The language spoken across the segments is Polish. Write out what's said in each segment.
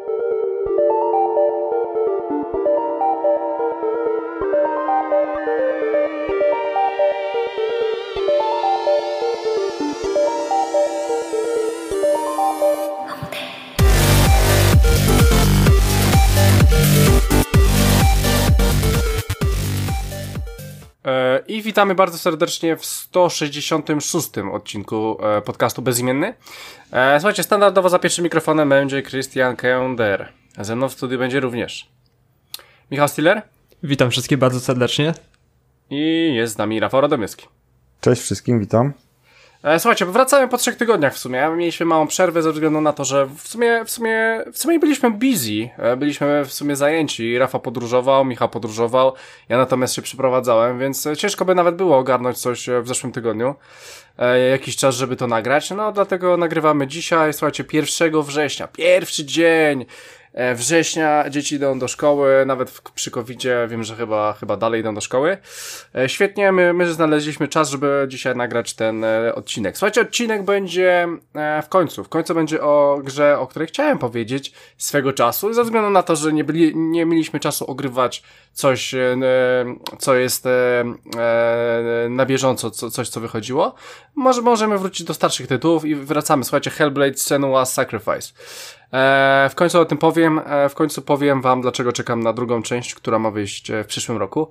I witamy bardzo serdecznie w 166 odcinku podcastu Bezimienny. Słuchajcie, standardowo za pierwszym mikrofonem będzie Christian Kender. A ze mną w studiu będzie również Michał Stiller. Witam wszystkich bardzo serdecznie. I jest z nami Rafał Radomyski. Cześć wszystkim, witam. Słuchajcie, wracamy po 3 tygodniach w sumie. Mieliśmy małą przerwę ze względu na to, że w sumie byliśmy busy. Byliśmy w sumie zajęci. Rafał podróżował, Michał podróżował. Ja natomiast się przyprowadzałem, więc ciężko by nawet było ogarnąć coś w zeszłym tygodniu. Jakiś czas, żeby to nagrać. No, dlatego nagrywamy dzisiaj. Słuchajcie, 1 września. Pierwszy dzień września, dzieci idą do szkoły, nawet przy COVID-zie wiem, że chyba dalej idą do szkoły. Świetnie, my znaleźliśmy czas, żeby dzisiaj nagrać ten odcinek. Słuchajcie, odcinek będzie w końcu będzie o grze, o której chciałem powiedzieć swego czasu, ze względu na to, że nie mieliśmy czasu ogrywać coś, co jest na bieżąco, coś, co wychodziło. Możemy wrócić do starszych tytułów i wracamy. Słuchajcie, Hellblade: Senua's Sacrifice. W końcu o tym powiem, powiem wam, dlaczego czekam na drugą część, która ma wyjść w przyszłym roku.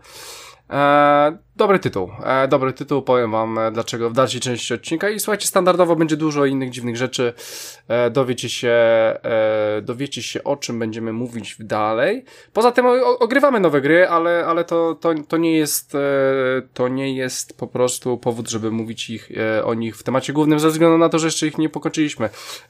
Dobry tytuł, powiem wam dlaczego w dalszej części odcinka i słuchajcie, standardowo będzie dużo innych dziwnych rzeczy, dowiecie się o czym będziemy mówić dalej. Poza tym ogrywamy nowe gry, ale to nie jest po prostu powód, żeby mówić o nich w temacie głównym, ze względu na to, że jeszcze ich nie pokończyliśmy.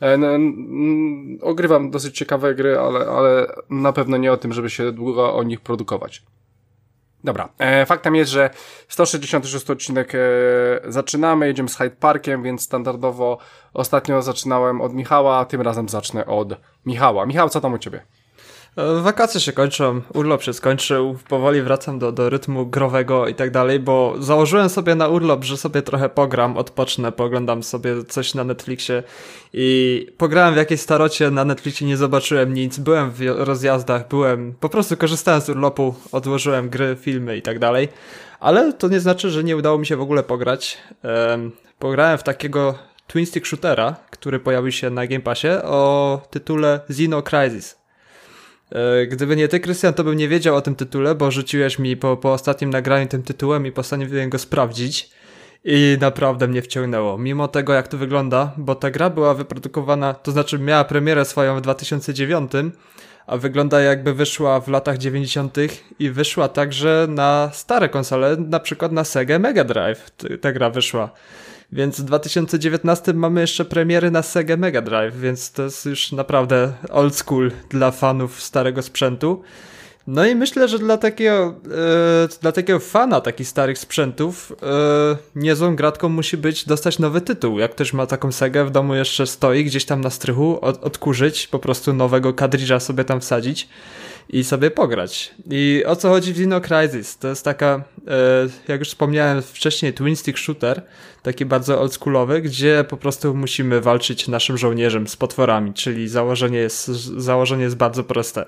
Ogrywam dosyć ciekawe gry, ale na pewno nie o tym, żeby się długo o nich produkować. Dobra, faktem jest, że 166 odcinek zaczynamy, jedziemy z Hyde Parkiem, więc standardowo ostatnio zaczynałem od Michała, tym razem zacznę od Michała. Michał, co tam u ciebie? Wakacje się kończą, urlop się skończył, powoli wracam do rytmu growego i tak dalej, bo założyłem sobie na urlop, że sobie trochę pogram, odpocznę, pooglądam sobie coś na Netflixie i pograłem w jakiejś starocie na Netflixie, nie zobaczyłem nic, byłem w rozjazdach, po prostu korzystałem z urlopu, odłożyłem gry, filmy i tak dalej, ale to nie znaczy, że nie udało mi się w ogóle pograć. Pograłem w takiego twin stick shootera, który pojawił się na Game Passie o tytule Xeno Crisis. Gdyby nie ty, Krystian, to bym nie wiedział o tym tytule, bo rzuciłeś mi po ostatnim nagraniu tym tytułem i postanowiłem go sprawdzić i naprawdę mnie wciągnęło. Mimo tego, jak to wygląda, bo ta gra była wyprodukowana, to znaczy miała premierę swoją w 2009, a wygląda jakby wyszła w latach 90. i wyszła także na stare konsole, na przykład na Sega Mega Drive ta gra wyszła. Więc w 2019 mamy jeszcze premiery na Sega Mega Drive, więc to jest już naprawdę old school dla fanów starego sprzętu. No i myślę, że dla takiego fana takich starych sprzętów niezłą gratką musi dostać nowy tytuł. Jak ktoś ma taką Segę w domu, jeszcze stoi gdzieś tam na strychu, odkurzyć, po prostu nowego kadridża sobie tam wsadzić i sobie pograć. I o co chodzi w Xeno Crisis? To jest taka, jak już wspomniałem wcześniej, twin stick shooter, taki bardzo oldschoolowy, gdzie po prostu musimy walczyć naszym żołnierzem z potworami, czyli założenie jest bardzo proste.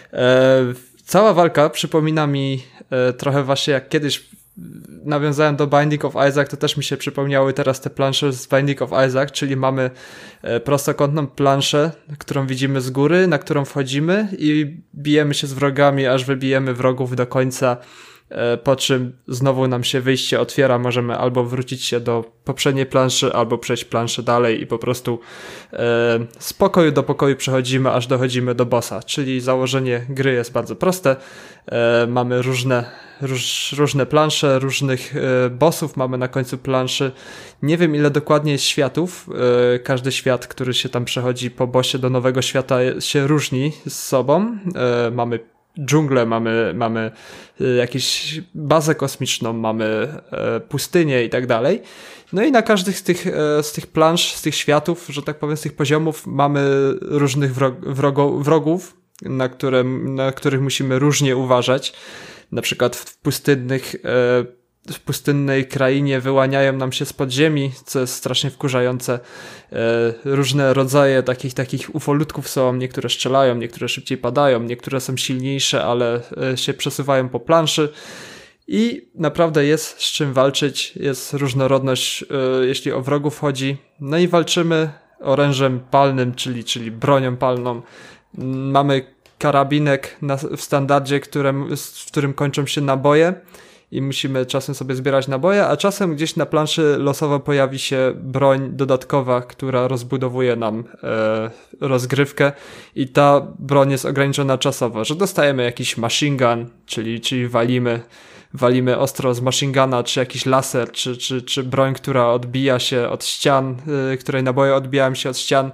Cała walka przypomina mi trochę właśnie jak kiedyś nawiązałem do Binding of Isaac, to też mi się przypomniały teraz te plansze z Binding of Isaac, czyli mamy prostokątną planszę, którą widzimy z góry, na którą wchodzimy i bijemy się z wrogami, aż wybijemy wrogów do końca, po czym znowu nam się wyjście otwiera, możemy albo wrócić się do poprzedniej planszy, albo przejść planszę dalej i po prostu z pokoju do pokoju przechodzimy, aż dochodzimy do bossa, czyli założenie gry jest bardzo proste, mamy różne plansze, różnych bossów mamy na końcu planszy, nie wiem ile dokładnie jest światów, każdy świat, który się tam przechodzi po bossie do nowego świata się różni z sobą, mamy dżunglę, mamy jakąś bazę kosmiczną, mamy pustynię i tak dalej. No i na każdych z tych plansz, z tych światów, że tak powiem, z tych poziomów mamy różnych wrogów, na których musimy różnie uważać. Na przykład w pustynnych w pustynnej krainie wyłaniają nam się z podziemi, co jest strasznie wkurzające. Różne rodzaje takich ufolutków są, niektóre strzelają, niektóre szybciej padają, niektóre są silniejsze, ale się przesuwają po planszy. I naprawdę jest z czym walczyć, jest różnorodność, jeśli o wrogów chodzi. No i walczymy orężem palnym, czyli bronią palną. Mamy karabinek w standardzie, w którym kończą się naboje i musimy czasem sobie zbierać naboje, a czasem gdzieś na planszy losowo pojawi się broń dodatkowa, która rozbudowuje nam rozgrywkę i ta broń jest ograniczona czasowo, że dostajemy jakiś machine gun, czyli walimy ostro z machine guna, czy jakiś laser, czy broń, która odbija się od ścian, której naboje odbijają się od ścian,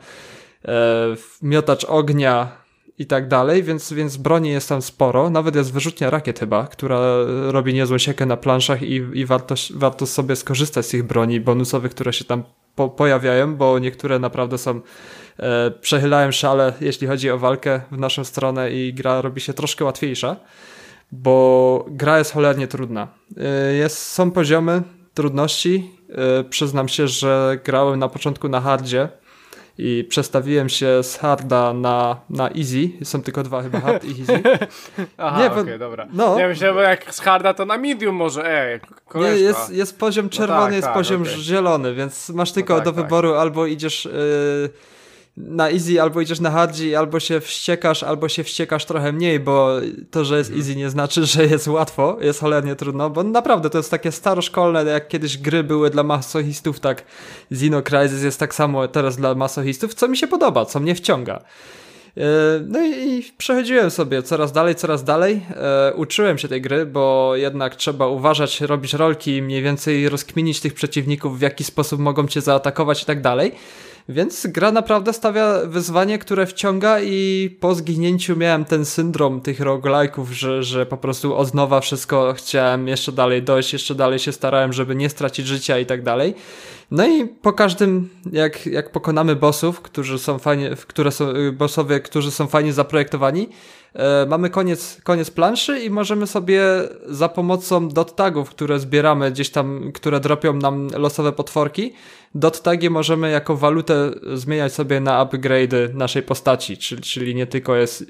miotacz ognia i tak dalej, więc broni jest tam sporo. Nawet jest wyrzutnia rakiet chyba, która robi niezłą siekę na planszach i warto sobie skorzystać z tych broni bonusowych, które się tam pojawiają, bo niektóre naprawdę są przechylają szale, jeśli chodzi o walkę w naszą stronę i gra robi się troszkę łatwiejsza, bo gra jest cholernie trudna. Są poziomy trudności. Przyznam się, że grałem na początku na hardzie i przestawiłem się z harda na easy. Są tylko dwa chyba, hard i easy. Aha, okej, dobra. No. Ja myślałem, że jak z harda to na medium może, koleżka. Nie, jest poziom czerwony, jest poziom zielony, więc masz tylko do wyboru albo idziesz na easy, albo idziesz na hardzie, albo się wściekasz trochę mniej, bo to, że jest easy nie znaczy, że jest łatwo, jest cholernie trudno, bo naprawdę to jest takie staroszkolne, jak kiedyś gry były dla masochistów, tak Xeno Crisis jest tak samo teraz dla masochistów, co mi się podoba, co mnie wciąga. No i przechodziłem sobie coraz dalej, uczyłem się tej gry, bo jednak trzeba uważać, robić rolki, mniej więcej rozkminić tych przeciwników, w jaki sposób mogą cię zaatakować i tak dalej. Więc gra naprawdę stawia wyzwanie, które wciąga i po zginięciu miałem ten syndrom tych roguelike'ów, że po prostu od nowa wszystko chciałem jeszcze dalej dojść, jeszcze dalej się starałem, żeby nie stracić życia i tak dalej. No i po każdym, jak pokonamy bossów, którzy są fajnie zaprojektowani, mamy koniec planszy i możemy sobie za pomocą dot tagów, które zbieramy gdzieś tam, które dropią nam losowe potworki, dot tagi możemy jako walutę zmieniać sobie na upgrade'y naszej postaci, czyli nie tylko jest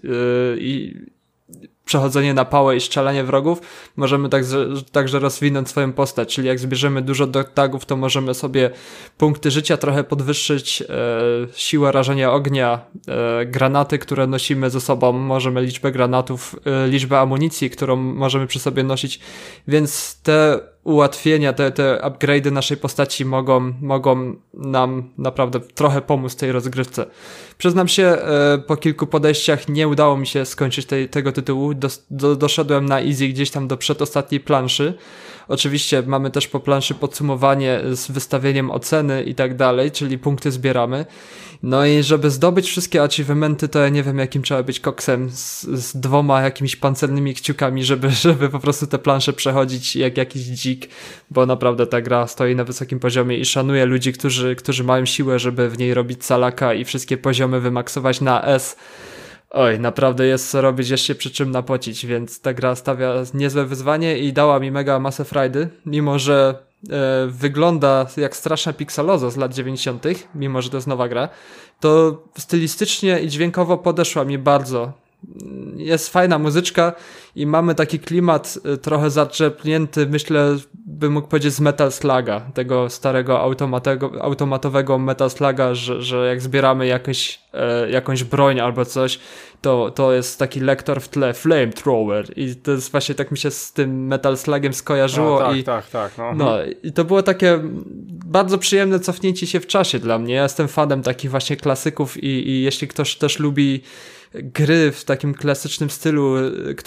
przechodzenie na pałę i strzelanie wrogów, możemy także rozwinąć swoją postać, czyli jak zbierzemy dużo dot tagów, to możemy sobie punkty życia trochę podwyższyć, siłę rażenia ognia, granaty, które nosimy ze sobą, możemy liczbę granatów, liczbę amunicji, którą możemy przy sobie nosić, więc te ułatwienia, te upgrade'y naszej postaci mogą nam naprawdę trochę pomóc tej rozgrywce. Przyznam się, po kilku podejściach nie udało mi się skończyć tego tytułu. Doszedłem na easy gdzieś tam do przedostatniej planszy. Oczywiście mamy też po planszy podsumowanie z wystawieniem oceny i tak dalej, czyli punkty zbieramy. No i żeby zdobyć wszystkie achievementy, to ja nie wiem, jakim trzeba być koksem z dwoma jakimiś pancernymi kciukami, żeby po prostu te plansze przechodzić jak jakiś dzik, bo naprawdę ta gra stoi na wysokim poziomie i szanuję ludzi, którzy mają siłę, żeby w niej robić salaka i wszystkie poziomy wymaksować na S. Oj, naprawdę jest co robić, jest się przy czym napocić, więc ta gra stawia niezłe wyzwanie i dała mi mega masę frajdy, mimo że wygląda jak straszna pikseloza z lat 90., mimo że to jest nowa gra, to stylistycznie i dźwiękowo podeszła mi bardzo. Jest fajna muzyczka i mamy taki klimat trochę zaczerpnięty, myślę, bym mógł powiedzieć z Metal Sluga, tego starego automatowego Metal Sluga, że jak zbieramy jakąś broń albo coś, to jest taki lektor w tle, flamethrower i to jest właśnie tak mi się z tym Metal Slugiem skojarzyło. Tak. No i to było takie bardzo przyjemne cofnięcie się w czasie dla mnie. Ja jestem fanem takich właśnie klasyków i jeśli ktoś też lubi gry w takim klasycznym stylu,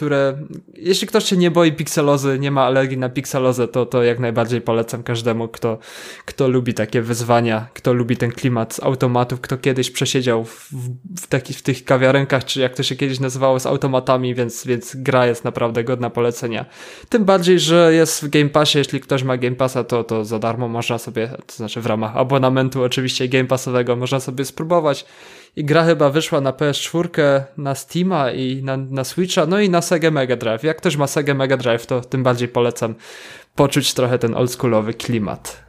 jeśli ktoś się nie boi pikselozy, nie ma alergii na pikselozę, to jak najbardziej polecam każdemu, kto lubi takie wyzwania, kto lubi ten klimat z automatów, kto kiedyś przesiedział w tych kawiarenkach, czy jak to się kiedyś nazywało, z automatami, więc gra jest naprawdę godna polecenia. Tym bardziej, że jest w Game Passie, jeśli ktoś ma Game Passa, to za darmo można sobie, to znaczy w ramach abonamentu oczywiście Game Passowego, można sobie spróbować. i gra chyba wyszła na PS4, na Steama i na Switcha, no i na Sega Mega Drive. Jak ktoś ma Sega Mega Drive, to tym bardziej polecam poczuć trochę ten oldschoolowy klimat.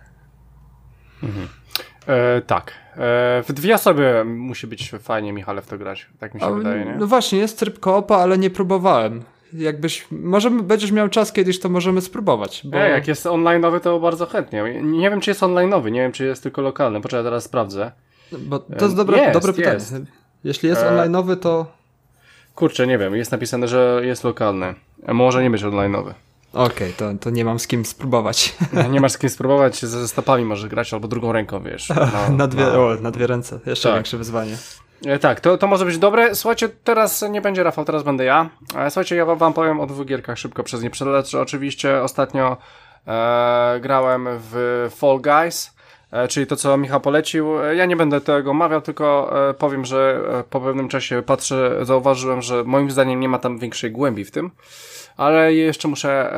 Tak. W dwie osoby musi być fajnie, Michale, w to grać. Tak mi się wydaje, nie? No właśnie, jest tryb koopa, ale nie próbowałem. Będziesz miał czas kiedyś, to możemy spróbować. Bo... Jak jest online'owy, to bardzo chętnie. Nie wiem, czy jest online'owy, nie wiem, czy jest tylko lokalny. Poczekaj, teraz sprawdzę. Bo to jest dobre pytanie. Jest. Jeśli jest online'owy, to... Kurczę, nie wiem, jest napisane, że jest lokalny. Może nie być online'owy. Okej, to nie mam z kim spróbować. Nie masz z kim spróbować, ze stopami możesz grać, albo drugą ręką, wiesz. Na dwie ręce, jeszcze większe wyzwanie. Tak, to może być dobre. Słuchajcie, teraz nie będzie Rafał, teraz będę ja. Słuchajcie, ja wam powiem o 2 gierkach szybko przez nie przelecę. Oczywiście ostatnio grałem w Fall Guys, czyli to, co Michał polecił. Ja nie będę tego omawiał, tylko powiem, że po pewnym czasie zauważyłem, że moim zdaniem nie ma tam większej głębi w tym, ale jeszcze muszę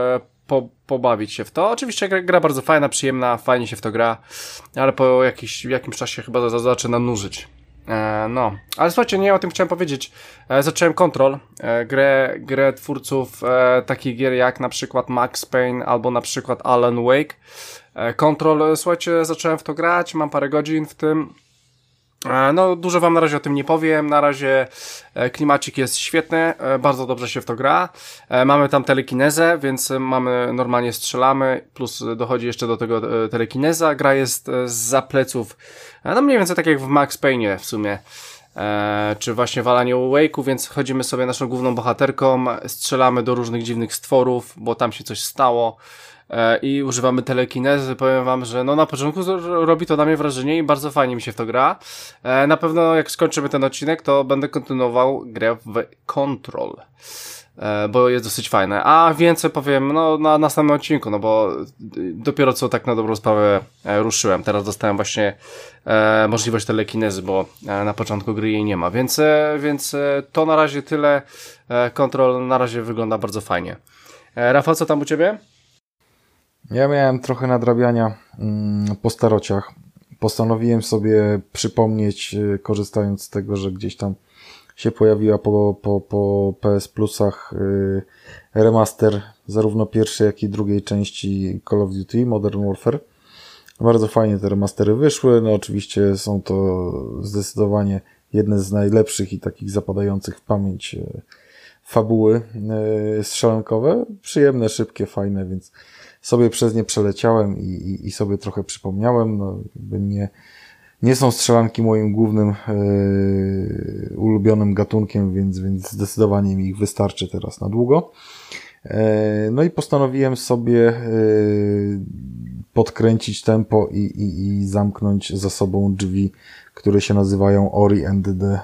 pobawić się w to. Oczywiście gra bardzo fajna, przyjemna, fajnie się w to gra, ale po jakimś czasie chyba zaczyna nużyć. No, ale słuchajcie, nie o tym chciałem powiedzieć. Zacząłem Control, grę twórców takich gier jak na przykład Max Payne albo na przykład Alan Wake. Control, słuchajcie, zacząłem w to grać, mam parę godzin w tym. No, dużo wam na razie o tym nie powiem. Na razie klimacik jest świetny, bardzo dobrze się w to gra. Mamy tam telekinezę, więc normalnie strzelamy, plus dochodzi jeszcze do tego telekineza. Gra jest zza pleców, no mniej więcej tak jak w Max Payne w sumie, czy właśnie w Alanie Wake'u, więc chodzimy sobie naszą główną bohaterką, strzelamy do różnych dziwnych stworów, bo tam się coś stało. I używamy telekinezy. Powiem wam, że no na początku robi to na mnie wrażenie i bardzo fajnie mi się w to gra. Na pewno jak skończymy ten odcinek, to będę kontynuował grę w Control, bo jest dosyć fajne. A więcej powiem no na następnym odcinku, no bo dopiero co tak na dobrą sprawę ruszyłem. Teraz dostałem właśnie możliwość telekinezy, bo na początku gry jej nie ma. Więc to na razie tyle. Control na razie wygląda bardzo fajnie. Rafał, co tam u ciebie? Ja miałem trochę nadrabiania po starociach. Postanowiłem sobie przypomnieć, korzystając z tego, że gdzieś tam się pojawiła po PS Plusach remaster zarówno pierwszej, jak i drugiej części Call of Duty Modern Warfare. Bardzo fajnie te remastery wyszły. No oczywiście są to zdecydowanie jedne z najlepszych i takich zapadających w pamięć fabuły strzelankowe. Przyjemne, szybkie, fajne, więc sobie przez nie przeleciałem i sobie trochę przypomniałem. No, nie są strzelanki moim głównym ulubionym gatunkiem, więc zdecydowanie mi ich wystarczy teraz na długo. No i postanowiłem sobie podkręcić tempo i zamknąć za sobą drzwi, które się nazywają Ori and the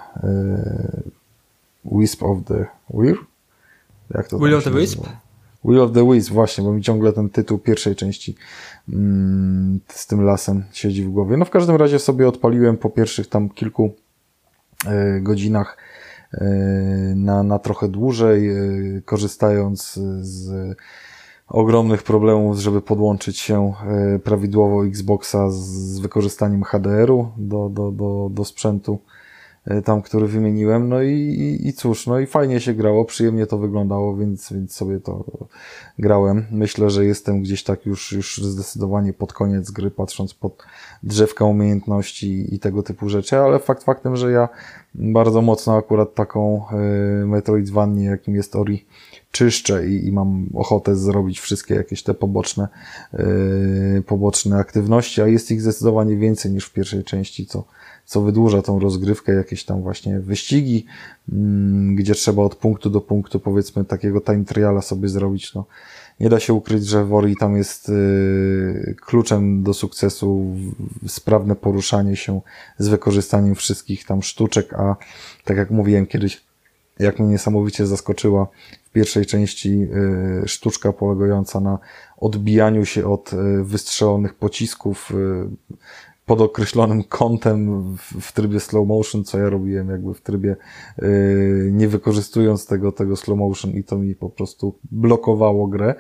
Wisp of the Weir? Jak to Will of the Wisp? Will of the Wisp, właśnie, bo mi ciągle ten tytuł pierwszej części z tym lasem siedzi w głowie. No w każdym razie sobie odpaliłem po pierwszych tam kilku godzinach na trochę dłużej, korzystając z ogromnych problemów, żeby podłączyć się prawidłowo Xboxa z wykorzystaniem HDR-u do sprzętu tam, który wymieniłem, no i cóż, no i fajnie się grało, przyjemnie to wyglądało, więc sobie to grałem. Myślę, że jestem gdzieś tak już zdecydowanie pod koniec gry, patrząc pod drzewka umiejętności i tego typu rzeczy, ale faktem, że ja bardzo mocno akurat taką Metroidvanię, jakim jest Ori, czyszczę i mam ochotę zrobić wszystkie jakieś te poboczne aktywności, a jest ich zdecydowanie więcej niż w pierwszej części, co wydłuża tą rozgrywkę, jakieś tam właśnie wyścigi, gdzie trzeba od punktu do punktu, powiedzmy, takiego time triala sobie zrobić. No, nie da się ukryć, że w Ori tam jest kluczem do sukcesu sprawne poruszanie się z wykorzystaniem wszystkich tam sztuczek, a tak jak mówiłem kiedyś, jak mnie niesamowicie zaskoczyła w pierwszej części sztuczka polegająca na odbijaniu się od wystrzelonych pocisków pod określonym kątem w trybie slow motion, co ja robiłem jakby w trybie nie wykorzystując tego slow motion i to mi po prostu blokowało grę.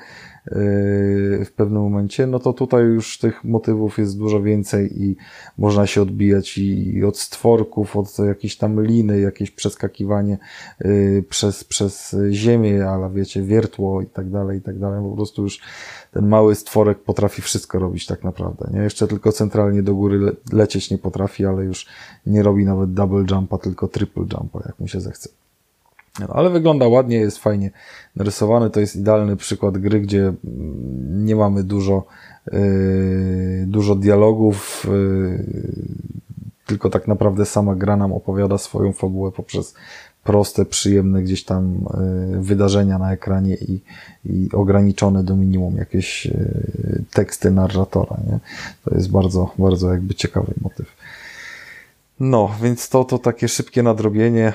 w pewnym momencie, no to tutaj już tych motywów jest dużo więcej i można się odbijać i od stworków, od jakiejś tam liny, jakieś przeskakiwanie przez ziemię, ale wiecie, wiertło i tak dalej, po prostu już ten mały stworek potrafi wszystko robić tak naprawdę, nie? Jeszcze tylko centralnie do góry lecieć nie potrafi, ale już nie robi nawet double jumpa, tylko triple jumpa, jak mu się zechce. No, ale wygląda ładnie, jest fajnie narysowany, to jest idealny przykład gry, gdzie nie mamy dużo dialogów, tylko tak naprawdę sama gra nam opowiada swoją fabułę poprzez proste, przyjemne gdzieś tam wydarzenia na ekranie i ograniczone do minimum jakieś teksty narratora, nie? To jest bardzo, bardzo jakby ciekawy motyw. No, więc to takie szybkie nadrobienie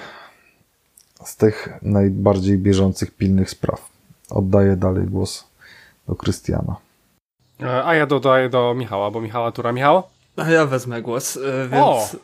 z tych najbardziej bieżących, pilnych spraw. Oddaję dalej głos do Krystiana. A ja dodaję do Michała, bo Michała tura. Michał? A ja wezmę głos, więc...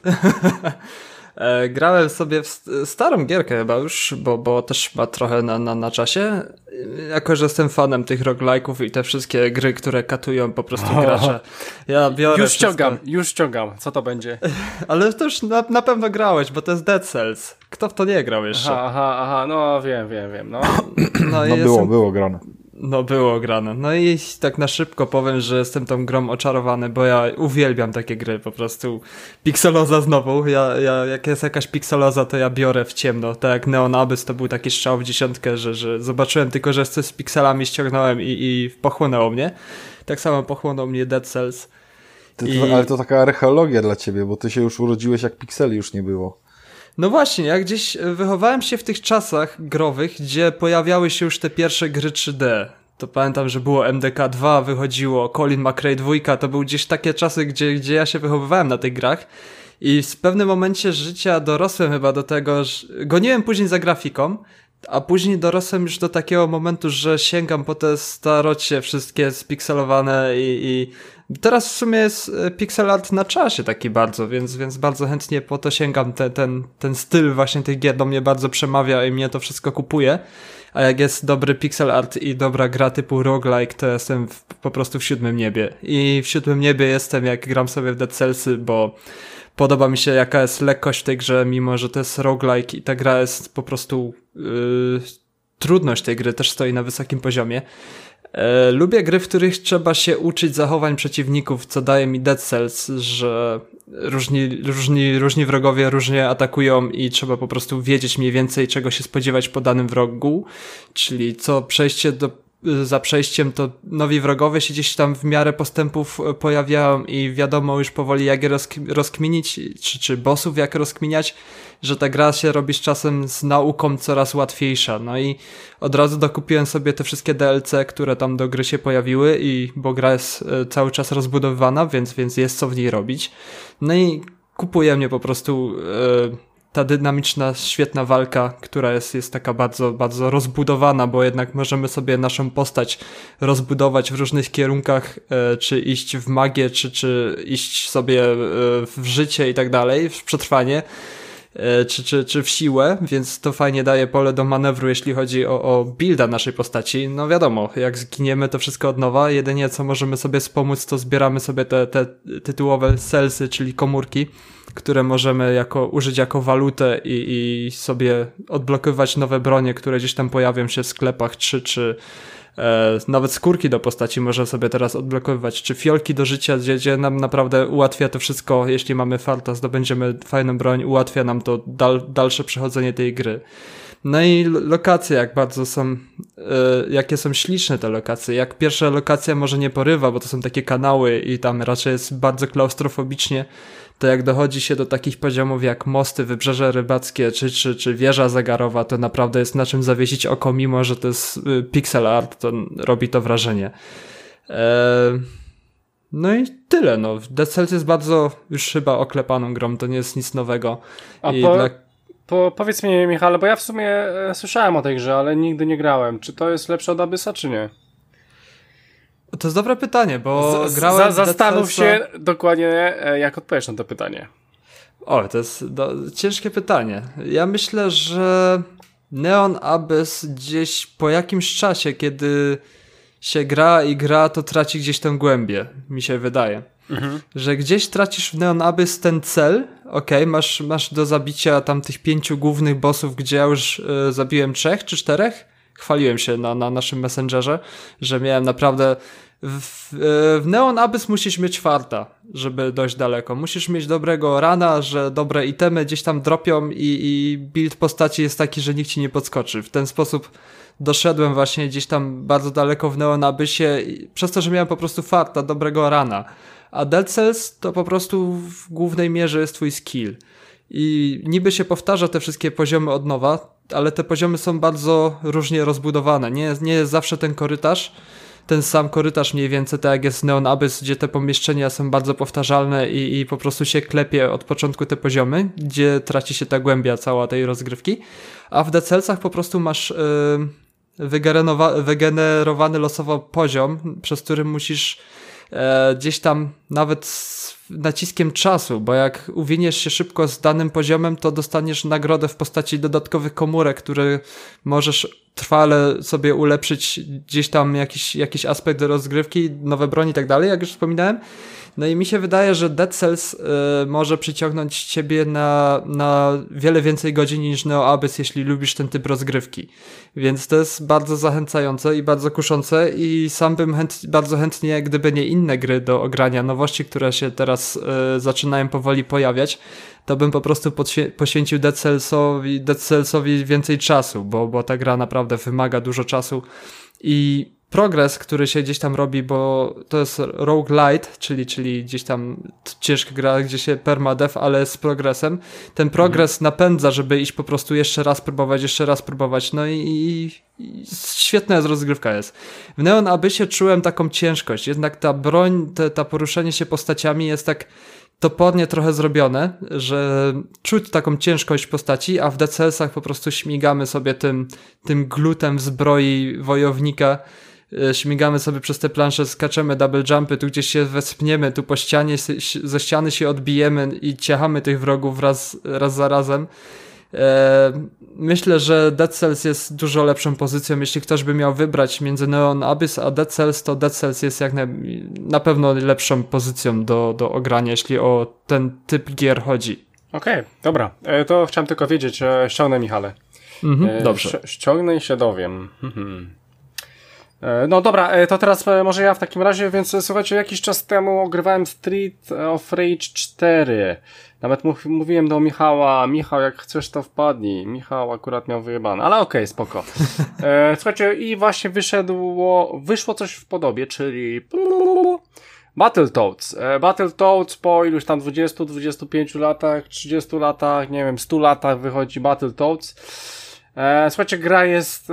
Grałem sobie w starą gierkę chyba już, bo też ma trochę na czasie. Jako, że jestem fanem tych roguelike'ów i te wszystkie gry, które katują po prostu gracza. Ja biorę Już ściągam. Co to będzie? Ale to już na pewno grałeś, bo to jest Dead Cells. Kto w to nie grał jeszcze? Aha, no wiem. No, Było grane. No było grane. No i tak na szybko powiem, że jestem tą grą oczarowany, bo ja uwielbiam takie gry, po prostu pikseloza znowu. Jak jest jakaś pikseloza, to ja biorę w ciemno. Tak jak Neon Abyss to był taki strzał w dziesiątkę, że zobaczyłem tylko, że coś z pikselami, ściągnąłem i pochłonęło mnie. Tak samo pochłonął mnie Dead Cells. Ale to taka archeologia dla ciebie, bo ty się już urodziłeś, jak pikseli już nie było. No właśnie, ja gdzieś wychowałem się w tych czasach growych, gdzie pojawiały się już te pierwsze gry 3D. To pamiętam, że było MDK 2, wychodziło Colin McRae 2, to były gdzieś takie czasy, gdzie ja się wychowywałem na tych grach. I w pewnym momencie życia dorosłem chyba do tego, że goniłem później za grafiką, a później dorosłem już do takiego momentu, że sięgam po te starocie wszystkie spikselowane i teraz w sumie jest pixel art na czasie taki bardzo, więc bardzo chętnie po to sięgam. Ten styl właśnie tych gier do mnie bardzo przemawia i mnie to wszystko kupuje. A jak jest dobry pixel art i dobra gra typu roguelike, to jestem po prostu w siódmym niebie. I w siódmym niebie jestem, jak gram sobie w Dead Cellsy, bo podoba mi się, jaka jest lekkość w tej grze, mimo że to jest roguelike i ta gra jest po prostu... trudność tej gry też stoi na wysokim poziomie. Lubię gry, w których trzeba się uczyć zachowań przeciwników, co daje mi Dead Cells, że różni wrogowie różnie atakują i trzeba po prostu wiedzieć mniej więcej, czego się spodziewać po danym wrogu, czyli za przejściem to nowi wrogowie się gdzieś tam w miarę postępów pojawiają i wiadomo już powoli, jak je rozkminić, czy bossów jak rozkminiać, że ta gra się robi z czasem z nauką coraz łatwiejsza. No i od razu dokupiłem sobie te wszystkie DLC, które tam do gry się pojawiły, bo gra jest cały czas rozbudowywana, więc jest co w niej robić. No i kupuje mnie po prostu ta dynamiczna, świetna walka, która jest taka bardzo, bardzo rozbudowana, bo jednak możemy sobie naszą postać rozbudować w różnych kierunkach, czy iść w magię, czy iść sobie w życie i tak dalej, w przetrwanie, czy w siłę, więc to fajnie daje pole do manewru, jeśli chodzi o builda naszej postaci. No wiadomo, jak zginiemy, to wszystko od nowa, jedynie co możemy sobie wspomóc, to zbieramy sobie te tytułowe cellsy, czyli komórki, które możemy użyć jako walutę i sobie odblokowywać nowe bronie, które gdzieś tam pojawią się w sklepach, czy nawet skórki do postaci można sobie teraz odblokowywać, czy fiolki do życia, gdzie nam naprawdę ułatwia to wszystko, jeśli mamy farta, zdobędziemy fajną broń, ułatwia nam to dalsze przechodzenie tej gry. No i lokacje, jak bardzo są, jakie są śliczne te lokacje. Jak pierwsza lokacja może nie porywa, bo to są takie kanały i tam raczej jest bardzo klaustrofobicznie, to jak dochodzi się do takich poziomów jak mosty, wybrzeże rybackie czy wieża zegarowa, to naprawdę jest na czym zawiesić oko, mimo że to jest pixel art, to robi to wrażenie. No i tyle, no. Dead Cells jest bardzo już chyba oklepaną grą, to nie jest nic nowego. Powiedz mi, Michale, bo ja w sumie słyszałem o tej grze, ale nigdy nie grałem. Czy to jest lepsze od Abyssa, czy nie? To jest dobre pytanie, bo grałem zastanów się dokładnie, jak odpowiesz na to pytanie. O, to jest ciężkie pytanie. Ja myślę, że Neon Abyss gdzieś po jakimś czasie, kiedy się gra i gra, to traci gdzieś tę głębię, mi się wydaje. Że gdzieś tracisz w Neon Abyss ten cel, masz do zabicia tam tych 5 głównych bossów, gdzie ja już zabiłem 3 czy 4. Chwaliłem się na naszym Messengerze, że miałem naprawdę... W Neon Abyss musisz mieć farta, żeby dojść daleko. Musisz mieć dobrego rana, że dobre itemy gdzieś tam dropią i build postaci jest taki, że nikt ci nie podskoczy. W ten sposób doszedłem właśnie gdzieś tam bardzo daleko w Neon Abyssie przez to, że miałem po prostu farta, dobrego rana. A Dead Cells to po prostu w głównej mierze jest twój skill. I niby się powtarza te wszystkie poziomy od nowa, ale te poziomy są bardzo różnie rozbudowane. Nie jest zawsze ten korytarz, ten sam korytarz mniej więcej, tak jak jest Neon Abyss, gdzie te pomieszczenia są bardzo powtarzalne i po prostu się klepie od początku te poziomy, gdzie traci się ta głębia cała tej rozgrywki. A w Dead Cellsach po prostu masz wygenerowany losowo poziom, przez który musisz gdzieś tam nawet z naciskiem czasu, bo jak uwiniesz się szybko z danym poziomem, to dostaniesz nagrodę w postaci dodatkowych komórek, które możesz trwale sobie ulepszyć gdzieś tam jakiś aspekt rozgrywki, nowe broni i tak dalej, jak już wspominałem. No i mi się wydaje, że Dead Cells może przyciągnąć ciebie na wiele więcej godzin niż Neo Abyss, jeśli lubisz ten typ rozgrywki. Więc to jest bardzo zachęcające i bardzo kuszące i sam bym bardzo chętnie, gdyby nie inne gry do ogrania, nowości, które się teraz zaczynają powoli pojawiać, to bym po prostu poświęcił Dead Cellsowi więcej czasu, bo ta gra naprawdę wymaga dużo czasu i progres, który się gdzieś tam robi, bo to jest roguelite, czyli gdzieś tam ciężka gra, gdzie się permadeath, ale z progresem. Ten progres napędza, żeby iść po prostu jeszcze raz próbować, no i świetna rozgrywka jest. W Neon Abyssie czułem taką ciężkość, jednak ta broń, ta poruszenie się postaciami jest tak topornie trochę zrobione, że czuć taką ciężkość postaci, a w Dead Cellsach po prostu śmigamy sobie tym glutem w zbroi wojownika, śmigamy sobie przez te plansze, skaczemy double jumpy, tu gdzieś się wespniemy, tu po ścianie, ze ściany się odbijemy i ciachamy tych wrogów raz za razem. Myślę, że Dead Cells jest dużo lepszą pozycją. Jeśli ktoś by miał wybrać między Neon Abyss a Dead Cells, to Dead Cells jest na pewno lepszą pozycją do ogrania, jeśli o ten typ gier chodzi. Okej, dobra. To chciałem tylko wiedzieć, ściągnę Michale. Dobrze. Ściągnę i się dowiem. No dobra, to teraz może ja w takim razie, więc słuchajcie, jakiś czas temu ogrywałem Street of Rage 4. Nawet mówiłem do Michała, Michał, jak chcesz to wpadnij. Michał akurat miał wyjebane, ale okej, spoko. Słuchajcie, i właśnie wyszło coś w podobie, czyli Battletoads. Battletoads po iluś tam 20, 25 latach, 30 latach, nie wiem, 100 latach wychodzi Battletoads. Słuchajcie, gra jest...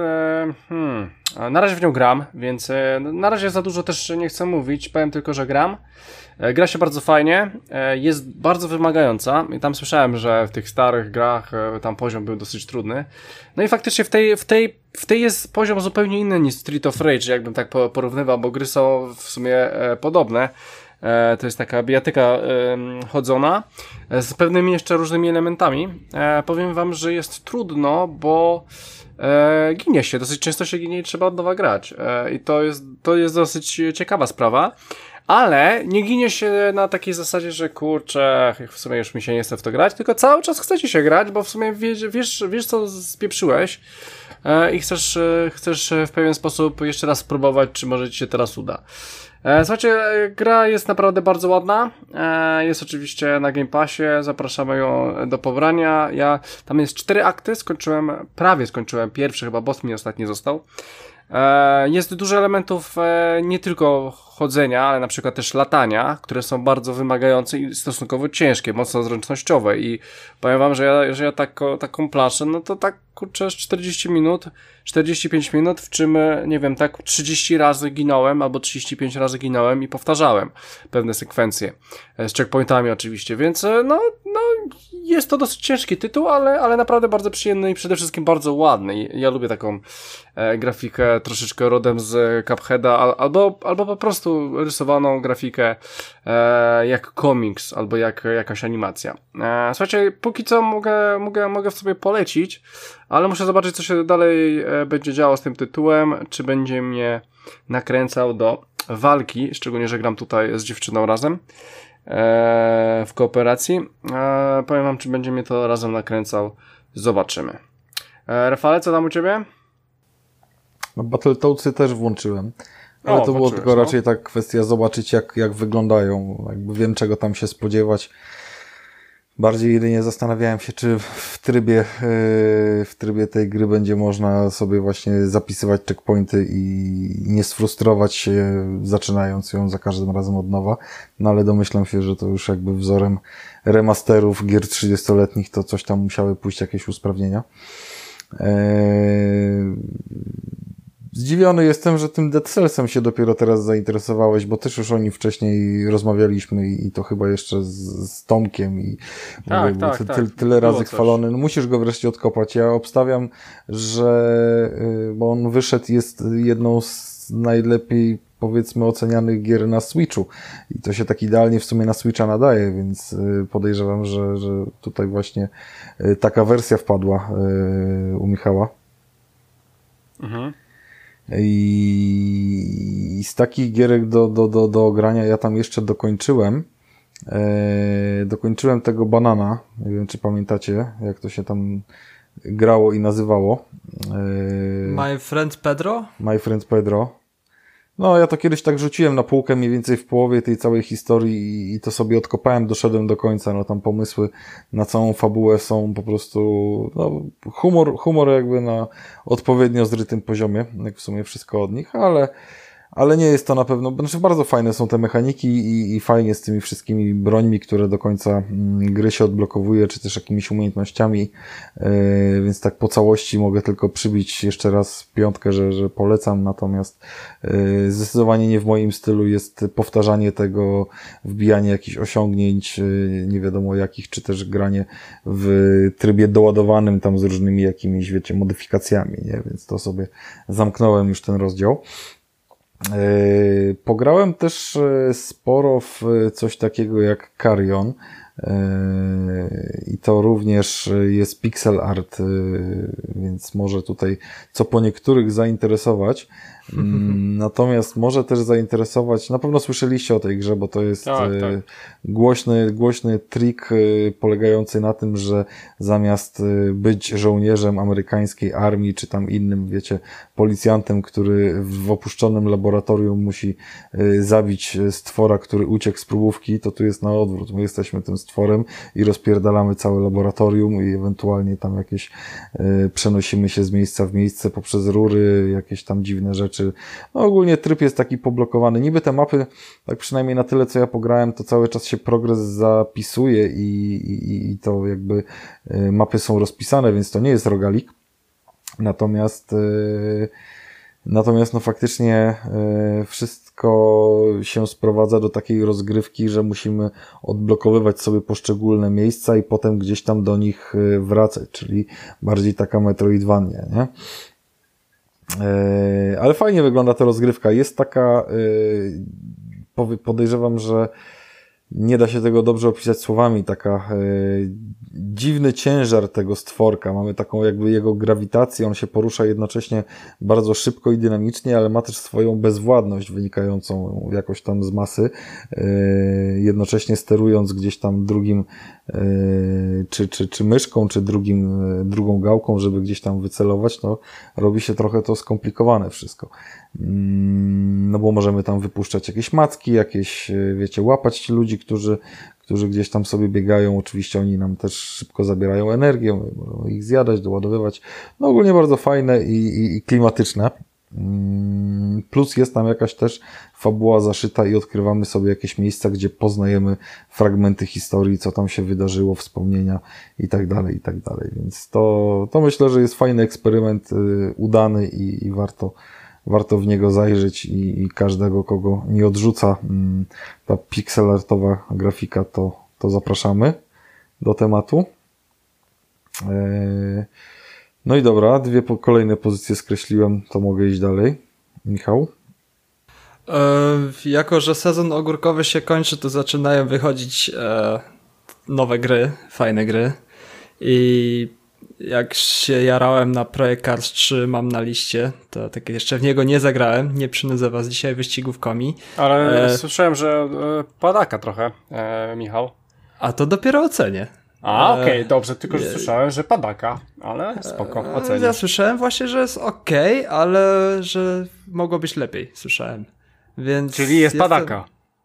na razie w nią gram, więc na razie za dużo też nie chcę mówić, powiem tylko, że gram. Gra się bardzo fajnie, jest bardzo wymagająca i tam słyszałem, że w tych starych grach tam poziom był dosyć trudny. No i faktycznie w tej jest poziom zupełnie inny niż Street of Rage, jakbym tak porównywał, bo gry są w sumie podobne. To jest taka bijatyka chodzona z pewnymi jeszcze różnymi elementami. Powiem wam, że jest trudno, bo ginie się, dosyć często się ginie i trzeba od nowa grać. I to jest dosyć ciekawa sprawa. Ale nie ginie się na takiej zasadzie, że kurczę, w sumie już mi się nie chce w to grać, tylko cały czas chcecie się grać, bo w sumie wiesz co spieprzyłeś i chcesz w pewien sposób jeszcze raz spróbować, czy może ci się teraz uda. Słuchajcie, gra jest naprawdę bardzo ładna, jest oczywiście na Game Passie, zapraszamy ją do pobrania. Tam jest 4 akty, prawie skończyłem pierwszy, chyba boss mi ostatni został. Jest dużo elementów nie tylko chodzenia, ale na przykład też latania, które są bardzo wymagające i stosunkowo ciężkie, mocno zręcznościowe i powiem wam, że ja taką planszę, no to tak kurczę 40 minut, 45 minut, w czym, nie wiem, tak 30 razy ginąłem, albo 35 razy ginąłem i powtarzałem pewne sekwencje, z checkpointami oczywiście, więc no jest to dosyć ciężki tytuł, ale naprawdę bardzo przyjemny i przede wszystkim bardzo ładny. Ja lubię taką grafikę troszeczkę rodem z Cupheada, albo po prostu rysowaną grafikę jak komiks, albo jak jakaś animacja. Słuchajcie, póki co mogę w sobie polecić, ale muszę zobaczyć, co się dalej będzie działo z tym tytułem, czy będzie mnie nakręcał do walki, szczególnie, że gram tutaj z dziewczyną razem w kooperacji. Powiem wam, czy będzie mnie to razem nakręcał, zobaczymy. Rafale, co tam u ciebie? No Battletoadsy też włączyłem. Ale to było tylko raczej tak kwestia zobaczyć, jak wyglądają. Jakby wiem, czego tam się spodziewać. Bardziej jedynie zastanawiałem się, czy w trybie tej gry będzie można sobie właśnie zapisywać checkpointy i nie sfrustrować się, zaczynając ją za każdym razem od nowa. No ale domyślam się, że to już jakby wzorem remasterów gier 30-letnich to coś tam musiały pójść, jakieś usprawnienia. Zdziwiony jestem, że tym Dead Cellsem się dopiero teraz zainteresowałeś, bo też już o nim wcześniej rozmawialiśmy i to chyba jeszcze z Tomkiem i tak. tyle razy chwalony. No musisz go wreszcie odkopać. Ja obstawiam, że bo on wyszedł, jest jedną z najlepiej powiedzmy ocenianych gier na Switchu i to się tak idealnie w sumie na Switcha nadaje, więc podejrzewam, że tutaj właśnie taka wersja wpadła u Michała. Mhm. I z takich gierek do ogrania ja tam jeszcze dokończyłem tego Banana. Nie wiem, czy pamiętacie, jak to się tam grało i nazywało. My Friend Pedro? My Friend Pedro. No, ja to kiedyś tak rzuciłem na półkę mniej więcej w połowie tej całej historii i to sobie odkopałem, doszedłem do końca. No, tam pomysły na całą fabułę są po prostu, no, humor jakby na odpowiednio zrytym poziomie, jak w sumie wszystko od nich, ale nie jest to na pewno, znaczy bardzo fajne są te mechaniki i fajnie z tymi wszystkimi brońmi, które do końca gry się odblokowuje, czy też jakimiś umiejętnościami, więc tak po całości mogę tylko przybić jeszcze raz piątkę, że polecam, natomiast zdecydowanie nie w moim stylu jest powtarzanie tego, wbijanie jakichś osiągnięć, nie wiadomo jakich, czy też granie w trybie doładowanym tam z różnymi jakimiś, wiecie, modyfikacjami, nie? Więc to sobie zamknąłem już ten rozdział. Pograłem też sporo w coś takiego jak Carrion i to również jest pixel art, więc może tutaj co po niektórych zainteresować. Natomiast może też zainteresować, na pewno słyszeliście o tej grze, bo to jest tak. Głośny trik polegający na tym, że zamiast być żołnierzem amerykańskiej armii, czy tam innym, wiecie, policjantem, który w opuszczonym laboratorium musi zabić stwora, który uciekł z próbówki, to tu jest na odwrót. My jesteśmy tym stworem i rozpierdalamy całe laboratorium i ewentualnie tam jakieś przenosimy się z miejsca w miejsce poprzez rury, jakieś tam dziwne rzeczy. No ogólnie tryb jest taki poblokowany. Niby te mapy, tak przynajmniej na tyle, co ja pograłem, to cały czas się progres zapisuje i to jakby mapy są rozpisane, więc to nie jest rogalik. Natomiast no faktycznie wszystko się sprowadza do takiej rozgrywki, że musimy odblokowywać sobie poszczególne miejsca i potem gdzieś tam do nich wracać, czyli bardziej taka Metroidvania, nie? Ale fajnie wygląda ta rozgrywka. Jest taka, podejrzewam, że nie da się tego dobrze opisać słowami, taka dziwny ciężar tego stworka. Mamy taką jakby jego grawitację, on się porusza jednocześnie bardzo szybko i dynamicznie, ale ma też swoją bezwładność wynikającą jakoś tam z masy, jednocześnie sterując gdzieś tam drugim czy myszką, czy drugą gałką, żeby gdzieś tam wycelować, no robi się trochę to skomplikowane wszystko. No bo możemy tam wypuszczać jakieś macki, jakieś, wiecie, łapać ludzi, którzy gdzieś tam sobie biegają. Oczywiście oni nam też szybko zabierają energię, możemy ich zjadać, doładowywać. No ogólnie bardzo fajne i klimatyczne. Plus jest tam jakaś też fabuła zaszyta i odkrywamy sobie jakieś miejsca, gdzie poznajemy fragmenty historii, co tam się wydarzyło, wspomnienia i tak dalej, i tak dalej. Więc to myślę, że jest fajny eksperyment, udany i warto w niego zajrzeć i każdego, kogo nie odrzuca ta pixelartowa grafika, to zapraszamy do tematu. No i dobra, kolejne pozycje skreśliłem, to mogę iść dalej. Michał? Jako że sezon ogórkowy się kończy, to zaczynają wychodzić nowe gry, fajne gry i jak się jarałem na Projekt Cars 3, mam na liście, to tak jeszcze w niego nie zagrałem, nie przynudzę was dzisiaj wyścigówkami. Ale słyszałem, że padaka trochę, Michał. A to dopiero ocenię. Okej, dobrze, tylko że słyszałem, że padaka, ale spoko, ocenię. Ja słyszałem właśnie, że jest okej, ale że mogło być lepiej, słyszałem. Więc czyli jest padaka.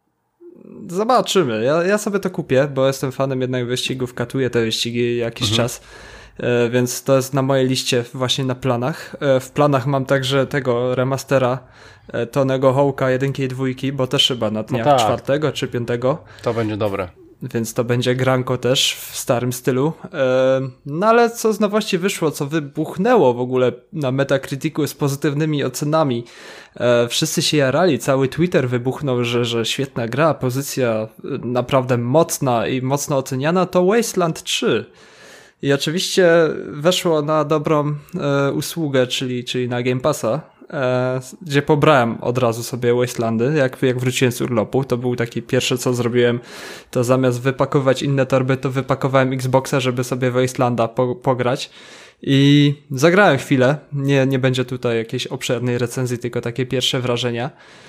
Zobaczymy, ja sobie to kupię, bo jestem fanem jednak wyścigów, katuję te wyścigi jakiś czas. Więc to jest na mojej liście właśnie na planach. W planach mam także tego remastera Tonego Hawk'a 1 i 2, bo też chyba na dniach 4 czy 5. To będzie dobre. Więc to będzie granko też w starym stylu. No ale co z nowości wyszło, co wybuchnęło w ogóle na Metacriticu z pozytywnymi ocenami. Wszyscy się jarali, cały Twitter wybuchnął, że świetna gra, pozycja naprawdę mocna i mocno oceniana, to Wasteland 3. I oczywiście weszło na dobrą usługę, czyli na Game Passa, gdzie pobrałem od razu sobie Wastelandy, jak wróciłem z urlopu. To był taki pierwsze, co zrobiłem, to zamiast wypakować inne torby, to wypakowałem Xboxa, żeby sobie Wastelanda pograć. I zagrałem chwilę, nie będzie tutaj jakiejś obszernej recenzji, tylko takie pierwsze wrażenia.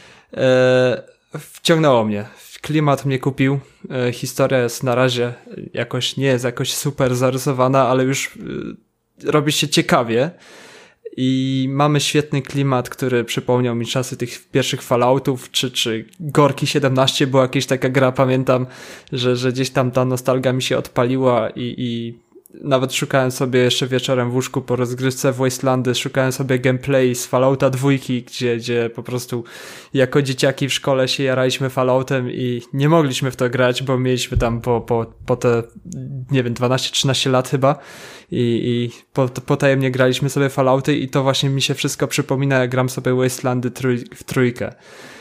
Wciągnęło mnie. Klimat mnie kupił, historia jest na razie nie jest jakoś super zarysowana, ale już robi się ciekawie i mamy świetny klimat, który przypomniał mi czasy tych pierwszych Falloutów, czy Gorki 17 była jakaś taka gra, pamiętam, że gdzieś tam ta nostalgia mi się odpaliła i nawet szukałem sobie jeszcze wieczorem w łóżku po rozgrywce w Wastelandy, szukałem sobie gameplay z Fallouta 2, gdzie po prostu jako dzieciaki w szkole się jaraliśmy Falloutem i nie mogliśmy w to grać, bo mieliśmy tam po te, nie wiem, 12-13 lat chyba i potajemnie graliśmy sobie Fallouty i to właśnie mi się wszystko przypomina, jak gram sobie Wastelandy w trójkę.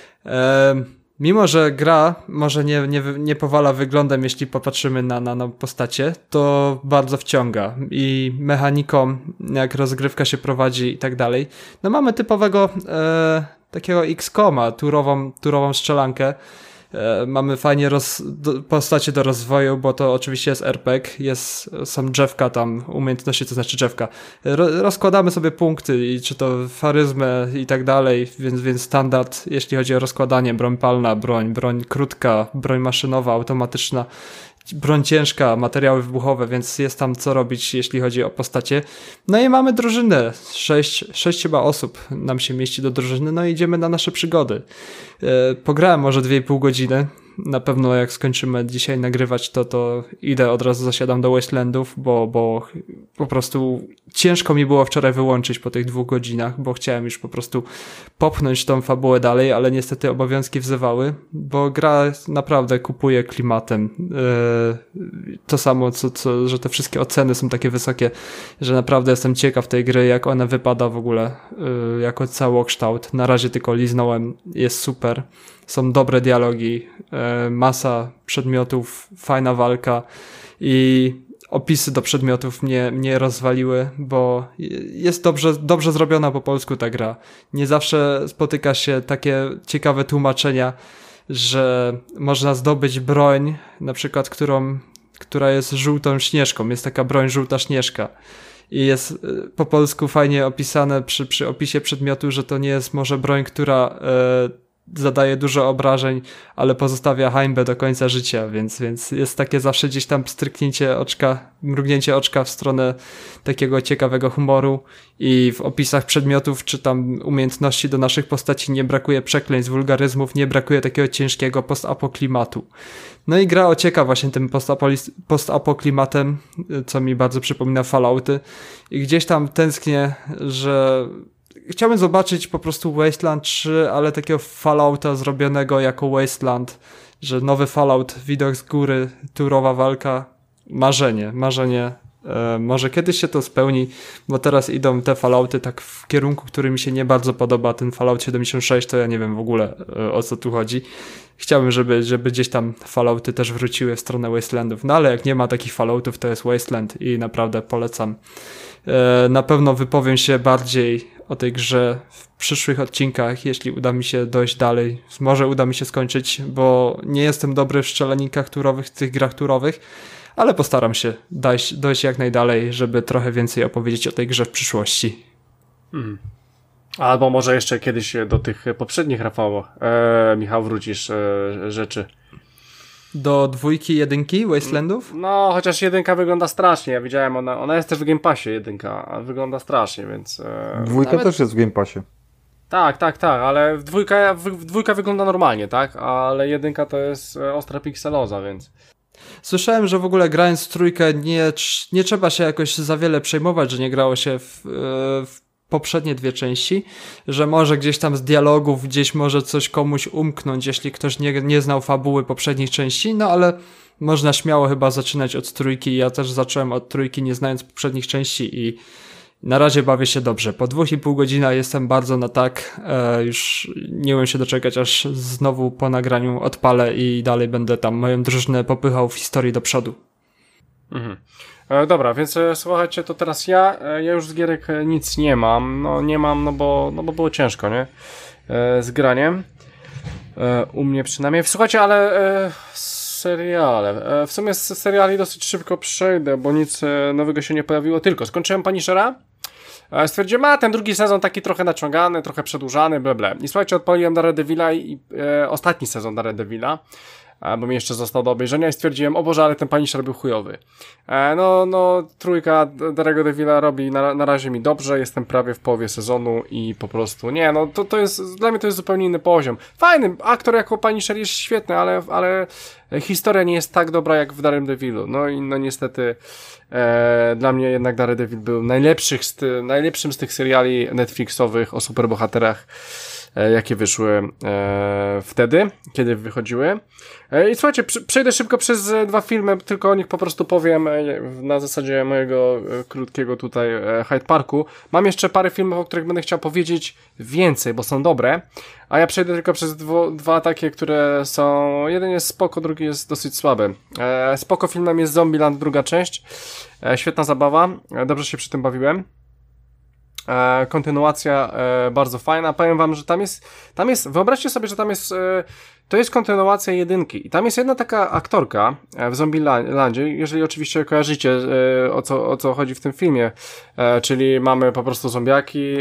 Mimo że gra może nie powala wyglądem, jeśli popatrzymy na postacie, to bardzo wciąga i mechaniką, jak rozgrywka się prowadzi i tak dalej. No mamy typowego takiego XCOM-a, turową strzelankę. Mamy fajnie postacie do rozwoju, bo to oczywiście jest RPG, są drzewka tam, umiejętności, to znaczy drzewka. Rozkładamy sobie punkty, i czy to charyzmę i tak dalej, więc standard, jeśli chodzi o rozkładanie, broń palna, broń krótka, broń maszynowa, automatyczna, broń ciężka, materiały wybuchowe, więc jest tam co robić, jeśli chodzi o postacie. No i mamy drużynę, 6 chyba osób nam się mieści do drużyny, no i idziemy na nasze przygody. Pograłem może 2,5 godziny, na pewno jak skończymy dzisiaj nagrywać, to idę od razu zasiadam do Wastelandów, bo po prostu ciężko mi było wczoraj wyłączyć po tych 2 godzinach, bo chciałem już po prostu popchnąć tą fabułę dalej, ale niestety obowiązki wzywały, bo gra naprawdę kupuje klimatem. To samo, że te wszystkie oceny są takie wysokie, że naprawdę jestem ciekaw tej gry, jak ona wypada w ogóle jako całokształt. Na razie tylko liznąłem, jest super. Są dobre dialogi, masa przedmiotów, fajna walka i opisy do przedmiotów mnie rozwaliły, bo jest dobrze zrobiona po polsku ta gra. Nie zawsze spotyka się takie ciekawe tłumaczenia, że można zdobyć broń, na przykład która jest żółtą śnieżką. Jest taka broń żółta śnieżka. I jest po polsku fajnie opisane przy opisie przedmiotu, że to nie jest może broń, która zadaje dużo obrażeń, ale pozostawia hańbę do końca życia, więc jest takie zawsze gdzieś tam stryknięcie oczka, mrugnięcie oczka w stronę takiego ciekawego humoru i w opisach przedmiotów czy tam umiejętności do naszych postaci nie brakuje przekleństw, wulgaryzmów, nie brakuje takiego ciężkiego post-apoklimatu. No i gra ocieka właśnie tym post-apoklimatem, co mi bardzo przypomina Fallouty i gdzieś tam tęsknię, że chciałbym zobaczyć po prostu Wasteland 3, ale takiego Fallouta zrobionego jako Wasteland, że nowy Fallout, widok z góry, turowa walka, marzenie. Może kiedyś się to spełni, bo teraz idą te Fallouty tak w kierunku, który mi się nie bardzo podoba, ten Fallout 76, to ja nie wiem w ogóle o co tu chodzi. Chciałbym, żeby gdzieś tam Fallouty też wróciły w stronę Wastelandów, no ale jak nie ma takich Falloutów, to jest Wasteland i naprawdę polecam. Na pewno wypowiem się bardziej o tej grze w przyszłych odcinkach, jeśli uda mi się dojść dalej. Może uda mi się skończyć, bo nie jestem dobry w strzelanikach turowych, w tych grach turowych, ale postaram się dojść jak najdalej, żeby trochę więcej opowiedzieć o tej grze w przyszłości. Albo może jeszcze kiedyś do tych poprzednich, Rafał, Michał, wrócisz rzeczy. Do 2, 1 Wastelandów? No, chociaż 1 wygląda strasznie, ja widziałem, ona jest też w Game Passie 1, a wygląda strasznie, więc... 2 też jest w Game Passie. Tak, ale dwójka wygląda normalnie, tak? Ale 1 to jest ostra pikseloza, więc... Słyszałem, że w ogóle grając w 3 nie trzeba się jakoś za wiele przejmować, że nie grało się w poprzednie 2 części, że może gdzieś tam z dialogów, gdzieś może coś komuś umknąć, jeśli ktoś nie znał fabuły poprzednich części, no ale można śmiało chyba zaczynać od 3. Ja też zacząłem od 3, nie znając poprzednich części i na razie bawię się dobrze. Po 2,5 godziny jestem bardzo na tak, już nie umiem się doczekać, aż znowu po nagraniu odpalę i dalej będę tam moją drużynę popychał w historii do przodu. Dobra, więc słuchajcie, to teraz ja już z gierek nic nie mam, no bo było ciężko, nie? Z graniem. U mnie przynajmniej. Słuchajcie, ale seriale. W sumie z seriali dosyć szybko przejdę, bo nic nowego się nie pojawiło, tylko skończyłem Punishera. Stwierdziłem, ten drugi sezon taki trochę naciągany, trochę przedłużany, ble. I słuchajcie, odpaliłem Daredevila i ostatni sezon Daredevila, bo mi jeszcze został do obejrzenia i stwierdziłem, o Boże, ale ten Punisher był chujowy. Trójka Daredevila robi na razie mi dobrze, jestem prawie w połowie sezonu i po prostu, to jest, dla mnie to jest zupełnie inny poziom. Fajny, aktor jako Punisher jest świetny, ale historia nie jest tak dobra jak w Daredevilu. No i niestety dla mnie jednak Daredevil był najlepszym z tych seriali Netflixowych o superbohaterach, jakie wyszły wtedy, kiedy wychodziły. I słuchajcie, przejdę szybko przez 2 filmy, tylko o nich po prostu powiem na zasadzie mojego krótkiego tutaj Hyde Parku. Mam jeszcze parę filmów, o których będę chciał powiedzieć więcej, bo są dobre, a ja przejdę tylko przez 2 takie, które są... Jeden jest spoko, drugi jest dosyć słaby. Spoko filmem jest Zombieland, 2 część. Świetna zabawa, dobrze się przy tym bawiłem. Kontynuacja bardzo fajna. Powiem wam, że tam jest, wyobraźcie sobie, że tam jest, to jest kontynuacja 1 i tam jest jedna taka aktorka w Zombielandzie, jeżeli oczywiście kojarzycie o co chodzi w tym filmie, czyli mamy po prostu zombiaki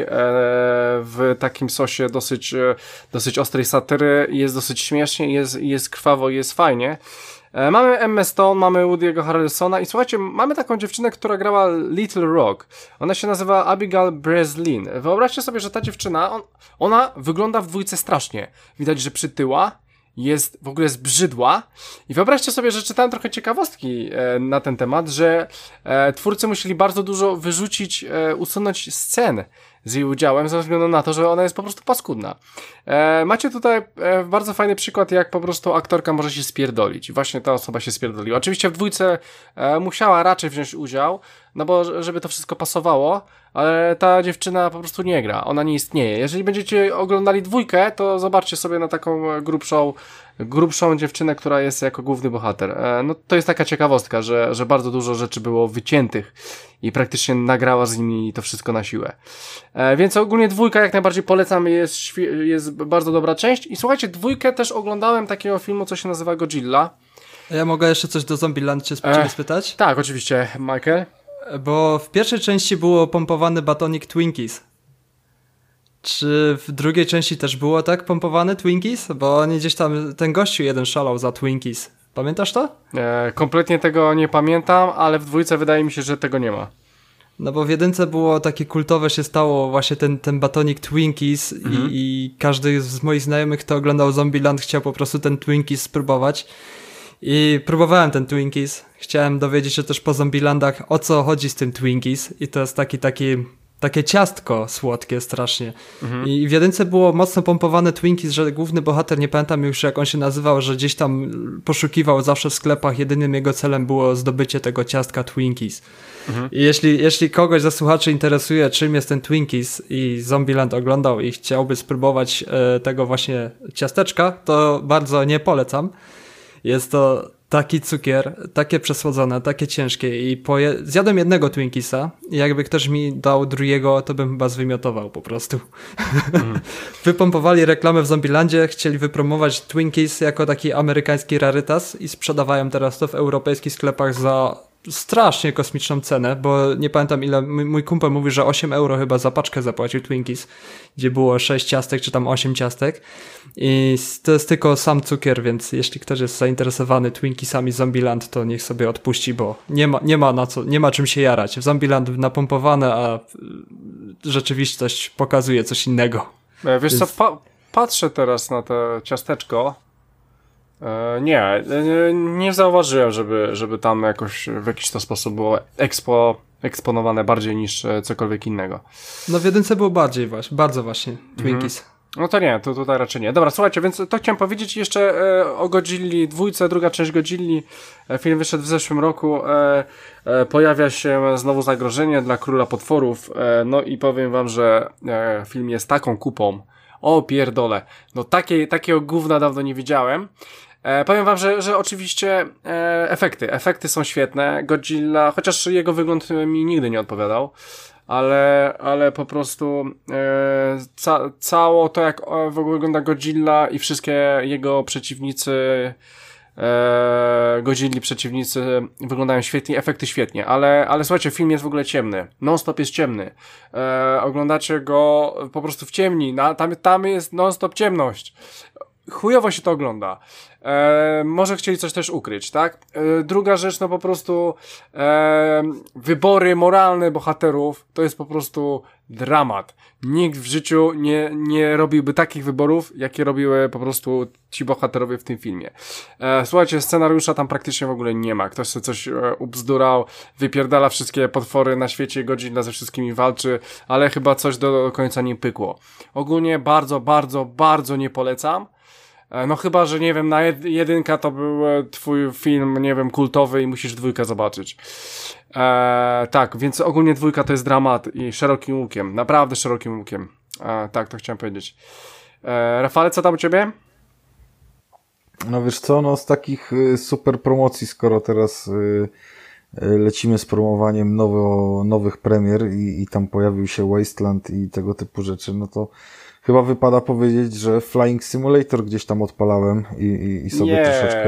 w takim sosie dosyć ostrej satyry, jest dosyć śmiesznie, jest krwawo, jest fajnie. Mamy Emma Stone, mamy Woody'ego Harrelsona i słuchajcie, mamy taką dziewczynę, która grała Little Rock. Ona się nazywa Abigail Breslin. Wyobraźcie sobie, że ta dziewczyna, ona wygląda w 2 strasznie. Widać, że przytyła, jest w ogóle zbrzydła i wyobraźcie sobie, że czytałem trochę ciekawostki na ten temat, że twórcy musieli bardzo dużo usunąć scen z jej udziałem ze względu na to, że ona jest po prostu paskudna. Macie tutaj bardzo fajny przykład, jak po prostu aktorka może się spierdolić. I właśnie ta osoba się spierdoliła. Oczywiście w 2 musiała raczej wziąć udział, no bo żeby to wszystko pasowało, ale ta dziewczyna po prostu nie gra, ona nie istnieje. Jeżeli będziecie oglądali 2, to zobaczcie sobie na taką grubszą dziewczynę, która jest jako główny bohater. To jest taka ciekawostka, że bardzo dużo rzeczy było wyciętych i praktycznie nagrała z nimi to wszystko na siłę. Więc ogólnie 2 jak najbardziej polecam, jest bardzo dobra część. I słuchajcie, 2 też oglądałem takiego filmu, co się nazywa Godzilla. Ja mogę jeszcze coś do Zombieland ciebie spytać? Tak, oczywiście, Michael. Bo w pierwszej części było pompowany batonik Twinkies. Czy w drugiej części też było tak pompowany Twinkies? Bo oni gdzieś tam, ten gościu jeden szalał za Twinkies. Pamiętasz to? Kompletnie tego nie pamiętam, ale w 2 wydaje mi się, że tego nie ma. No bo w 1 było takie kultowe się stało właśnie ten batonik Twinkies i każdy z moich znajomych, kto oglądał Zombieland, chciał po prostu ten Twinkies spróbować. I próbowałem ten Twinkies. Chciałem dowiedzieć się też po Zombielandach, o co chodzi z tym Twinkies. I to jest takie ciastko słodkie strasznie. I w 1 było mocno pompowane Twinkies, że główny bohater, nie pamiętam już jak on się nazywał, że gdzieś tam poszukiwał zawsze w sklepach, jedynym jego celem było zdobycie tego ciastka Twinkies. I jeśli kogoś ze słuchaczy interesuje, czym jest ten Twinkies i Zombieland oglądał i chciałby spróbować tego właśnie ciasteczka, to bardzo nie polecam. Jest to taki cukier, takie przesłodzone, takie ciężkie i zjadłem jednego Twinkiesa i jakby ktoś mi dał drugiego, to bym chyba zwymiotował po prostu. Wypompowali reklamę w Zombielandzie, chcieli wypromować Twinkies jako taki amerykański rarytas i sprzedawają teraz to w europejskich sklepach za strasznie kosmiczną cenę, bo nie pamiętam ile, mój kumpel mówi, że 8 euro chyba za paczkę zapłacił Twinkies, gdzie było 6 ciastek czy tam 8 ciastek i to jest tylko sam cukier, więc jeśli ktoś jest zainteresowany Twinkiesami Zombieland, to niech sobie odpuści, bo nie ma czym się jarać. W Zombieland napompowane, a rzeczywistość pokazuje coś innego. Wiesz co, patrzę teraz na to ciasteczko. Nie zauważyłem, żeby tam jakoś w jakiś to sposób było eksponowane bardziej niż cokolwiek innego. No w jedynce było bardziej bardzo właśnie Twinkies. No to nie, to tutaj raczej nie. Dobra, słuchajcie, więc to chciałem powiedzieć jeszcze o Godzilli 2, druga część Godzilli. Film wyszedł w zeszłym roku. Pojawia się znowu zagrożenie dla Króla Potworów. No i powiem wam, że film jest taką kupą. O pierdole. No takiego gówna dawno nie widziałem. Powiem wam, że oczywiście efekty są świetne. Godzilla, chociaż jego wygląd mi nigdy nie odpowiadał, ale po prostu cało to, jak w ogóle wygląda Godzilla i wszystkie jego przeciwnicy, Godzilli przeciwnicy wyglądają świetnie, efekty świetnie, ale słuchajcie, film jest w ogóle ciemny, non-stop jest ciemny, oglądacie go po prostu w ciemni, tam jest non-stop ciemność. Chujowo się to ogląda. Może chcieli coś też ukryć, tak? Druga rzecz, no po prostu wybory moralne bohaterów to jest po prostu dramat. Nikt w życiu nie robiłby takich wyborów, jakie robiły po prostu ci bohaterowie w tym filmie. Słuchajcie, scenariusza tam praktycznie w ogóle nie ma. Ktoś sobie coś ubzdurał, wypierdala wszystkie potwory na świecie, Godzilla ze wszystkimi walczy, ale chyba coś do końca nie pykło. Ogólnie bardzo, bardzo, bardzo nie polecam. No chyba, że nie wiem, na jedynka to był twój film, nie wiem, kultowy i musisz dwójkę zobaczyć. Tak, więc ogólnie dwójka to jest dramat i szerokim łukiem, naprawdę szerokim łukiem. Tak, to chciałem powiedzieć. Rafale, co tam u ciebie? No wiesz co, no z takich super promocji, skoro teraz lecimy z promowaniem nowych premier i tam pojawił się Wasteland i tego typu rzeczy, no to chyba wypada powiedzieć, że Flying Simulator gdzieś tam odpalałem i sobie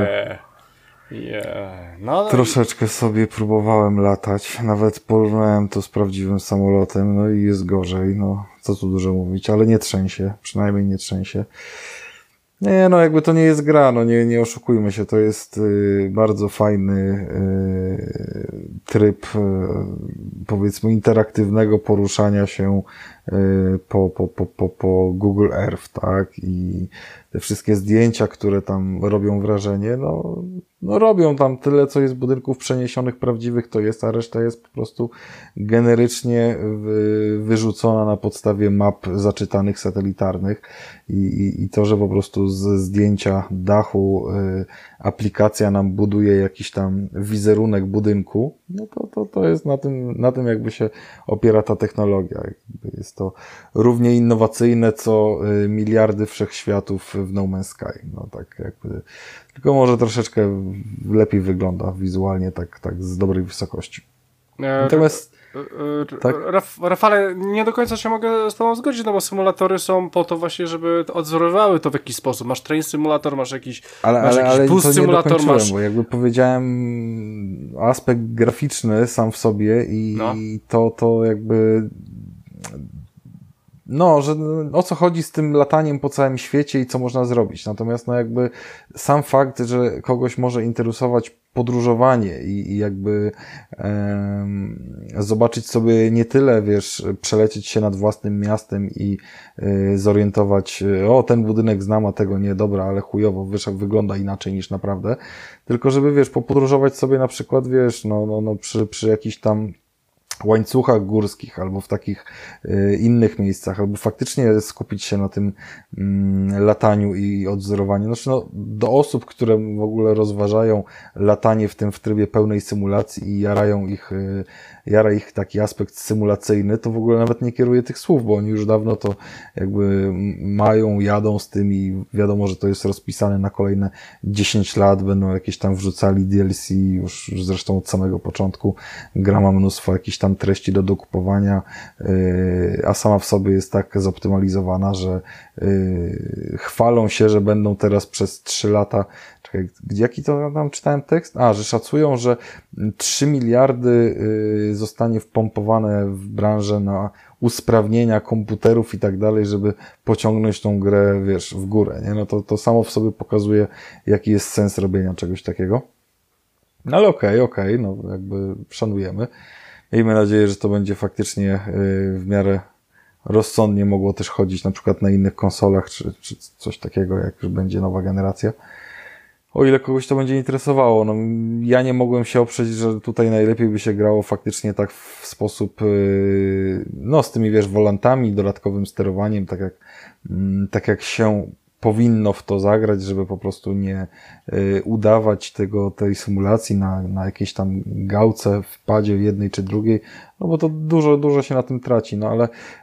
troszeczkę sobie próbowałem latać. Nawet porównałem to z prawdziwym samolotem, no i jest gorzej, no co tu dużo mówić, ale nie trzęsie, przynajmniej nie trzęsie. Nie, no jakby to nie jest gra, no nie oszukujmy się, to jest bardzo fajny tryb powiedzmy interaktywnego poruszania się po Google Earth, tak? I te wszystkie zdjęcia, które tam robią wrażenie, no robią tam tyle, co jest budynków przeniesionych prawdziwych, to jest, a reszta jest po prostu generycznie wyrzucona na podstawie map zaczytanych satelitarnych i to, że po prostu z zdjęcia dachu aplikacja nam buduje jakiś tam wizerunek budynku, no to jest na tym jakby się opiera ta technologia. Jest to równie innowacyjne, co miliardy wszechświatów w No Man's Sky. No tak jakby, tylko może troszeczkę lepiej wygląda wizualnie, tak z dobrej wysokości. Natomiast tak? Rafale, nie do końca się mogę z tobą zgodzić, no bo symulatory są po to właśnie, żeby odzorowały to w jakiś sposób. Masz train simulator, masz jakiś boost simulator, bo jakby powiedziałem aspekt graficzny sam w sobie i to jakby no, że o co chodzi z tym lataniem po całym świecie i co można zrobić. Natomiast no jakby sam fakt, że kogoś może interesować podróżowanie i jakby zobaczyć sobie nie tyle, wiesz, przelecieć się nad własnym miastem i zorientować, o ten budynek znam, a tego nie, dobra, ale chujowo, wiesz, wygląda inaczej niż naprawdę, tylko żeby, wiesz, popodróżować sobie na przykład, wiesz, przy jakichś tam łańcuchach górskich albo w takich innych miejscach, albo faktycznie skupić się na tym lataniu i odwzorowaniu. Znaczy, no, do osób, które w ogóle rozważają latanie w trybie pełnej symulacji i jara ich taki aspekt symulacyjny, to w ogóle nawet nie kieruję tych słów, bo oni już dawno to jakby jadą z tym i wiadomo, że to jest rozpisane na kolejne 10 lat, będą jakieś tam wrzucali DLC, już zresztą od samego początku gra ma mnóstwo jakichś tam treści do dokupowania, a sama w sobie jest tak zoptymalizowana, że chwalą się, że będą teraz przez 3 lata, czekaj, jaki to tam czytałem tekst? Że szacują, że 3 miliardy zostanie wpompowane w branżę na usprawnienia komputerów i tak dalej, żeby pociągnąć tą grę, wiesz, w górę, nie? No to samo w sobie pokazuje, jaki jest sens robienia czegoś takiego. No ale okej, no jakby szanujemy. Miejmy nadzieję, że to będzie faktycznie w miarę rozsądnie mogło też chodzić na przykład na innych konsolach, czy coś takiego, jak już będzie nowa generacja. O ile kogoś to będzie interesowało. No, ja nie mogłem się oprzeć, że tutaj najlepiej by się grało faktycznie tak w sposób, no z tymi, wiesz, wolantami, dodatkowym sterowaniem, tak jak się powinno w to zagrać, żeby po prostu nie udawać tej symulacji na jakiejś tam gałce w padzie jednej czy drugiej, no bo to dużo się na tym traci, no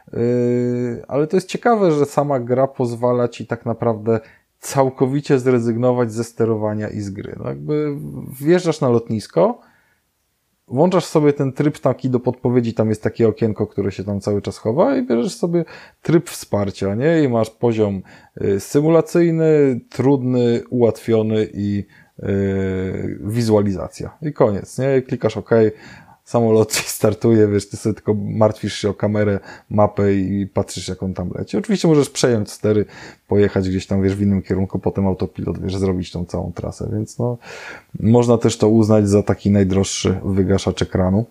ale to jest ciekawe, że sama gra pozwala ci tak naprawdę całkowicie zrezygnować ze sterowania i z gry. No jakby wjeżdżasz na lotnisko, włączasz sobie ten tryb taki do podpowiedzi, tam jest takie okienko, które się tam cały czas chowa i bierzesz sobie tryb wsparcia, nie? I masz poziom symulacyjny, trudny, ułatwiony i wizualizacja. I koniec, nie? I klikasz OK, samolot startuje, wiesz, ty sobie tylko martwisz się o kamerę, mapę i patrzysz, jak on tam leci. Oczywiście możesz przejąć stery, pojechać gdzieś tam, wiesz, w innym kierunku, potem autopilot, wiesz, zrobić tą całą trasę, więc no, można też to uznać za taki najdroższy wygaszacz ekranu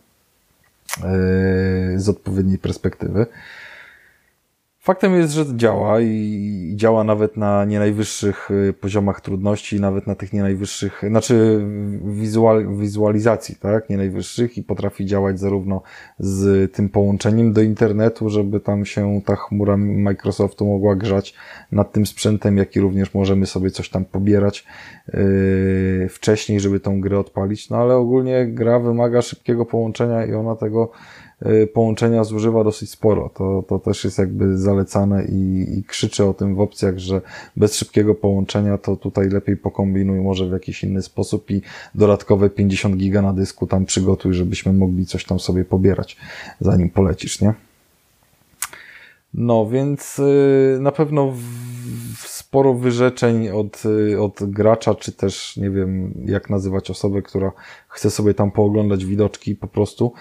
z odpowiedniej perspektywy. Faktem jest, że działa i działa nawet na nie najwyższych poziomach trudności, nawet na tych nie najwyższych, znaczy wizualizacji, tak, nie najwyższych i potrafi działać zarówno z tym połączeniem do internetu, żeby tam się ta chmura Microsoftu mogła grzać nad tym sprzętem, jak i również możemy sobie coś tam pobierać wcześniej, żeby tą grę odpalić, no ale ogólnie gra wymaga szybkiego połączenia i ona tego połączenia zużywa dosyć sporo. To też jest jakby zalecane i krzyczy o tym w opcjach, że bez szybkiego połączenia to tutaj lepiej pokombinuj może w jakiś inny sposób i dodatkowe 50 giga na dysku tam przygotuj, żebyśmy mogli coś tam sobie pobierać, zanim polecisz, nie? No, więc na pewno sporo wyrzeczeń od gracza, czy też nie wiem, jak nazywać osobę, która chce sobie tam pooglądać widoczki po prostu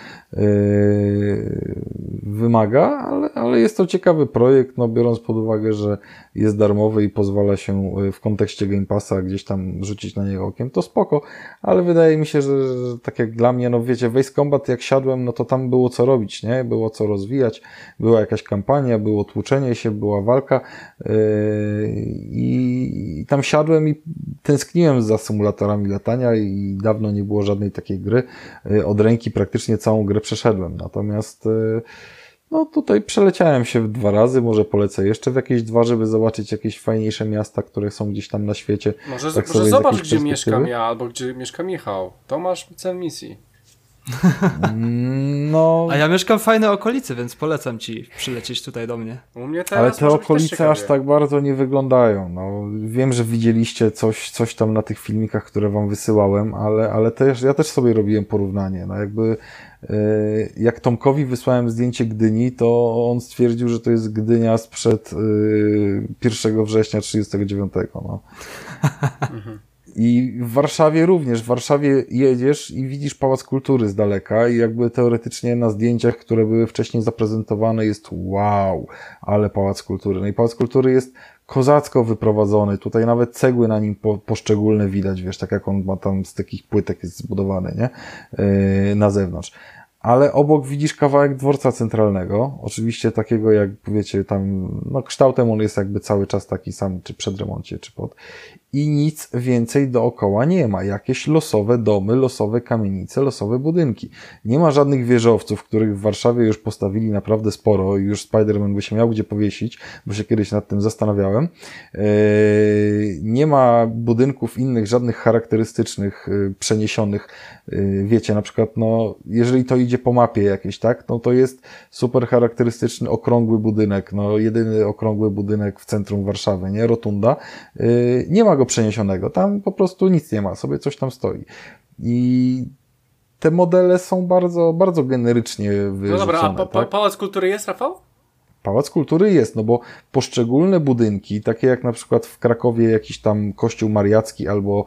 wymaga, ale jest to ciekawy projekt, no biorąc pod uwagę, że jest darmowy i pozwala się w kontekście Game Passa gdzieś tam rzucić na niego okiem, to spoko, ale wydaje mi się, że tak jak dla mnie, no wiecie, w Ace Combat jak siadłem, no to tam było co robić, nie? Było co rozwijać, była jakaś kampania, było tłuczenie się, była walka i tam siadłem i tęskniłem za symulatorami latania i dawno nie było żadnej takiej gry. Od ręki praktycznie całą grę przeszedłem. Natomiast no tutaj przeleciałem się 2 razy, może polecę jeszcze w jakieś 2, żeby zobaczyć jakieś fajniejsze miasta, które są gdzieś tam na świecie. Może tak zobacz, gdzie mieszkam ja, albo gdzie mieszka Michał. To masz cel misji. No. A ja mieszkam w fajnej okolicy, więc polecam ci przylecieć tutaj do mnie. U mnie teraz ale te okolice aż tak bardzo nie wyglądają. No, wiem, że widzieliście coś tam na tych filmikach, które wam wysyłałem, ale ja też sobie robiłem porównanie. No jakby jak Tomkowi wysłałem zdjęcie Gdyni, to on stwierdził, że to jest Gdynia sprzed 1 września 1939. No. I w Warszawie również. W Warszawie jedziesz i widzisz Pałac Kultury z daleka i jakby teoretycznie na zdjęciach, które były wcześniej zaprezentowane jest wow, ale Pałac Kultury. No i Pałac Kultury jest kozacko wyprowadzony. Tutaj nawet cegły na nim poszczególne widać, wiesz, tak jak on ma tam z takich płytek jest zbudowany, nie? Na zewnątrz. ale obok widzisz kawałek dworca centralnego, oczywiście takiego jak wiecie, tam, no kształtem on jest jakby cały czas taki sam, czy przed remoncie, czy pod. I nic więcej dookoła nie ma. Jakieś losowe domy, losowe kamienice, losowe budynki. Nie ma żadnych wieżowców, których w Warszawie już postawili naprawdę sporo i już Spider-Man by się miał gdzie powiesić, bo się kiedyś nad tym zastanawiałem. Nie ma budynków innych, żadnych charakterystycznych, przeniesionych. Wiecie, na przykład, no, jeżeli to idzie po mapie jakieś, tak, no to jest super charakterystyczny, okrągły budynek, no, jedyny okrągły budynek w centrum Warszawy, nie? Rotunda. Nie ma go przeniesionego, tam po prostu nic nie ma, sobie coś tam stoi. I te modele są bardzo, bardzo generycznie wyrzucone. No dobra, a tak? Pałac Kultury jest, Rafał? Pałac Kultury jest, no bo poszczególne budynki, takie jak na przykład w Krakowie jakiś tam kościół mariacki albo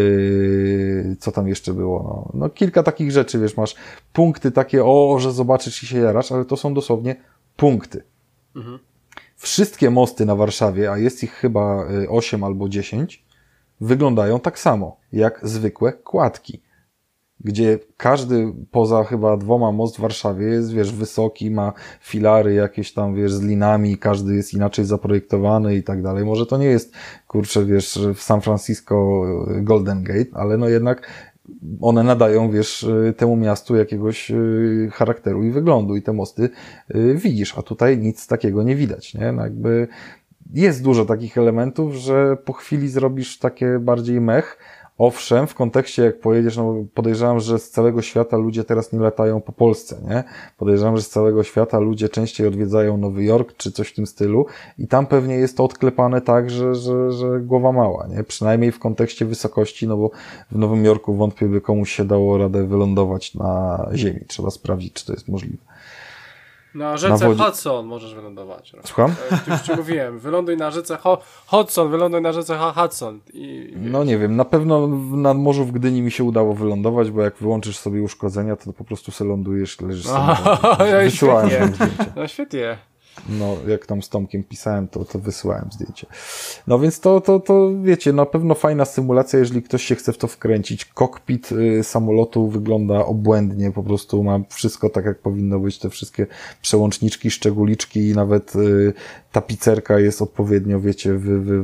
co tam jeszcze było, no kilka takich rzeczy, wiesz, masz punkty takie, że zobaczysz i się jarasz, ale to są dosłownie punkty. Mhm. Wszystkie mosty na Warszawie, a jest ich chyba 8 albo 10, wyglądają tak samo, jak zwykłe kładki. Gdzie każdy, poza chyba 2 most w Warszawie jest, wiesz, wysoki, ma filary jakieś tam, wiesz, z linami, każdy jest inaczej zaprojektowany i tak dalej. Może to nie jest, kurczę, wiesz, w San Francisco Golden Gate, ale no jednak one nadają, wiesz, temu miastu jakiegoś charakteru i wyglądu i te mosty widzisz, a tutaj nic takiego nie widać, nie? No jakby jest dużo takich elementów, że po chwili zrobisz takie bardziej mech. Owszem, w kontekście jak pojedziesz, no podejrzewam, że z całego świata ludzie teraz nie latają po Polsce, nie? Podejrzewam, że z całego świata ludzie częściej odwiedzają Nowy Jork czy coś w tym stylu i tam pewnie jest to odklepane tak, że głowa mała, nie? Przynajmniej w kontekście wysokości, no bo w Nowym Jorku wątpię, by komuś się dało radę wylądować na ziemi. Trzeba sprawdzić, czy to jest możliwe. Na rzece Hudson możesz wylądować. Słucham? Już ci mówiłem, wyląduj na rzece Hudson, wyląduj na rzece Hudson. No nie wiem, na pewno na morzu w Gdyni mi się udało wylądować, bo jak wyłączysz sobie uszkodzenia, to po prostu se lądujesz, leżysz sobie. Wysyłałem wam zdjęcie. No świetnie. No, jak tam z Tomkiem pisałem, to wysyłałem zdjęcie. No więc to wiecie, na pewno fajna symulacja, jeżeli ktoś się chce w to wkręcić. Kokpit samolotu wygląda obłędnie, po prostu ma wszystko tak, jak powinno być, te wszystkie przełączniczki, szczególiczki i nawet tapicerka jest odpowiednio, wiecie,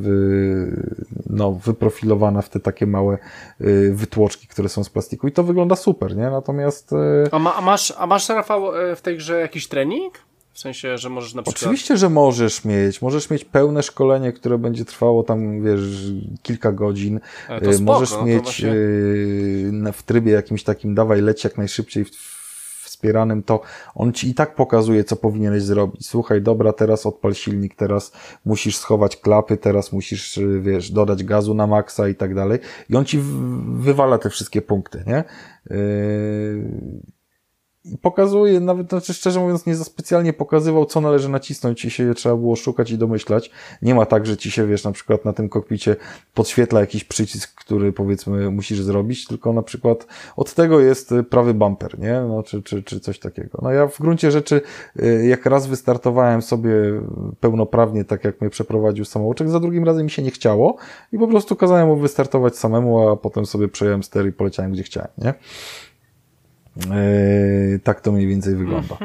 wyprofilowana w te takie małe wytłoczki, które są z plastiku i to wygląda super, nie? Natomiast... A masz, Rafał, w tej grze jakiś trening? W sensie, że możesz na przykład... Oczywiście, że możesz mieć pełne szkolenie, które będzie trwało tam, wiesz, kilka godzin. To spoko, możesz mieć właśnie... w trybie jakimś takim dawaj leć jak najszybciej wspieranym, to on ci i tak pokazuje, co powinieneś zrobić. Słuchaj, dobra, teraz odpal silnik, teraz musisz schować klapy, teraz musisz, wiesz, dodać gazu na maksa i tak dalej. I on ci wywala te wszystkie punkty, nie? I pokazuje, nawet, znaczy szczerze mówiąc, nie za specjalnie pokazywał, co należy nacisnąć i się trzeba było szukać i domyślać. Nie ma tak, że ci się, wiesz, na przykład na tym kokpicie podświetla jakiś przycisk, który powiedzmy musisz zrobić, tylko na przykład od tego jest prawy bumper, nie? No, czy coś takiego. No ja w gruncie rzeczy, jak raz wystartowałem sobie pełnoprawnie, tak jak mnie przeprowadził samouczek, za drugim razem mi się nie chciało i po prostu kazałem mu wystartować samemu, a potem sobie przejąłem ster i poleciałem gdzie chciałem, nie? Tak to mniej więcej wygląda.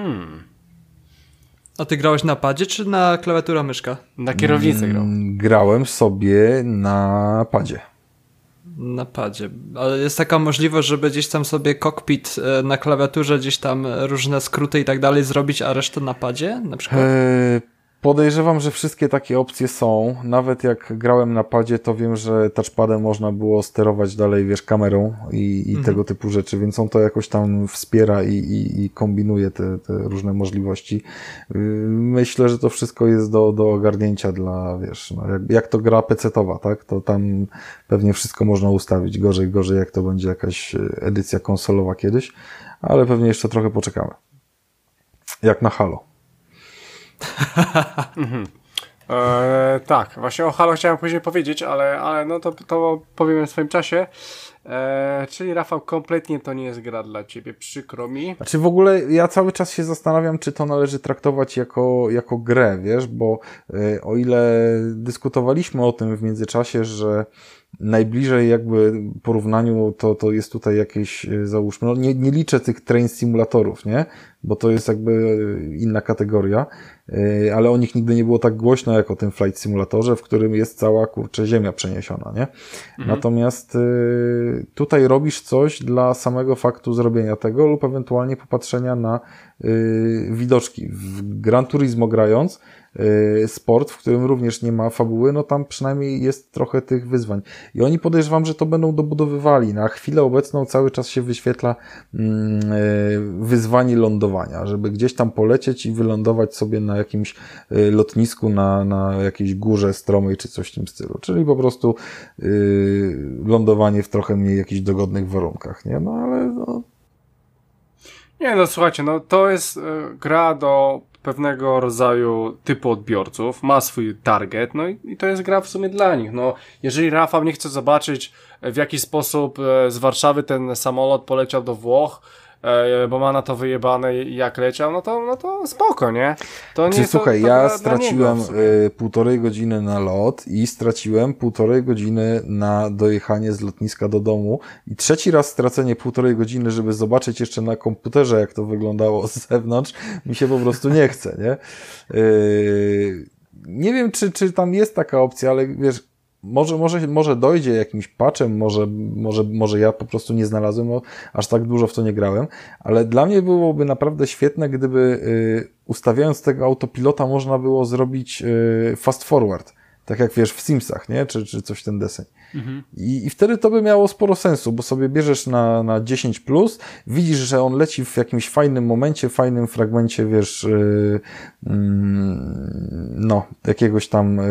A ty grałeś na padzie czy na klawiatura myszka? Na kierownicę grał. Grałem sobie na padzie. Na padzie. Ale jest taka możliwość, żeby gdzieś tam sobie kokpit na klawiaturze, gdzieś tam różne skróty i tak dalej zrobić, a resztę na padzie na przykład? Podejrzewam, że wszystkie takie opcje są. Nawet jak grałem na padzie, to wiem, że touchpadem można było sterować dalej, wiesz, kamerą i tego typu rzeczy, więc on to jakoś tam wspiera i kombinuje te różne możliwości. Myślę, że to wszystko jest do ogarnięcia dla, wiesz, no jak to gra PC-towa, tak? To tam pewnie wszystko można ustawić. Gorzej, jak to będzie jakaś edycja konsolowa kiedyś, ale pewnie jeszcze trochę poczekamy. Jak na Halo. Tak, właśnie o Halo chciałem później powiedzieć, ale no to powiemy w swoim czasie. Czyli Rafał, kompletnie to nie jest gra dla ciebie, przykro mi. Znaczy w ogóle ja cały czas się zastanawiam, czy to należy traktować jako grę, wiesz, bo o ile dyskutowaliśmy o tym w międzyczasie, że najbliżej jakby porównaniu to jest tutaj jakieś, załóżmy, no nie liczę tych train simulatorów, nie? Bo to jest jakby inna kategoria, ale o nich nigdy nie było tak głośno jak o tym Flight Simulatorze, w którym jest cała, ziemia przeniesiona, nie? Natomiast tutaj robisz coś dla samego faktu zrobienia tego lub ewentualnie popatrzenia na widoczki. W Gran Turismo grając, sport, w którym również nie ma fabuły, no tam przynajmniej jest trochę tych wyzwań. I oni podejrzewam, że to będą dobudowywali. Na chwilę obecną cały czas się wyświetla wyzwanie lądowania, żeby gdzieś tam polecieć i wylądować sobie na jakimś lotnisku, na jakiejś górze stromej czy coś w tym stylu. Czyli po prostu lądowanie w trochę mniej jakichś dogodnych warunkach, nie? No ale no... Nie, no słuchajcie, no to jest gra do pewnego rodzaju typu odbiorców, ma swój target, no i to jest gra w sumie dla nich. No, jeżeli Rafał nie chce zobaczyć, w jaki sposób z Warszawy ten samolot poleciał do Włoch, bo ma na to wyjebane jak leciał, no to spoko, nie? To nie słuchaj, to ja straciłem 1,5 godziny na lot i straciłem 1,5 godziny na dojechanie z lotniska do domu i trzeci raz stracenie 1,5 godziny, żeby zobaczyć jeszcze na komputerze, jak to wyglądało z zewnątrz, mi się po prostu nie chce, nie? Nie wiem, czy tam jest taka opcja, ale wiesz, może dojdzie jakimś patchem, może ja po prostu nie znalazłem, no, aż tak dużo w to nie grałem, ale dla mnie byłoby naprawdę świetne, gdyby ustawiając tego autopilota można było zrobić fast forward, tak jak wiesz w Simsach, nie? Czy coś w ten deseń. I wtedy to by miało sporo sensu, bo sobie bierzesz na 10+, widzisz, że on leci w jakimś fajnym momencie, fajnym fragmencie, wiesz, no, jakiegoś tam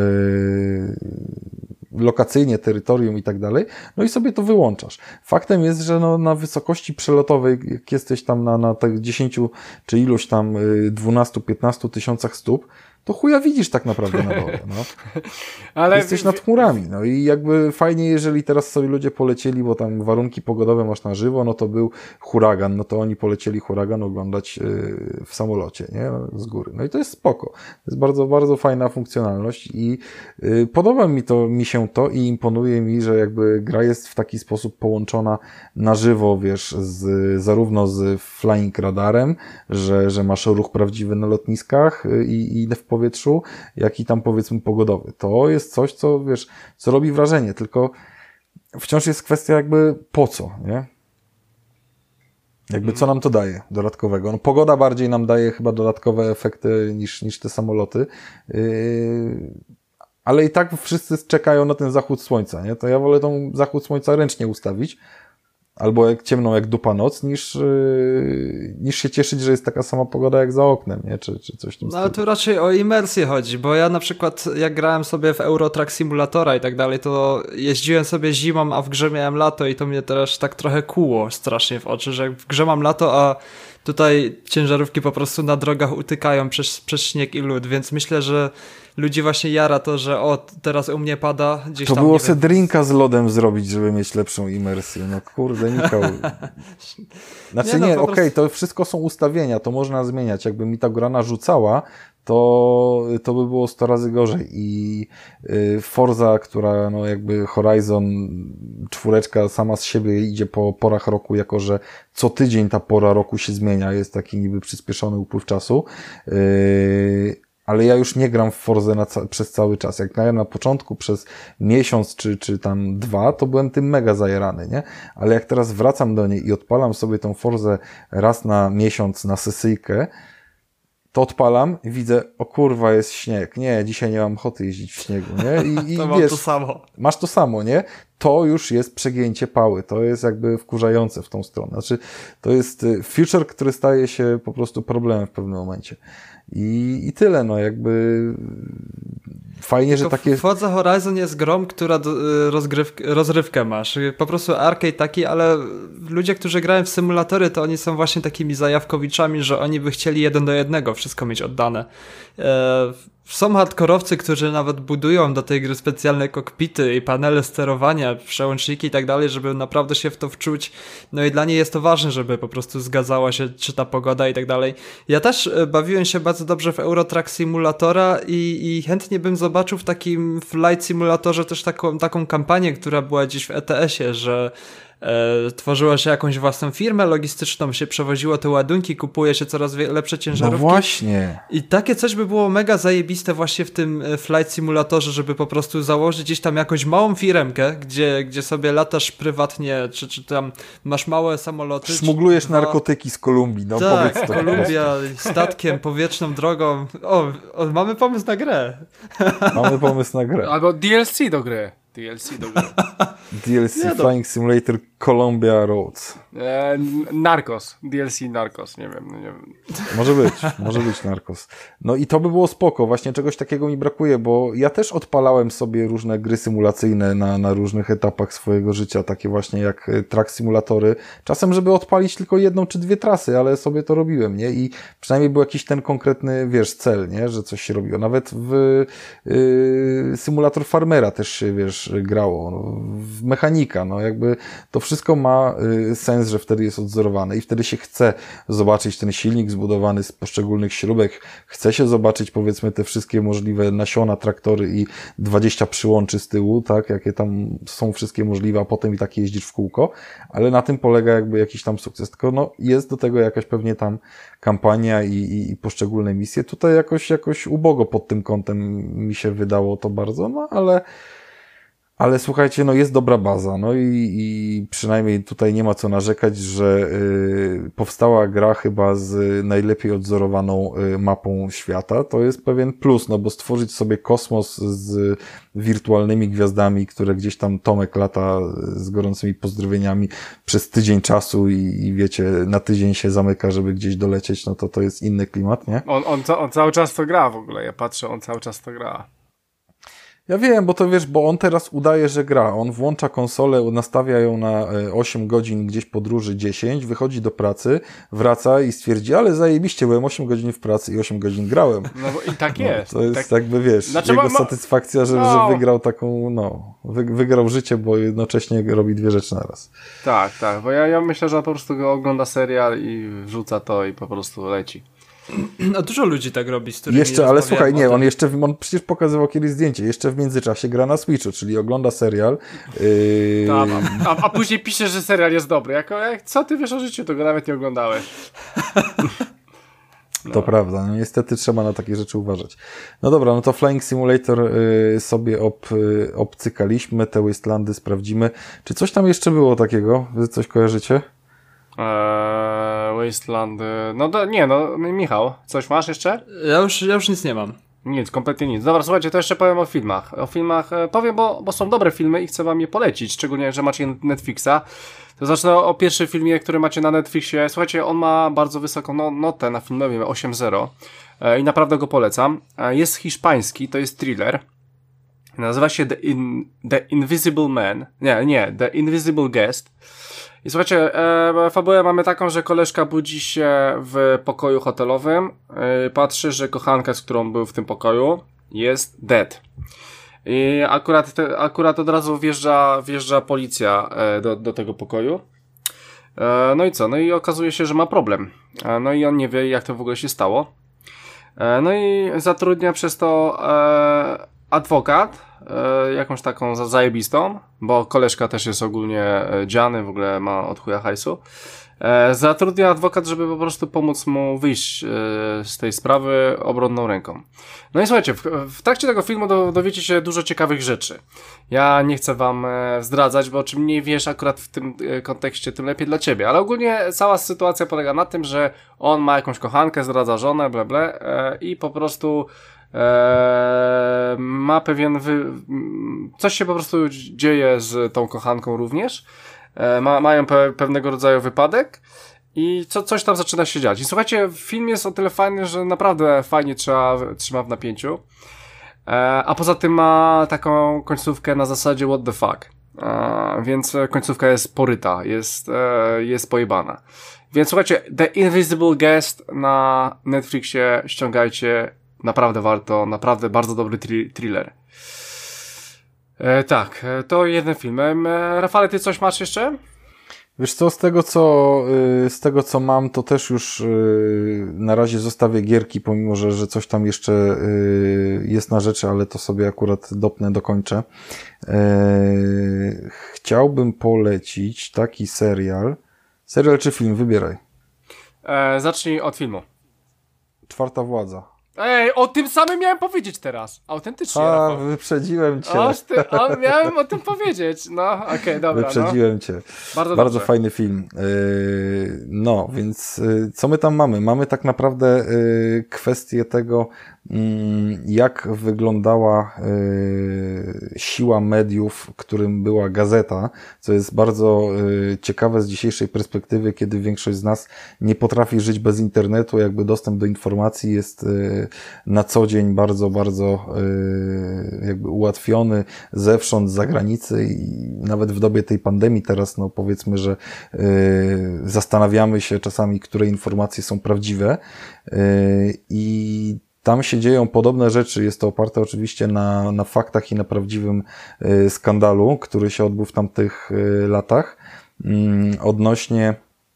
lokacyjnie, terytorium i tak dalej, no i sobie to wyłączasz. Faktem jest, że no, na wysokości przelotowej, jak jesteś tam na tych 10 czy iluś tam 12-15 tysiącach stóp, to chuja widzisz tak naprawdę na dole, no. Ale jesteś nad chmurami, no i jakby fajnie, jeżeli teraz sobie ludzie polecieli, bo tam warunki pogodowe masz na żywo, no to był huragan, no to oni polecieli huragan oglądać w samolocie, nie, z góry. No i to jest spoko. To jest bardzo, bardzo fajna funkcjonalność i podoba mi się to i imponuje mi, że jakby gra jest w taki sposób połączona na żywo, wiesz, zarówno z flying radarem, że masz ruch prawdziwy na lotniskach i w powietrzu, jak i tam powiedzmy pogodowy. To jest coś, co wiesz, co robi wrażenie, tylko wciąż jest kwestia jakby po co, nie? Jakby co nam to daje dodatkowego? No pogoda bardziej nam daje chyba dodatkowe efekty niż te samoloty, ale i tak wszyscy czekają na ten zachód słońca, nie? To ja wolę tą zachód słońca ręcznie ustawić, albo jak ciemną jak dupa noc, niż się cieszyć, że jest taka sama pogoda jak za oknem, nie? Czy coś w tym stylu. Ale tu raczej o imersję chodzi, bo ja na przykład jak grałem sobie w Euro Truck Simulatora i tak dalej, to jeździłem sobie zimą, a w grze miałem lato i to mnie też tak trochę kłuło strasznie w oczy, że w grze mam lato, a tutaj ciężarówki po prostu na drogach utykają przez śnieg i lód, więc myślę, że ludzi właśnie jara to, że teraz u mnie pada gdzieś to tam. To było se drinka z lodem zrobić, żeby mieć lepszą imersję. No kurde, Michał. Znaczy nie, okej, to wszystko są ustawienia, to można zmieniać. Jakby mi ta gra narzucała, to by było 100 razy gorzej. I Forza, która no jakby Horizon 4 sama z siebie idzie po porach roku, jako że co tydzień ta pora roku się zmienia, jest taki niby przyspieszony upływ czasu. Ale ja już nie gram w Forzę przez cały czas. Jak grałem na początku przez miesiąc czy tam 2, to byłem tym mega zajerany, nie? Ale jak teraz wracam do niej i odpalam sobie tą Forzę raz na miesiąc na sesyjkę, to odpalam i widzę, o kurwa, jest śnieg. Nie, dzisiaj nie mam ochoty jeździć w śniegu, nie? I to wiesz, mam to samo. Masz to samo, nie? To już jest przegięcie pały. To jest jakby wkurzające w tą stronę. Znaczy, to jest feature, który staje się po prostu problemem w pewnym momencie. I tyle, no jakby fajnie, tylko że takie... Forza Horizon jest grą, która rozrywkę masz. Po prostu arcade taki, ale ludzie, którzy grają w symulatory, to oni są właśnie takimi zajawkowiczami, że oni by chcieli 1:1 wszystko mieć oddane. Są hardkorowcy, którzy nawet budują do tej gry specjalne kokpity i panele sterowania, przełączniki i tak dalej, żeby naprawdę się w to wczuć. No i dla niej jest to ważne, żeby po prostu zgadzała się, czy ta pogoda i tak dalej. Ja też bawiłem się bardzo dobrze w Euro Truck Simulatora i chętnie bym zobaczył w takim Flight Simulatorze też taką kampanię, która była gdzieś w ETS-ie, że tworzyło się jakąś własną firmę logistyczną, się przewoziło te ładunki, kupuje się coraz lepsze ciężarówki. No właśnie. I takie coś by było mega zajebiste właśnie w tym Flight Simulatorze, żeby po prostu założyć gdzieś tam jakąś małą firmkę, gdzie sobie latasz prywatnie, czy tam masz małe samoloty. Szmuglujesz narkotyki z Kolumbii, no tak, powiedz to. Kolumbia, statkiem, powietrzną drogą. O, mamy pomysł na grę. Mamy pomysł na grę. Albo DLC do gry. DLC Flying Simulator Columbia Roads. Narcos. DLC Narcos, nie wiem. Może być Narcos. No i to by było spoko, właśnie czegoś takiego mi brakuje, bo ja też odpalałem sobie różne gry symulacyjne na różnych etapach swojego życia, takie właśnie jak track simulatory. Czasem, żeby odpalić tylko jedną czy dwie trasy, ale sobie to robiłem, nie? I przynajmniej był jakiś ten konkretny, cel, nie? Że coś się robiło. Nawet w symulator farmera też się, grało. W mechanika, no jakby to wszystko ma sens, że wtedy jest odzorowane i wtedy się chce zobaczyć ten silnik zbudowany z poszczególnych śrubek, chce się zobaczyć powiedzmy te wszystkie możliwe nasiona, traktory i 20 przyłączy z tyłu, tak, jakie tam są wszystkie możliwe, a potem i tak jeździsz w kółko, ale na tym polega jakby jakiś tam sukces, tylko no jest do tego jakaś pewnie tam kampania i poszczególne misje. Tutaj jakoś ubogo pod tym kątem mi się wydało to bardzo, no ale słuchajcie, no jest dobra baza, no i przynajmniej tutaj nie ma co narzekać, że powstała gra chyba z najlepiej odzorowaną mapą świata. To jest pewien plus, no bo stworzyć sobie kosmos z wirtualnymi gwiazdami, które gdzieś tam Tomek lata z gorącymi pozdrowieniami przez tydzień czasu i wiecie, na tydzień się zamyka, żeby gdzieś dolecieć, no to jest inny klimat, nie? On cały czas to gra w ogóle, ja patrzę, on cały czas to gra. Ja wiem, bo to bo on teraz udaje, że gra. On włącza konsolę, nastawia ją na 8 godzin gdzieś podróży, 10, wychodzi do pracy, wraca i stwierdzi, ale zajebiście, byłem 8 godzin w pracy i 8 godzin grałem. No bo i tak jest. To jest tak... jakby, znaczy, jego satysfakcja, że wygrał taką, wygrał życie, bo jednocześnie robi dwie rzeczy naraz. Tak, bo ja myślę, że po prostu go ogląda serial i wrzuca to i po prostu leci. No dużo ludzi tak robi, z którymi jeszcze, ale słuchaj, nie, on przecież pokazywał kiedyś zdjęcie, jeszcze w międzyczasie gra na Switchu, czyli ogląda serial. A później pisze, że serial jest dobry. Co ty wiesz o życiu, to go nawet nie oglądałeś. No. To prawda, no niestety trzeba na takie rzeczy uważać. No dobra, no to Flying Simulator sobie obcykaliśmy, te Wastelandy sprawdzimy. Czy coś tam jeszcze było takiego? Wy coś kojarzycie? Wasteland. Michał, coś masz jeszcze? Ja już nic nie mam. Nic, kompletnie nic. Dobra, słuchajcie, to jeszcze powiem o filmach. O filmach powiem, bo są dobre filmy i chcę wam je polecić, szczególnie, że macie Netflixa. To zacznę o pierwszym filmie, który macie na Netflixie. Słuchajcie, on ma bardzo wysoką notę na Filmwebie, 8.0 i naprawdę go polecam. Jest hiszpański, to jest thriller. Nazywa się The Invisible Man. Nie, The Invisible Guest. I słuchajcie, fabułę mamy taką, że koleżka budzi się w pokoju hotelowym, patrzy, że kochanka, z którą był w tym pokoju, jest dead. I akurat od razu wjeżdża policja do tego pokoju. No i co? No i okazuje się, że ma problem. No i on nie wie, jak to w ogóle się stało. No i zatrudnia przez to adwokat, jakąś taką zajebistą, bo koleżka też jest ogólnie dziany, w ogóle ma od chuja hajsu. Zatrudnia adwokat, żeby po prostu pomóc mu wyjść z tej sprawy obronną ręką. No i słuchajcie, w trakcie tego filmu dowiecie się dużo ciekawych rzeczy. Ja nie chcę wam zdradzać, bo czym mniej wiesz akurat w tym kontekście, tym lepiej dla ciebie. Ale ogólnie cała sytuacja polega na tym, że on ma jakąś kochankę, zdradza żonę, i po prostu ma pewien coś się po prostu dzieje z tą kochanką również. Mają pewnego rodzaju wypadek i coś tam zaczyna się dziać. I słuchajcie, film jest o tyle fajny, że naprawdę fajnie trzyma w napięciu. A poza tym ma taką końcówkę na zasadzie what the fuck. Więc końcówka jest poryta, jest pojebana. Więc słuchajcie, The Invisible Guest na Netflixie ściągajcie Naprawdę warto, naprawdę bardzo dobry thriller. Tak, to jeden film. Rafale, ty coś masz jeszcze? Wiesz co, z tego co mam, to też już na razie zostawię gierki, pomimo że coś tam jeszcze jest na rzeczy, ale to sobie akurat dopnę, dokończę. Chciałbym polecić taki serial czy film, wybieraj. Zacznij od filmu. Czwarta władza. Ej, o tym samym miałem powiedzieć teraz. Autentycznie, Rafał. Wyprzedziłem cię. Miałem o tym powiedzieć. No, okej, dobra. Wyprzedziłem cię. Bardzo fajny film. No, więc co my tam mamy? Mamy tak naprawdę kwestię tego, jak wyglądała siła mediów, którym była gazeta, co jest bardzo ciekawe z dzisiejszej perspektywy, kiedy większość z nas nie potrafi żyć bez internetu, jakby dostęp do informacji jest na co dzień bardzo, bardzo jakby ułatwiony zewsząd, z zagranicy i nawet w dobie tej pandemii teraz, no powiedzmy, że zastanawiamy się czasami, które informacje są prawdziwe i tam się dzieją podobne rzeczy. Jest to oparte oczywiście na faktach i na prawdziwym skandalu, który się odbył w tamtych latach odnośnie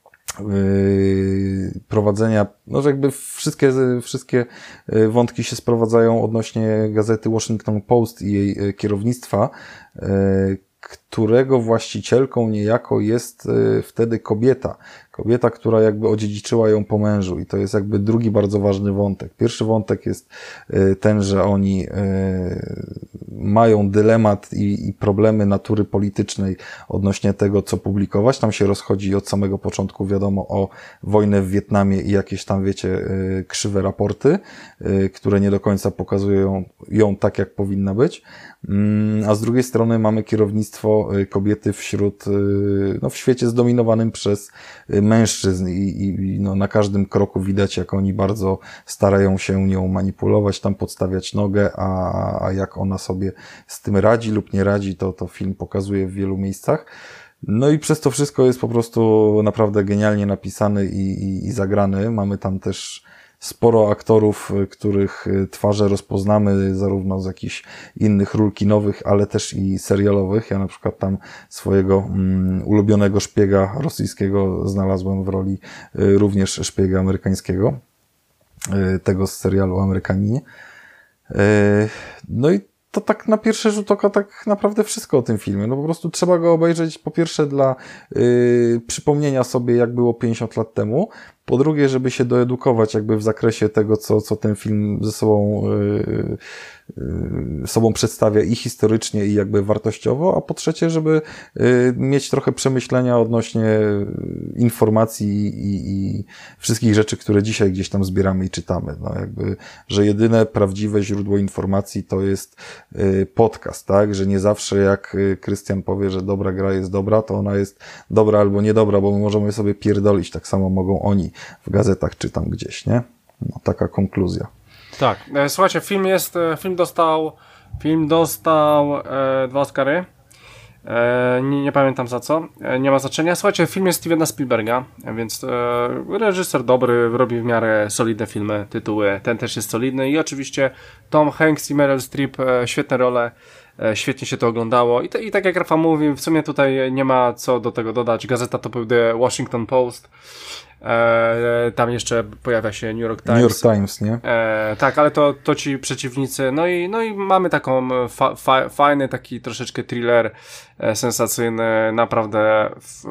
prowadzenia, no że jakby wszystkie wątki się sprowadzają odnośnie gazety Washington Post i jej kierownictwa, którego właścicielką niejako jest wtedy kobieta, która jakby odziedziczyła ją po mężu i to jest jakby drugi bardzo ważny wątek. Pierwszy wątek jest ten, że oni mają dylemat i problemy natury politycznej odnośnie tego, co publikować. Tam się rozchodzi od samego początku, wiadomo, o wojnę w Wietnamie i jakieś tam, wiecie, krzywe raporty, które nie do końca pokazują ją tak, jak powinna być. A z drugiej strony mamy kierownictwo kobiety w świecie zdominowanym przez mężczyzn i no, na każdym kroku widać, jak oni bardzo starają się nią manipulować, tam podstawiać nogę, a jak ona sobie z tym radzi lub nie radzi, to film pokazuje w wielu miejscach. No i przez to wszystko jest po prostu naprawdę genialnie napisany i zagrany. Mamy tam też sporo aktorów, których twarze rozpoznamy zarówno z jakichś innych ról kinowych, ale też i serialowych. Ja na przykład tam swojego ulubionego szpiega rosyjskiego znalazłem w roli również szpiega amerykańskiego, tego z serialu Amerykanie. No i to tak na pierwszy rzut oka tak naprawdę wszystko o tym filmie. No po prostu trzeba go obejrzeć po pierwsze dla przypomnienia sobie, jak było 50 lat temu. Po drugie, żeby się doedukować jakby w zakresie tego, co ten film ze sobą przedstawia i historycznie, i jakby wartościowo, a po trzecie, żeby mieć trochę przemyślenia odnośnie informacji i wszystkich rzeczy, które dzisiaj gdzieś tam zbieramy i czytamy. No jakby, że jedyne prawdziwe źródło informacji to jest podcast, tak? Że nie zawsze jak Krystian powie, że dobra gra jest dobra, to ona jest dobra albo niedobra, bo my możemy sobie pierdolić, tak samo mogą oni w gazetach czy tam gdzieś, nie? No, taka konkluzja. Tak, słuchajcie, film dostał 2 Oscary. Nie pamiętam za co, nie ma znaczenia. Słuchajcie, film jest Stevena Spielberga, więc reżyser dobry, robi w miarę solidne filmy, tytuły, ten też jest solidny i oczywiście Tom Hanks i Meryl Streep, świetne role, świetnie się to oglądało i tak jak Rafa mówi, w sumie tutaj nie ma co do tego dodać, gazeta to był The Washington Post, tam jeszcze pojawia się New York Times. New York Times, nie? Tak, ale to ci przeciwnicy. No i mamy taką fajny, taki troszeczkę thriller sensacyjny. Naprawdę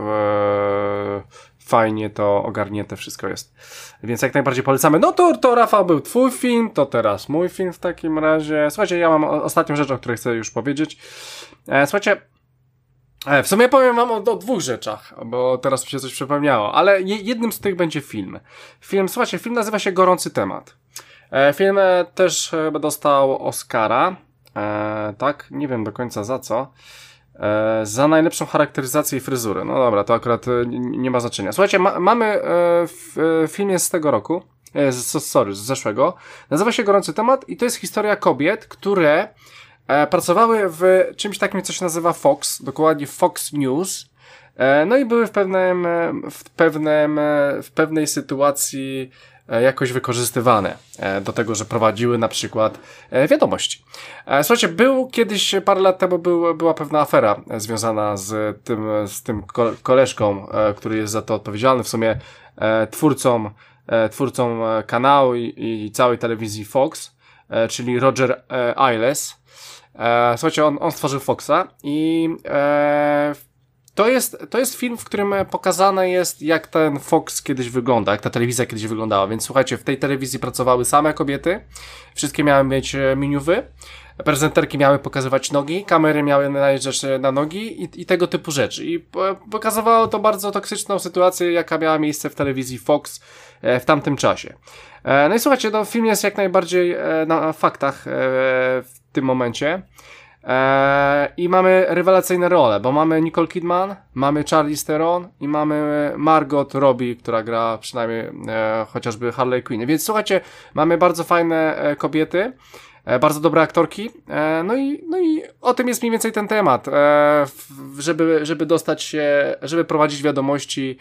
fajnie to ogarnięte wszystko jest. Więc jak najbardziej polecamy. No to Rafał był twój film, to teraz mój film w takim razie. Słuchajcie, ja mam ostatnią rzecz, o której chcę już powiedzieć. Słuchajcie, w sumie powiem wam o 2 rzeczach, bo teraz mi się coś przypomniało, ale jednym z tych będzie film. Słuchajcie, film nazywa się Gorący temat. Film też dostał Oscara, tak, nie wiem do końca za co, za najlepszą charakteryzację i fryzurę. No dobra, to akurat nie ma znaczenia. Słuchajcie, mamy film jest z tego roku, z zeszłego, nazywa się Gorący temat i to jest historia kobiet, które pracowały w czymś takim, co się nazywa Fox, dokładnie Fox News, no i były w pewnej sytuacji jakoś wykorzystywane do tego, że prowadziły na przykład wiadomości. Słuchajcie, kiedyś, parę lat temu była pewna afera związana z tym koleżką, który jest za to odpowiedzialny, w sumie twórcą kanału i całej telewizji Fox, czyli Roger Ailes. Słuchajcie, on stworzył Foxa i to jest film, w którym pokazane jest, jak ten Fox kiedyś wygląda, jak ta telewizja kiedyś wyglądała. Więc słuchajcie, w tej telewizji pracowały same kobiety, wszystkie miały mieć miniuwy, prezenterki miały pokazywać nogi, kamery miały najeżdżać na nogi i tego typu rzeczy. I pokazywało to bardzo toksyczną sytuację, jaka miała miejsce w telewizji Fox w tamtym czasie. No i słuchajcie, no, film jest jak najbardziej na faktach w tym momencie. I mamy rewelacyjne role, bo mamy Nicole Kidman, mamy Charlize Theron i mamy Margot Robbie, która gra przynajmniej chociażby Harley Quinn. Więc słuchajcie, mamy bardzo fajne kobiety, bardzo dobre aktorki, no i o tym jest mniej więcej ten temat, żeby dostać się, żeby prowadzić wiadomości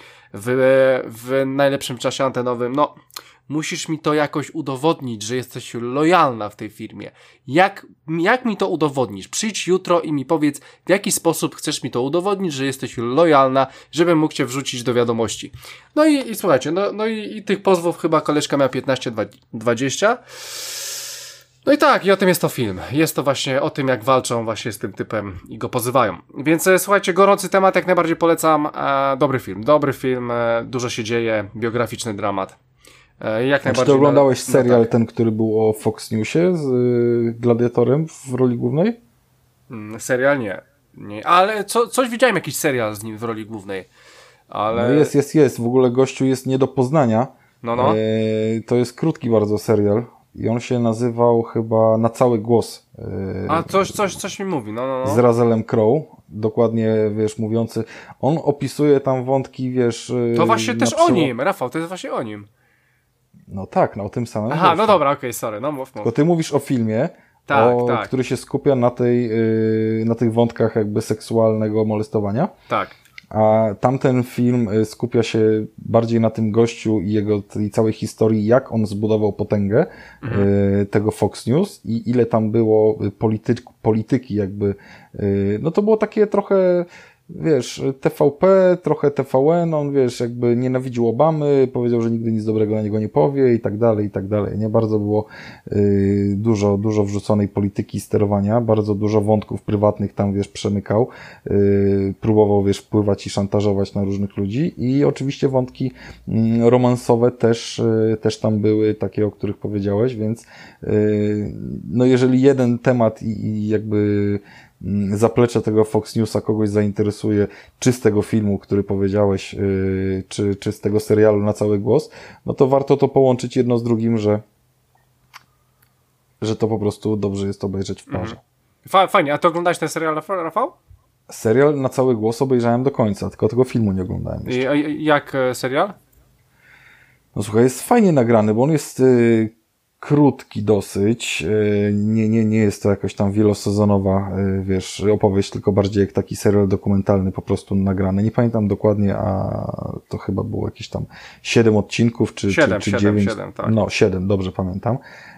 w najlepszym czasie antenowym, no musisz mi to jakoś udowodnić, że jesteś lojalna w tej firmie. Jak mi to udowodnisz? Przyjdź jutro i mi powiedz, w jaki sposób chcesz mi to udowodnić, że jesteś lojalna, żebym mógł cię wrzucić do wiadomości. No i słuchajcie, no i tych pozwów chyba koleżka miała 15-20. No i tak, i o tym jest to film. Jest to właśnie o tym, jak walczą właśnie z tym typem i go pozywają. Więc słuchajcie, gorący temat, jak najbardziej polecam. Dobry film, dużo się dzieje, biograficzny dramat. Jak najbardziej. Czy ty oglądałeś serial no tak. ten, który był o Fox Newsie z Gladiatorem w roli głównej? Serial nie. Ale coś widziałem, jakiś serial z nim w roli głównej. Ale... No jest. W ogóle gościu jest nie do poznania. No. To jest krótki bardzo serial. I on się nazywał chyba Na cały głos. A coś mi mówi, no. Z Russellem Crowe. Dokładnie, wiesz, mówiący. On opisuje tam wątki, wiesz... To właśnie też o nim, Rafał, to jest właśnie o nim. No tak, o tym samym. Aha, no dobra, okej, sorry, no mów. Tylko ty mówisz o filmie, tak. który się skupia na tych wątkach jakby seksualnego molestowania. Tak. A tamten film skupia się bardziej na tym gościu i jego tej całej historii, jak on zbudował potęgę tego Fox News i ile tam było polityki jakby. No to było takie trochę, wiesz, TVP, trochę TVN, on, wiesz, jakby nienawidził Obamy, powiedział, że nigdy nic dobrego na niego nie powie i tak dalej, nie? Bardzo było dużo wrzuconej polityki sterowania, bardzo dużo wątków prywatnych tam, wiesz, przemykał, próbował, wiesz, wpływać i szantażować na różnych ludzi i oczywiście wątki romansowe też tam były, takie, o których powiedziałeś, więc no jeżeli jeden temat i jakby zaplecze tego Fox Newsa kogoś zainteresuje, czy z tego filmu, który powiedziałeś, czy z tego serialu Na cały głos, no to warto to połączyć jedno z drugim, że to po prostu dobrze jest obejrzeć w parze. Fajnie, a ty oglądałeś ten serial, Rafał? Serial Na cały głos obejrzałem do końca, tylko tego filmu nie oglądałem jeszcze. Jak serial? No słuchaj, jest fajnie nagrany, bo on jest krótki dosyć, nie jest to jakaś tam wielosezonowa, wiesz, opowieść, tylko bardziej jak taki serial dokumentalny po prostu nagrany. Nie pamiętam dokładnie, a to chyba było jakieś tam 7 odcinków, czy 9. 7, tak. No, 7, dobrze pamiętam.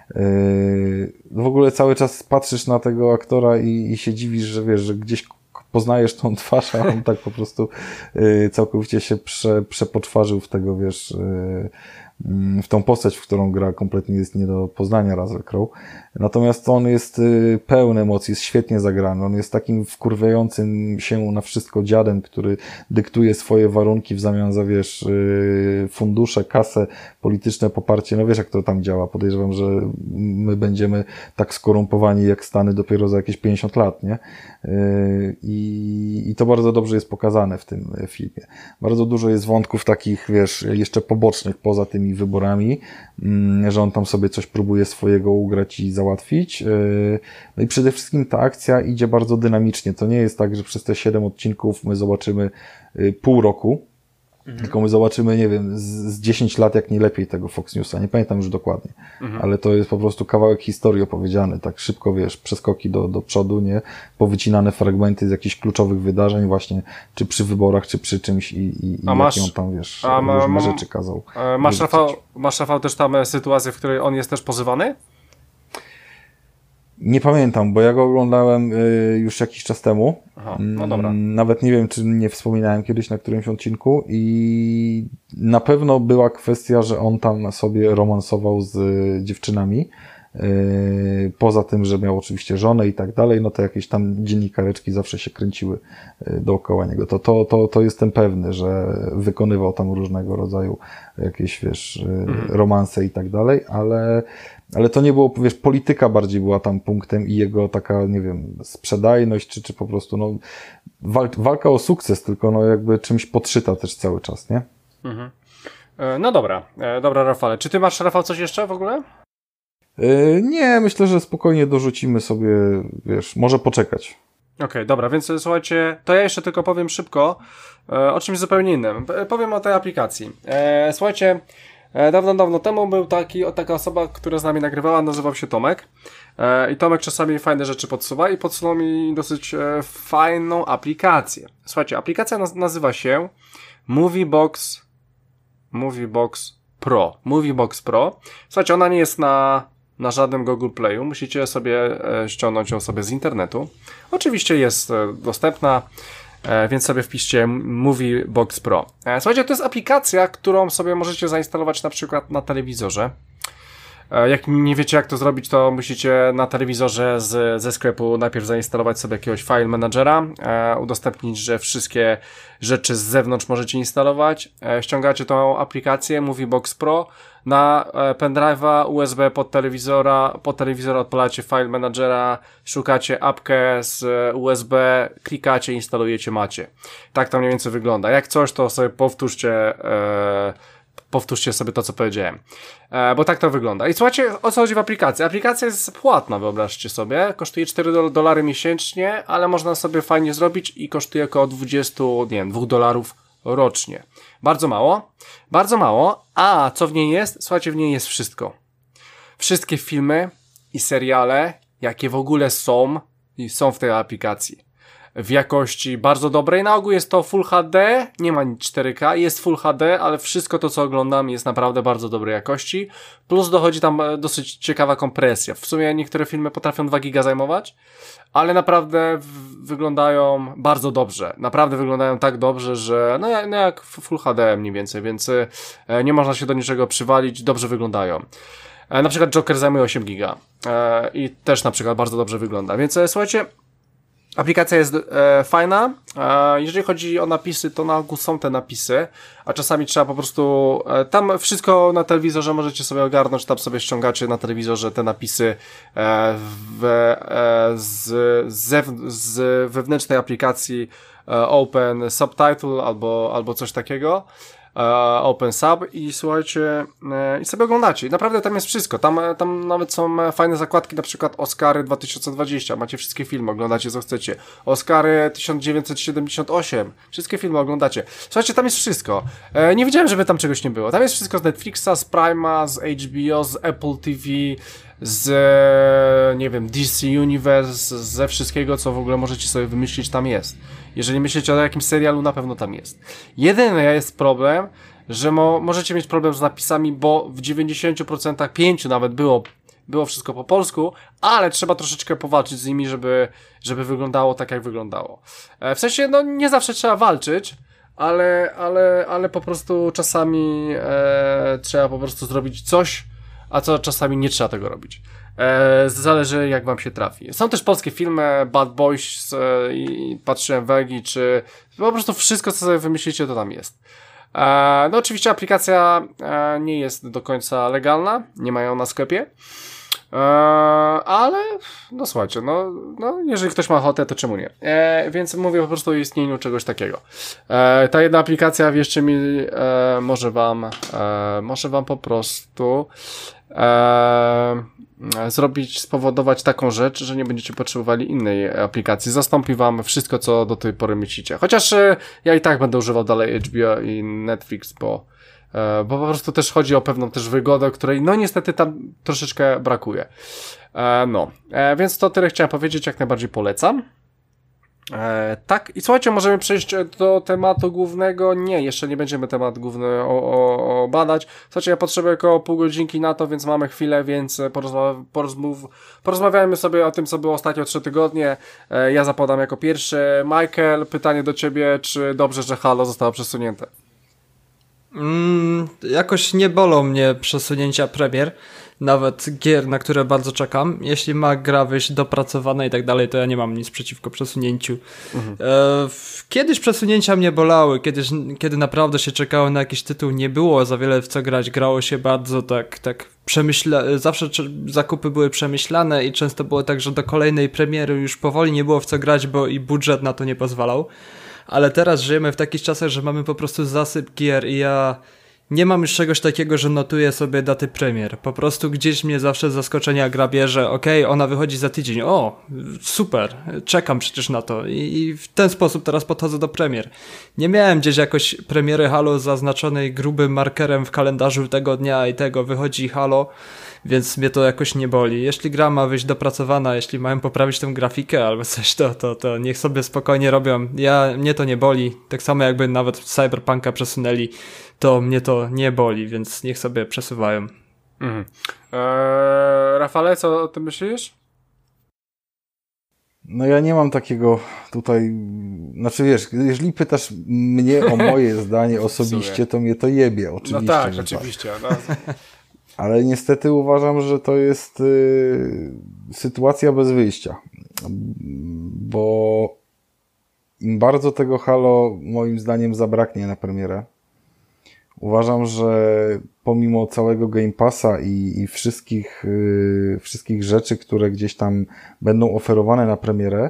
W ogóle cały czas patrzysz na tego aktora i się dziwisz, że wiesz, że gdzieś poznajesz tą twarz, a on tak po prostu całkowicie się przepoczwarzył w tego, wiesz, w tą postać, w którą gra, kompletnie jest nie do poznania Russell Crowe. Natomiast on jest pełen emocji, jest świetnie zagrany. On jest takim wkurwiającym się na wszystko dziadem, który dyktuje swoje warunki w zamian za, wiesz, fundusze, kasę, polityczne poparcie. No wiesz, jak to tam działa. Podejrzewam, że my będziemy tak skorumpowani jak Stany dopiero za jakieś 50 lat, nie? I to bardzo dobrze jest pokazane w tym filmie. Bardzo dużo jest wątków takich, wiesz, jeszcze pobocznych poza tymi wyborami, że on tam sobie coś próbuje swojego ugrać i załatwić. No i przede wszystkim ta akcja idzie bardzo dynamicznie. To nie jest tak, że przez te 7 odcinków my zobaczymy pół roku, Tylko my zobaczymy, nie wiem, z 10 lat jak nie lepiej tego Fox Newsa, nie pamiętam już dokładnie, ale to jest po prostu kawałek historii opowiedziany, tak szybko, wiesz, przeskoki do przodu, nie, powycinane fragmenty z jakichś kluczowych wydarzeń właśnie, czy przy wyborach, czy przy czymś i jakie on tam, wiesz, różne rzeczy kazał. Masz, Rafał, też tam sytuację, w której on jest też pozywany? Nie pamiętam, bo ja go oglądałem już jakiś czas temu. Aha, no dobra. Nawet nie wiem, czy nie wspominałem kiedyś na którymś odcinku i na pewno była kwestia, że on tam sobie romansował z dziewczynami. Poza tym, że miał oczywiście żonę i tak dalej, no to jakieś tam dziennikareczki zawsze się kręciły dookoła niego. To jestem pewny, że wykonywał tam różnego rodzaju jakieś, wiesz, romanse i tak dalej, ale to nie było, wiesz, polityka bardziej była tam punktem i jego taka, nie wiem, sprzedajność, czy po prostu, no, walka o sukces, tylko no jakby czymś podszyta też cały czas, nie? Mhm. No dobra, Rafale. Czy ty masz, Rafał, coś jeszcze w ogóle? Nie, myślę, że spokojnie dorzucimy sobie, wiesz, może poczekać. Okej, dobra, więc słuchajcie, to ja jeszcze tylko powiem szybko o czymś zupełnie innym. Powiem o tej aplikacji. Słuchajcie, dawno temu był taka osoba, która z nami nagrywała, nazywał się Tomek. I Tomek czasami fajne rzeczy podsuwa i podsunął mi dosyć fajną aplikację. Słuchajcie, aplikacja nazywa się Moviebox Pro. Moviebox Pro. Słuchajcie, ona nie jest na żadnym Google Playu. Musicie sobie ściągnąć ją sobie z internetu. Oczywiście jest dostępna, więc sobie wpiszcie Moviebox Pro. Słuchajcie, to jest aplikacja, którą sobie możecie zainstalować na przykład na telewizorze. Jak nie wiecie, jak to zrobić, to musicie na telewizorze ze sklepu najpierw zainstalować sobie jakiegoś file managera, udostępnić, że wszystkie rzeczy z zewnątrz możecie instalować. Ściągacie tą aplikację Moviebox Pro na pendrive'a, USB pod telewizora odpalacie file managera, szukacie apkę z USB, klikacie, instalujecie, macie. Tak to mniej więcej wygląda. Jak coś, to sobie powtórzcie sobie to, co powiedziałem. Bo tak to wygląda. I słuchajcie, o co chodzi w aplikacji. Aplikacja jest płatna, wyobraźcie sobie. Kosztuje $4 miesięcznie, ale można sobie fajnie zrobić i kosztuje około 20, nie wiem, $2 rocznie. Bardzo mało. Bardzo mało. A co w niej jest? Słuchajcie, w niej jest wszystko. Wszystkie filmy i seriale, jakie w ogóle są w tej aplikacji. W jakości bardzo dobrej. Na ogół jest to Full HD, nie ma nic 4K, jest Full HD, ale wszystko to, co oglądam, jest naprawdę bardzo dobrej jakości. Plus dochodzi tam dosyć ciekawa kompresja. W sumie niektóre filmy potrafią 2 giga zajmować, ale naprawdę wyglądają bardzo dobrze. Naprawdę wyglądają tak dobrze, że no jak Full HD mniej więcej, więc nie można się do niczego przywalić, dobrze wyglądają. Na przykład Joker zajmuje 8 giga i też na przykład bardzo dobrze wygląda. Więc słuchajcie, aplikacja jest fajna. Jeżeli chodzi o napisy, to na ogół są te napisy, a czasami trzeba po prostu tam wszystko na telewizorze możecie sobie ogarnąć, tam sobie ściągacie na telewizorze te napisy z wewnętrznej aplikacji Open Subtitle albo coś takiego. Open Sub i słuchajcie, i sobie oglądacie. Naprawdę tam jest wszystko. Tam nawet są fajne zakładki, na przykład Oscary 2020. Macie wszystkie filmy, oglądacie co chcecie. Oscary 1978. Wszystkie filmy oglądacie. Słuchajcie, tam jest wszystko. Nie wiedziałem, żeby tam czegoś nie było. Tam jest wszystko z Netflixa, z Prime'a, z HBO, z Apple TV, nie wiem, DC Universe, ze wszystkiego, co w ogóle możecie sobie wymyślić, tam jest. Jeżeli myślicie o jakimś serialu, na pewno tam jest. Jedyny jest problem, że możecie mieć problem z napisami, bo w 90%, 5 nawet było wszystko po polsku, ale trzeba troszeczkę powalczyć z nimi, żeby wyglądało tak, jak wyglądało. W sensie, no nie zawsze trzeba walczyć, ale po prostu czasami trzeba po prostu zrobić coś, a co czasami nie trzeba tego robić. Zależy, jak wam się trafi. Są też polskie filmy, Bad Boys i patrzyłem Wegi, czy po prostu wszystko, co sobie wymyślicie, to tam jest. No oczywiście aplikacja nie jest do końca legalna, nie ma ją na sklepie, Ale, no słuchajcie, no jeżeli ktoś ma ochotę, to czemu nie? Więc mówię po prostu o istnieniu czegoś takiego. Ta jedna aplikacja, wierzcie mi, może wam po prostu spowodować taką rzecz, że nie będziecie potrzebowali innej aplikacji. Zastąpi wam wszystko, co do tej pory myślicie. Chociaż ja i tak będę używał dalej HBO i Netflix, bo po prostu też chodzi o pewną też wygodę, której no niestety tam troszeczkę brakuje. Więc to tyle chciałem powiedzieć, jak najbardziej polecam. Tak, i słuchajcie, możemy przejść do tematu głównego. Nie, jeszcze nie będziemy temat główny badać. Słuchajcie, ja potrzebuję około pół godzinki na to, więc mamy chwilę, więc porozmawiajmy sobie o tym, co było ostatnio 3 tygodnie. Ja zapodam jako pierwszy. Michael, pytanie do ciebie, czy dobrze, że Halo zostało przesunięte? Jakoś nie bolą mnie przesunięcia premier, nawet gier, na które bardzo czekam. Jeśli ma gra wyjść dopracowana i tak dalej, to ja nie mam nic przeciwko przesunięciu. Kiedyś przesunięcia mnie bolały, kiedy naprawdę się czekało na jakiś tytuł, nie było za wiele w co grać, grało się bardzo tak zawsze zakupy były przemyślane i często było tak, że do kolejnej premiery już powoli nie było w co grać, bo i budżet na to nie pozwalał. Ale teraz żyjemy w takich czasach, że mamy po prostu zasyp gier i ja nie mam już czegoś takiego, że notuję sobie daty premier. Po prostu gdzieś mnie zawsze z zaskoczenia gra bierze, okej, ona wychodzi za tydzień, o, super, czekam przecież na to i w ten sposób teraz podchodzę do premier. Nie miałem gdzieś jakoś premiery Halo zaznaczonej grubym markerem w kalendarzu tego dnia i tego wychodzi Halo, więc mnie to jakoś nie boli. Jeśli gra ma wyjść dopracowana, jeśli mają poprawić tę grafikę albo coś, to niech sobie spokojnie robią. Mnie to nie boli. Tak samo jakby nawet Cyberpunka przesunęli, to mnie to nie boli, więc niech sobie przesuwają. Rafale, co o tym myślisz? No ja nie mam takiego tutaj, znaczy wiesz, jeżeli pytasz mnie o moje zdanie osobiście, to mnie to jebie, oczywiście. No tak, oczywiście. Tak. No. Ale niestety uważam, że to jest sytuacja bez wyjścia, bo im bardzo tego Halo moim zdaniem zabraknie na premierę. Uważam, że pomimo całego Game Passa i wszystkich rzeczy, które gdzieś tam będą oferowane na premierę,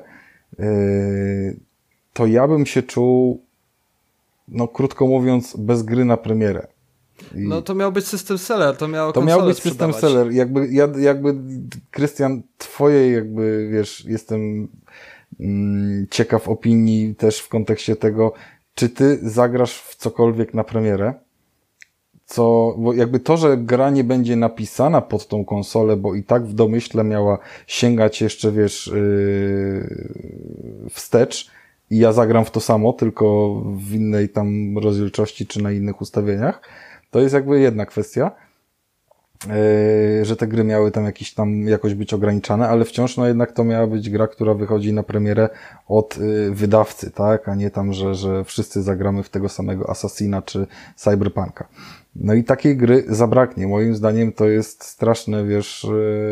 to ja bym się czuł, no krótko mówiąc, bez gry na premierę. No to miał być system seller, to miał być system seller. Jakby Krystian, twojej jakby, wiesz, jestem ciekaw opinii też w kontekście tego, czy ty zagrasz w cokolwiek na premierę, bo jakby to, że gra nie będzie napisana pod tą konsolę, bo i tak w domyśle miała sięgać jeszcze, wiesz, wstecz i ja zagram w to samo, tylko w innej tam rozdzielczości czy na innych ustawieniach, to jest jakby jedna kwestia, że te gry miały tam jakoś być ograniczane, ale wciąż no jednak to miała być gra, która wychodzi na premierę od wydawcy, tak, a nie tam, że wszyscy zagramy w tego samego Assassina czy Cyberpunka. No i takiej gry zabraknie. Moim zdaniem to jest straszne, wiesz,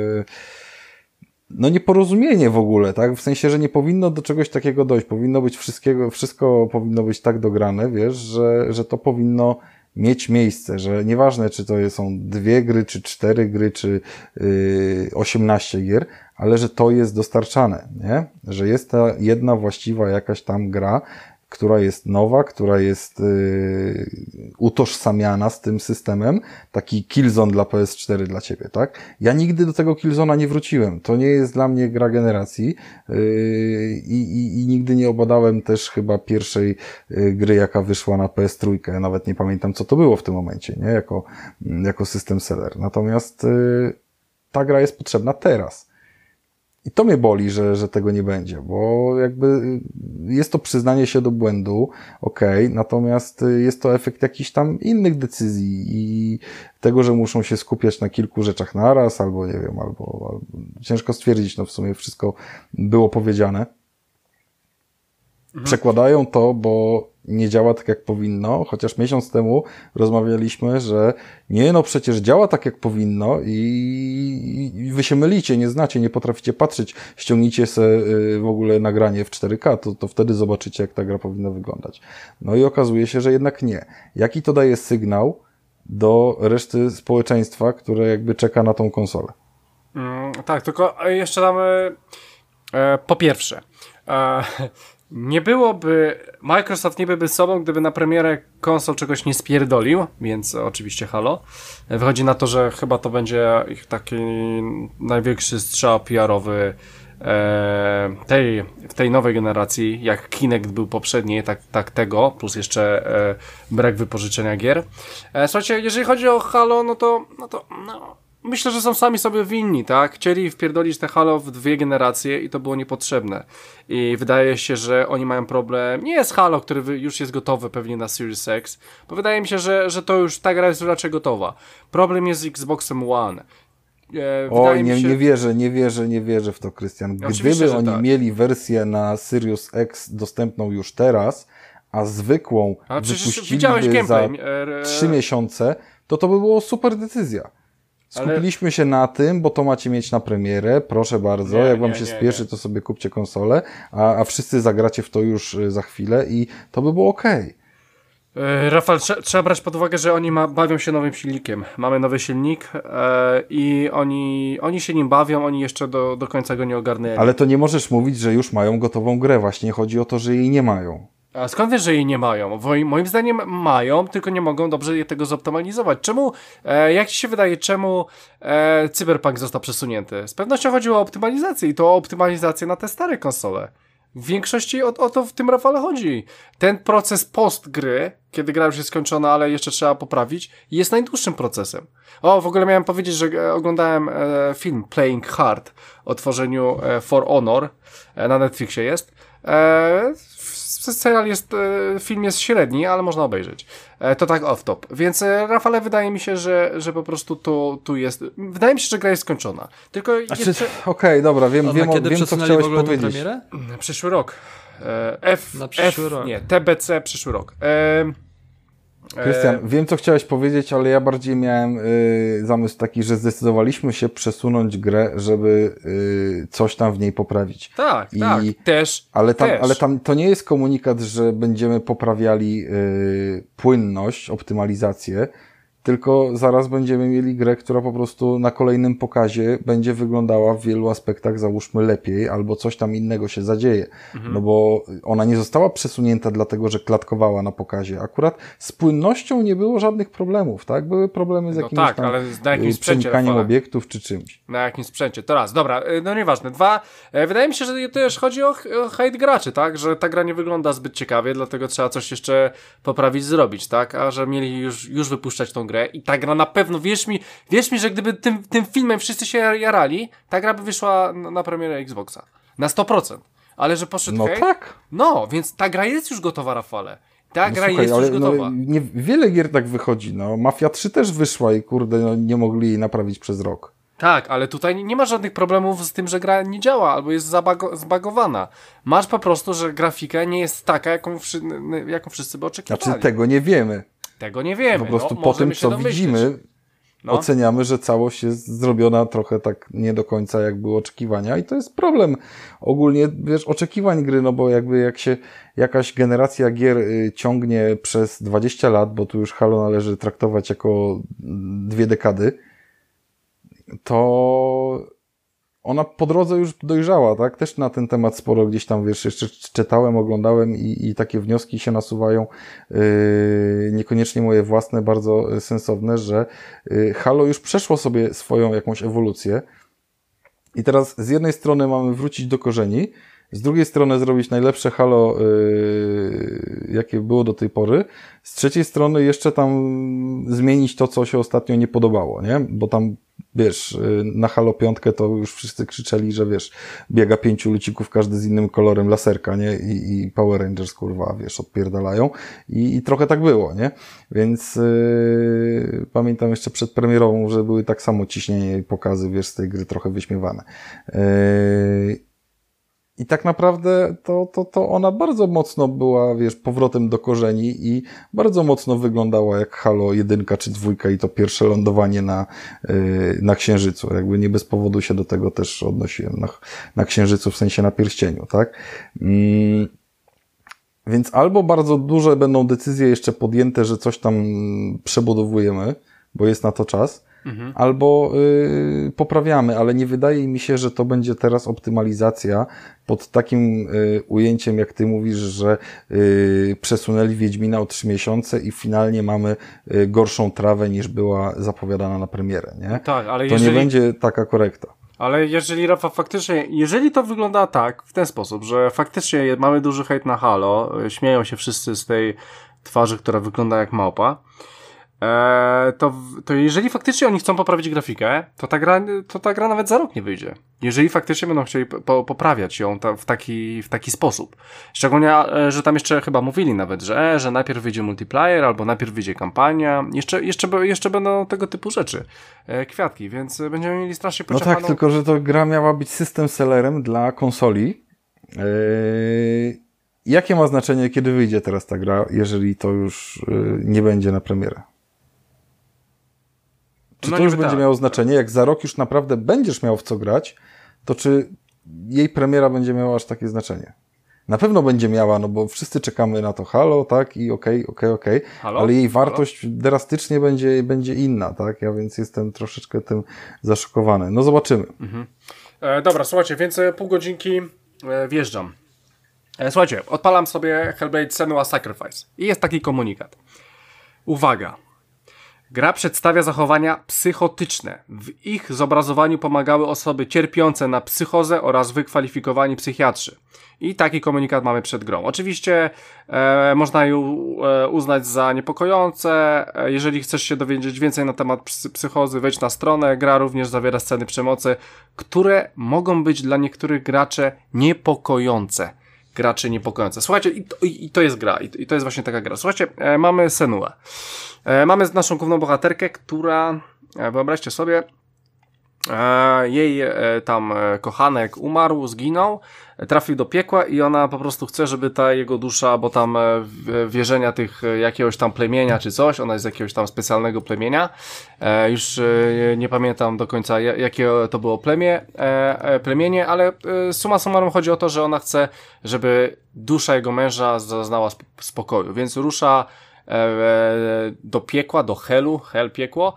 no nieporozumienie w ogóle, tak? W sensie, że nie powinno do czegoś takiego dojść. Powinno być wszystko powinno być tak dograne, wiesz, że to powinno mieć miejsce, że nieważne, czy to są 2 gry, czy 4 gry, czy 18 gier, ale że to jest dostarczane, nie? Że jest ta jedna właściwa jakaś tam gra, która jest nowa, która jest utożsamiana z tym systemem, taki Killzone dla PS4 dla ciebie, tak? Ja nigdy do tego Killzone'a nie wróciłem. To nie jest dla mnie gra generacji i nigdy nie obadałem też chyba pierwszej gry, jaka wyszła na PS3. Nawet nie pamiętam, co to było w tym momencie, nie? Jako system seller. Natomiast ta gra jest potrzebna teraz. I to mnie boli, że tego nie będzie, bo jakby jest to przyznanie się do błędu, okej, natomiast jest to efekt jakichś tam innych decyzji i tego, że muszą się skupiać na kilku rzeczach naraz, albo nie wiem, albo ciężko stwierdzić, no w sumie wszystko było powiedziane. Przekładają to, bo nie działa tak jak powinno, chociaż miesiąc temu rozmawialiśmy, że nie, no przecież działa tak jak powinno i wy się mylicie, nie znacie, nie potraficie patrzeć, ściągnijcie se w ogóle nagranie w 4K, to wtedy zobaczycie, jak ta gra powinna wyglądać. No i okazuje się, że jednak nie. Jaki to daje sygnał do reszty społeczeństwa, które jakby czeka na tą konsolę? Tak, tylko jeszcze damy po pierwsze, nie byłoby, Microsoft nie byłby sobą, gdyby na premierę konsol czegoś nie spierdolił, więc oczywiście Halo. Wychodzi na to, że chyba to będzie ich taki największy strzał PR-owy w tej nowej generacji, jak Kinect był poprzedni, tak tego, plus jeszcze brak wypożyczenia gier. Słuchajcie, jeżeli chodzi o Halo, no to myślę, że są sami sobie winni, tak? Chcieli wpierdolić te Halo w 2 generacje i to było niepotrzebne. I wydaje się, że oni mają problem nie z Halo, który już jest gotowy pewnie na Series X, bo wydaje mi się, że to już ta gra jest raczej gotowa. Problem jest z Xboxem One. Oj, nie wierzę w to, Krystian. Gdyby oni mieli wersję na Series X dostępną już teraz, a zwykłą wypuściliby za 3 miesiące, to by było super decyzja. Skupiliśmy się na tym, bo to macie mieć na premierę, proszę bardzo, jak wam się spieszy, to sobie kupcie konsolę, a wszyscy zagracie w to już za chwilę i to by było okej. Rafał, trzeba brać pod uwagę, że oni bawią się nowym silnikiem. Mamy nowy silnik i oni się nim bawią, oni jeszcze do końca go nie ogarnęli. Ale to nie możesz mówić, że już mają gotową grę, właśnie chodzi o to, że jej nie mają. A skąd wiesz, że jej nie mają? Moim zdaniem mają, tylko nie mogą dobrze tego zoptymalizować. Czemu, jak ci się wydaje, czemu Cyberpunk został przesunięty? Z pewnością chodziło o optymalizację i to o optymalizację na te stare konsole. W większości o to w tym, Rafale, chodzi. Ten proces post gry, kiedy gra już jest skończona, ale jeszcze trzeba poprawić, jest najdłuższym procesem. W ogóle miałem powiedzieć, że oglądałem film Playing Hard o tworzeniu For Honor, na Netflixie jest. Serial film jest średni, ale można obejrzeć. To tak off-top. Więc Rafale, wydaje mi się, że po prostu tu jest... Wydaje mi się, że gra jest skończona. Tylko jeszcze... Okej, dobra, wiem co chciałeś powiedzieć. Premierę? Przyszły rok. Rok. Nie, TBC przyszły rok. Krystian, wiem co chciałeś powiedzieć, ale ja bardziej miałem zamysł taki, że zdecydowaliśmy się przesunąć grę, żeby coś tam w niej poprawić. Tak, też. Ale tam to nie jest komunikat, że będziemy poprawiali płynność, optymalizację, tylko zaraz będziemy mieli grę, która po prostu na kolejnym pokazie będzie wyglądała w wielu aspektach, załóżmy, lepiej, albo coś tam innego się zadzieje. No bo ona nie została przesunięta dlatego, że klatkowała na pokazie. Akurat z płynnością nie było żadnych problemów, tak? Były problemy z jakimś tam ale na jakim przemykaniem obiektów czy czymś. Na jakim sprzęcie. To raz, dobra, no nieważne. 2, wydaje mi się, że też chodzi o hejt graczy, tak? Że ta gra nie wygląda zbyt ciekawie, dlatego trzeba coś jeszcze poprawić, zrobić, tak? A że mieli już wypuszczać tą grę i ta gra na pewno, wierz mi, że gdyby tym filmem wszyscy się jarali, ta gra by wyszła na premierę Xboxa. Na 100%. Ale że poszedł hejt? Tak. No, więc ta gra jest już gotowa, Rafale. Ta gra jest już gotowa. Wiele gier tak wychodzi, Mafia 3 też wyszła i kurde, nie mogli jej naprawić przez rok. Tak, ale tutaj nie ma żadnych problemów z tym, że gra nie działa albo jest zbagowana. Masz po prostu, że grafika nie jest taka, jaką wszyscy by oczekiwali. Znaczy, tego nie wiemy. Tego nie wiemy. Po prostu po tym, co widzimy, oceniamy, że całość jest zrobiona trochę tak nie do końca, jak były oczekiwania i to jest problem ogólnie, oczekiwań gry, bo jakby jak się jakaś generacja gier ciągnie przez 20 lat, bo tu już Halo należy traktować jako 2 dekady, to ona po drodze już dojrzała, tak? Też na ten temat sporo gdzieś tam, jeszcze czytałem, oglądałem i takie wnioski się nasuwają, niekoniecznie moje własne, bardzo sensowne, że Halo już przeszło sobie swoją jakąś ewolucję i teraz z jednej strony mamy wrócić do korzeni, z drugiej strony zrobić najlepsze Halo, jakie było do tej pory, z trzeciej strony jeszcze tam zmienić to, co się ostatnio nie podobało, nie? Bo tam na Halo 5 to już wszyscy krzyczeli, że biega 5 lucików, każdy z innym kolorem laserka, nie? I Power Rangers, kurwa, odpierdalają. I trochę tak było, nie? Więc pamiętam jeszcze przed premierową, że były tak samo ciśnienie i pokazy, z tej gry trochę wyśmiewane. I tak naprawdę to ona bardzo mocno była, powrotem do korzeni i bardzo mocno wyglądała jak Halo 1 czy 2 i to pierwsze lądowanie na Księżycu. Jakby nie bez powodu się do tego też odnosiłem. Na Księżycu, w sensie na pierścieniu, tak? Więc albo bardzo duże będą decyzje jeszcze podjęte, że coś tam przebudowujemy, bo jest na to czas, albo poprawiamy, ale nie wydaje mi się, że to będzie teraz optymalizacja pod takim ujęciem, jak ty mówisz, że przesunęli Wiedźmina o 3 miesiące i finalnie mamy gorszą trawę niż była zapowiadana na premierę, nie? Tak, ale to nie będzie taka korekta. Ale jeżeli, Rafa, faktycznie, jeżeli to wygląda tak, w ten sposób, że faktycznie mamy duży hejt na Halo, śmieją się wszyscy z tej twarzy, która wygląda jak małpa, to jeżeli faktycznie oni chcą poprawić grafikę, to ta gra nawet za rok nie wyjdzie. Jeżeli faktycznie będą chcieli poprawiać ją w taki sposób. Szczególnie, że tam jeszcze chyba mówili nawet, że najpierw wyjdzie multiplayer, albo najpierw wyjdzie kampania. Jeszcze będą tego typu rzeczy. Kwiatki, więc będziemy mieli strasznie poczechaną... No tak, tylko że to gra miała być system sellerem dla konsoli. Jakie ma znaczenie, kiedy wyjdzie teraz ta gra, jeżeli to już nie będzie na premierę? Czy to już będzie miało znaczenie? Jak za rok już naprawdę będziesz miał w co grać, to czy jej premiera będzie miała aż takie znaczenie? Na pewno będzie miała, no bo wszyscy czekamy na to Halo, tak? I okej, ale jej wartość drastycznie będzie inna, tak? Ja więc jestem troszeczkę tym zaszokowany. No zobaczymy. Dobra, słuchajcie, więc pół godzinki wjeżdżam. Słuchajcie, odpalam sobie Hellblade: Senua's Sacrifice i jest taki komunikat. Uwaga! Gra przedstawia zachowania psychotyczne. W ich zobrazowaniu pomagały osoby cierpiące na psychozę oraz wykwalifikowani psychiatrzy. I taki komunikat mamy przed grą. Oczywiście można ją uznać za niepokojące. Jeżeli chcesz się dowiedzieć więcej na temat psychozy, wejdź na stronę. Gra również zawiera sceny przemocy, które mogą być dla niektórych graczy niepokojące. Słuchajcie, i to jest gra. I to jest właśnie taka gra. Słuchajcie, mamy Senuę. Mamy naszą główną bohaterkę, która, wyobraźcie sobie, jej tam kochanek umarł, zginął, trafił do piekła i ona po prostu chce, żeby ta jego dusza, bo tam wierzenia tych jakiegoś tam plemienia czy coś, ona jest z jakiegoś tam specjalnego plemienia, już nie pamiętam do końca jakie to było plemienie, ale summa summarum chodzi o to, że ona chce, żeby dusza jego męża zaznała spokoju, więc rusza do piekła, do hell piekło,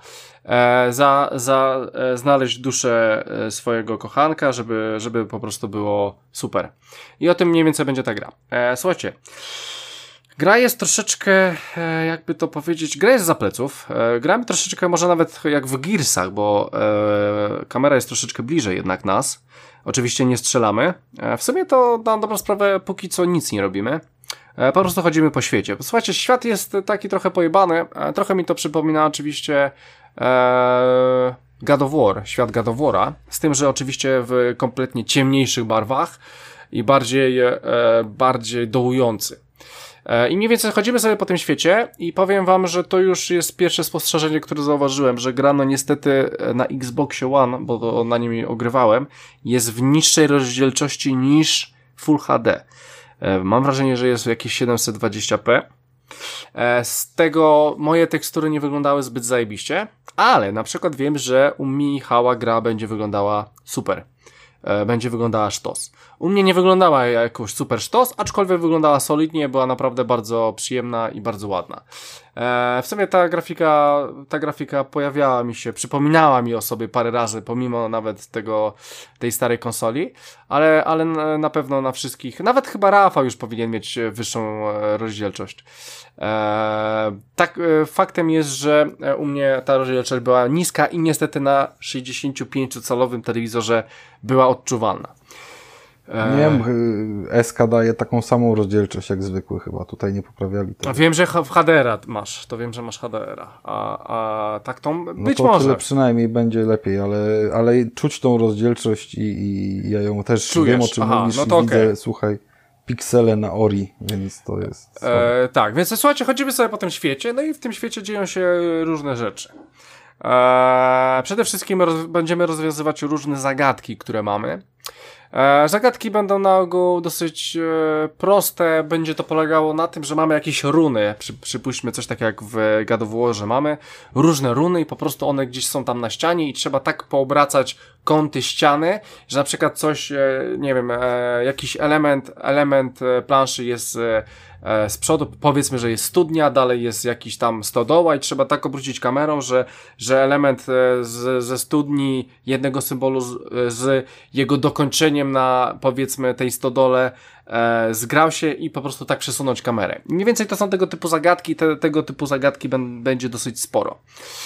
znaleźć duszę swojego kochanka, żeby po prostu było super. I o tym mniej więcej będzie ta gra. Słuchajcie, gra jest troszeczkę, jakby to powiedzieć, gra jest za pleców. Gramy troszeczkę może nawet jak w Gearsach, bo kamera jest troszeczkę bliżej jednak nas. Oczywiście nie strzelamy. W sumie to na dobrą sprawę póki co nic nie robimy. Po prostu chodzimy po świecie. Słuchajcie, świat jest taki trochę pojebany. Trochę mi to przypomina oczywiście God of War, świat God of War'a, z tym, że oczywiście w kompletnie ciemniejszych barwach i bardziej dołujący. I mniej więcej chodzimy sobie po tym świecie i powiem wam, że to już jest pierwsze spostrzeżenie, które zauważyłem, że gra no niestety na Xboxie One, bo to na nim ogrywałem, jest w niższej rozdzielczości niż Full HD. Mam wrażenie, że jest jakieś 720p. Z tego moje tekstury nie wyglądały zbyt zajebiście, ale na przykład wiem, że u Michała gra będzie wyglądała super. Będzie wyglądała sztos. U mnie nie wyglądała jakoś super sztos, aczkolwiek wyglądała solidnie, była naprawdę bardzo przyjemna i bardzo ładna. W sumie ta grafika pojawiała mi się, przypominała mi o sobie parę razy, pomimo nawet tej starej konsoli, ale na pewno na wszystkich, nawet chyba Rafał już powinien mieć wyższą rozdzielczość. Faktem jest, że u mnie ta rozdzielczość była niska i niestety na 65-calowym telewizorze była odczuwalna. Nie wiem, SK daje taką samą rozdzielczość jak zwykły chyba, tutaj nie poprawiali tego. Wiem, że w HDR-a masz, to wiem, że masz HDR-a, a tak to być no to może. Tyle przynajmniej będzie lepiej, ale czuć tą rozdzielczość i ja ją też czujesz. Wiem, o czym mówisz, no to widzę, okay. Słuchaj, piksele na Ori, więc to jest... Tak, więc słuchajcie, chodzimy sobie po tym świecie, no i w tym świecie dzieją się różne rzeczy. Przede wszystkim będziemy rozwiązywać różne zagadki, które mamy. Zagadki będą na ogół dosyć proste, będzie to polegało na tym, że mamy jakieś runy, przypuśćmy coś takiego jak w God of War, że mamy różne runy i po prostu one gdzieś są tam na ścianie i trzeba tak poobracać kąty, ściany, że na przykład coś, nie wiem, jakiś element planszy jest z przodu, powiedzmy, że jest studnia, dalej jest jakiś tam stodoła i trzeba tak obrócić kamerą, że element ze studni jednego symbolu z jego dokończeniem na, powiedzmy, tej stodole zgrał się i po prostu tak przesunąć kamerę. Mniej więcej to są tego typu zagadki, tego typu zagadki będzie dosyć sporo.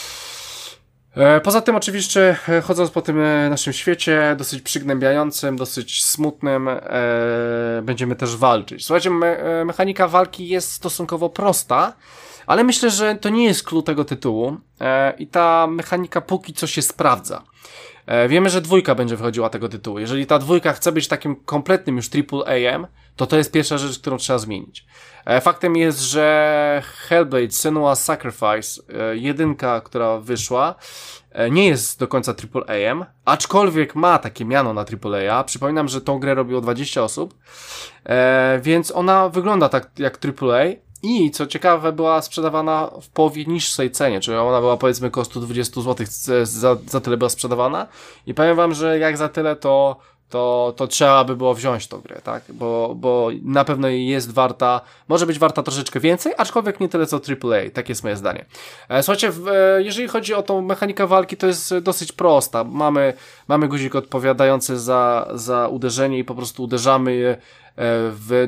Poza tym oczywiście, chodząc po tym naszym świecie, dosyć przygnębiającym, dosyć smutnym, będziemy też walczyć. Słuchajcie, mechanika walki jest stosunkowo prosta, ale myślę, że to nie jest clue tego tytułu i ta mechanika póki co się sprawdza. Wiemy, że 2 będzie wychodziła tego tytułu. Jeżeli ta 2 chce być takim kompletnym już AAA-em, to jest pierwsza rzecz, którą trzeba zmienić. Faktem jest, że Hellblade Senua's Sacrifice, 1, która wyszła, nie jest do końca AAA-em, aczkolwiek ma takie miano na AAA. Przypominam, że tą grę robiło 20 osób, więc ona wygląda tak jak AAA i co ciekawe była sprzedawana w połowie niższej cenie, czyli ona była powiedzmy koło 120 zł, za tyle była sprzedawana i powiem wam, że jak za tyle to trzeba by było wziąć tą grę, tak? Bo na pewno jest warta, może być warta troszeczkę więcej, aczkolwiek nie tyle co AAA, tak jest moje zdanie. Słuchajcie, jeżeli chodzi o tą mechanikę walki, to jest dosyć prosta. Mamy guzik odpowiadający za uderzenie i po prostu uderzamy je w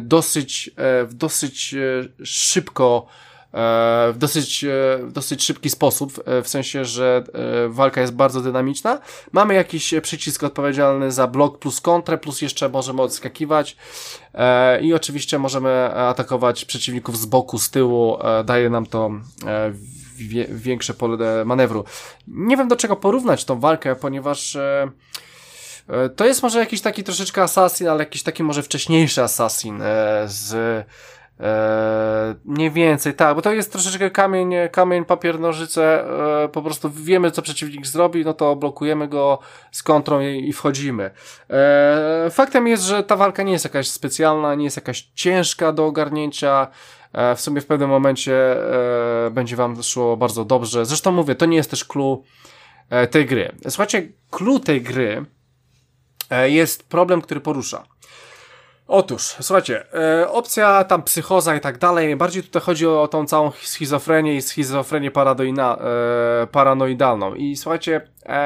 dosyć szybko, w dosyć szybki sposób, w sensie, że walka jest bardzo dynamiczna. Mamy jakiś przycisk odpowiedzialny za blok plus kontrę, plus jeszcze możemy odskakiwać i oczywiście możemy atakować przeciwników z boku, z tyłu, daje nam to większe pole manewru. Nie wiem, do czego porównać tą walkę, ponieważ to jest może jakiś taki troszeczkę Assassin, ale jakiś taki może wcześniejszy Assassin mniej więcej, tak, bo to jest troszeczkę kamień, papier, nożyce, po prostu wiemy, co przeciwnik zrobi, no to blokujemy go z kontrą i wchodzimy. Faktem jest, że ta walka nie jest jakaś specjalna, nie jest jakaś ciężka do ogarnięcia, w sumie w pewnym momencie będzie wam szło bardzo dobrze. Zresztą mówię, to nie jest też clue tej gry. Słuchajcie, clue tej gry jest problem, który porusza. Otóż, słuchajcie, opcja tam psychoza i tak dalej, bardziej tutaj chodzi o tą całą schizofrenię i schizofrenię paranoidalną. I słuchajcie,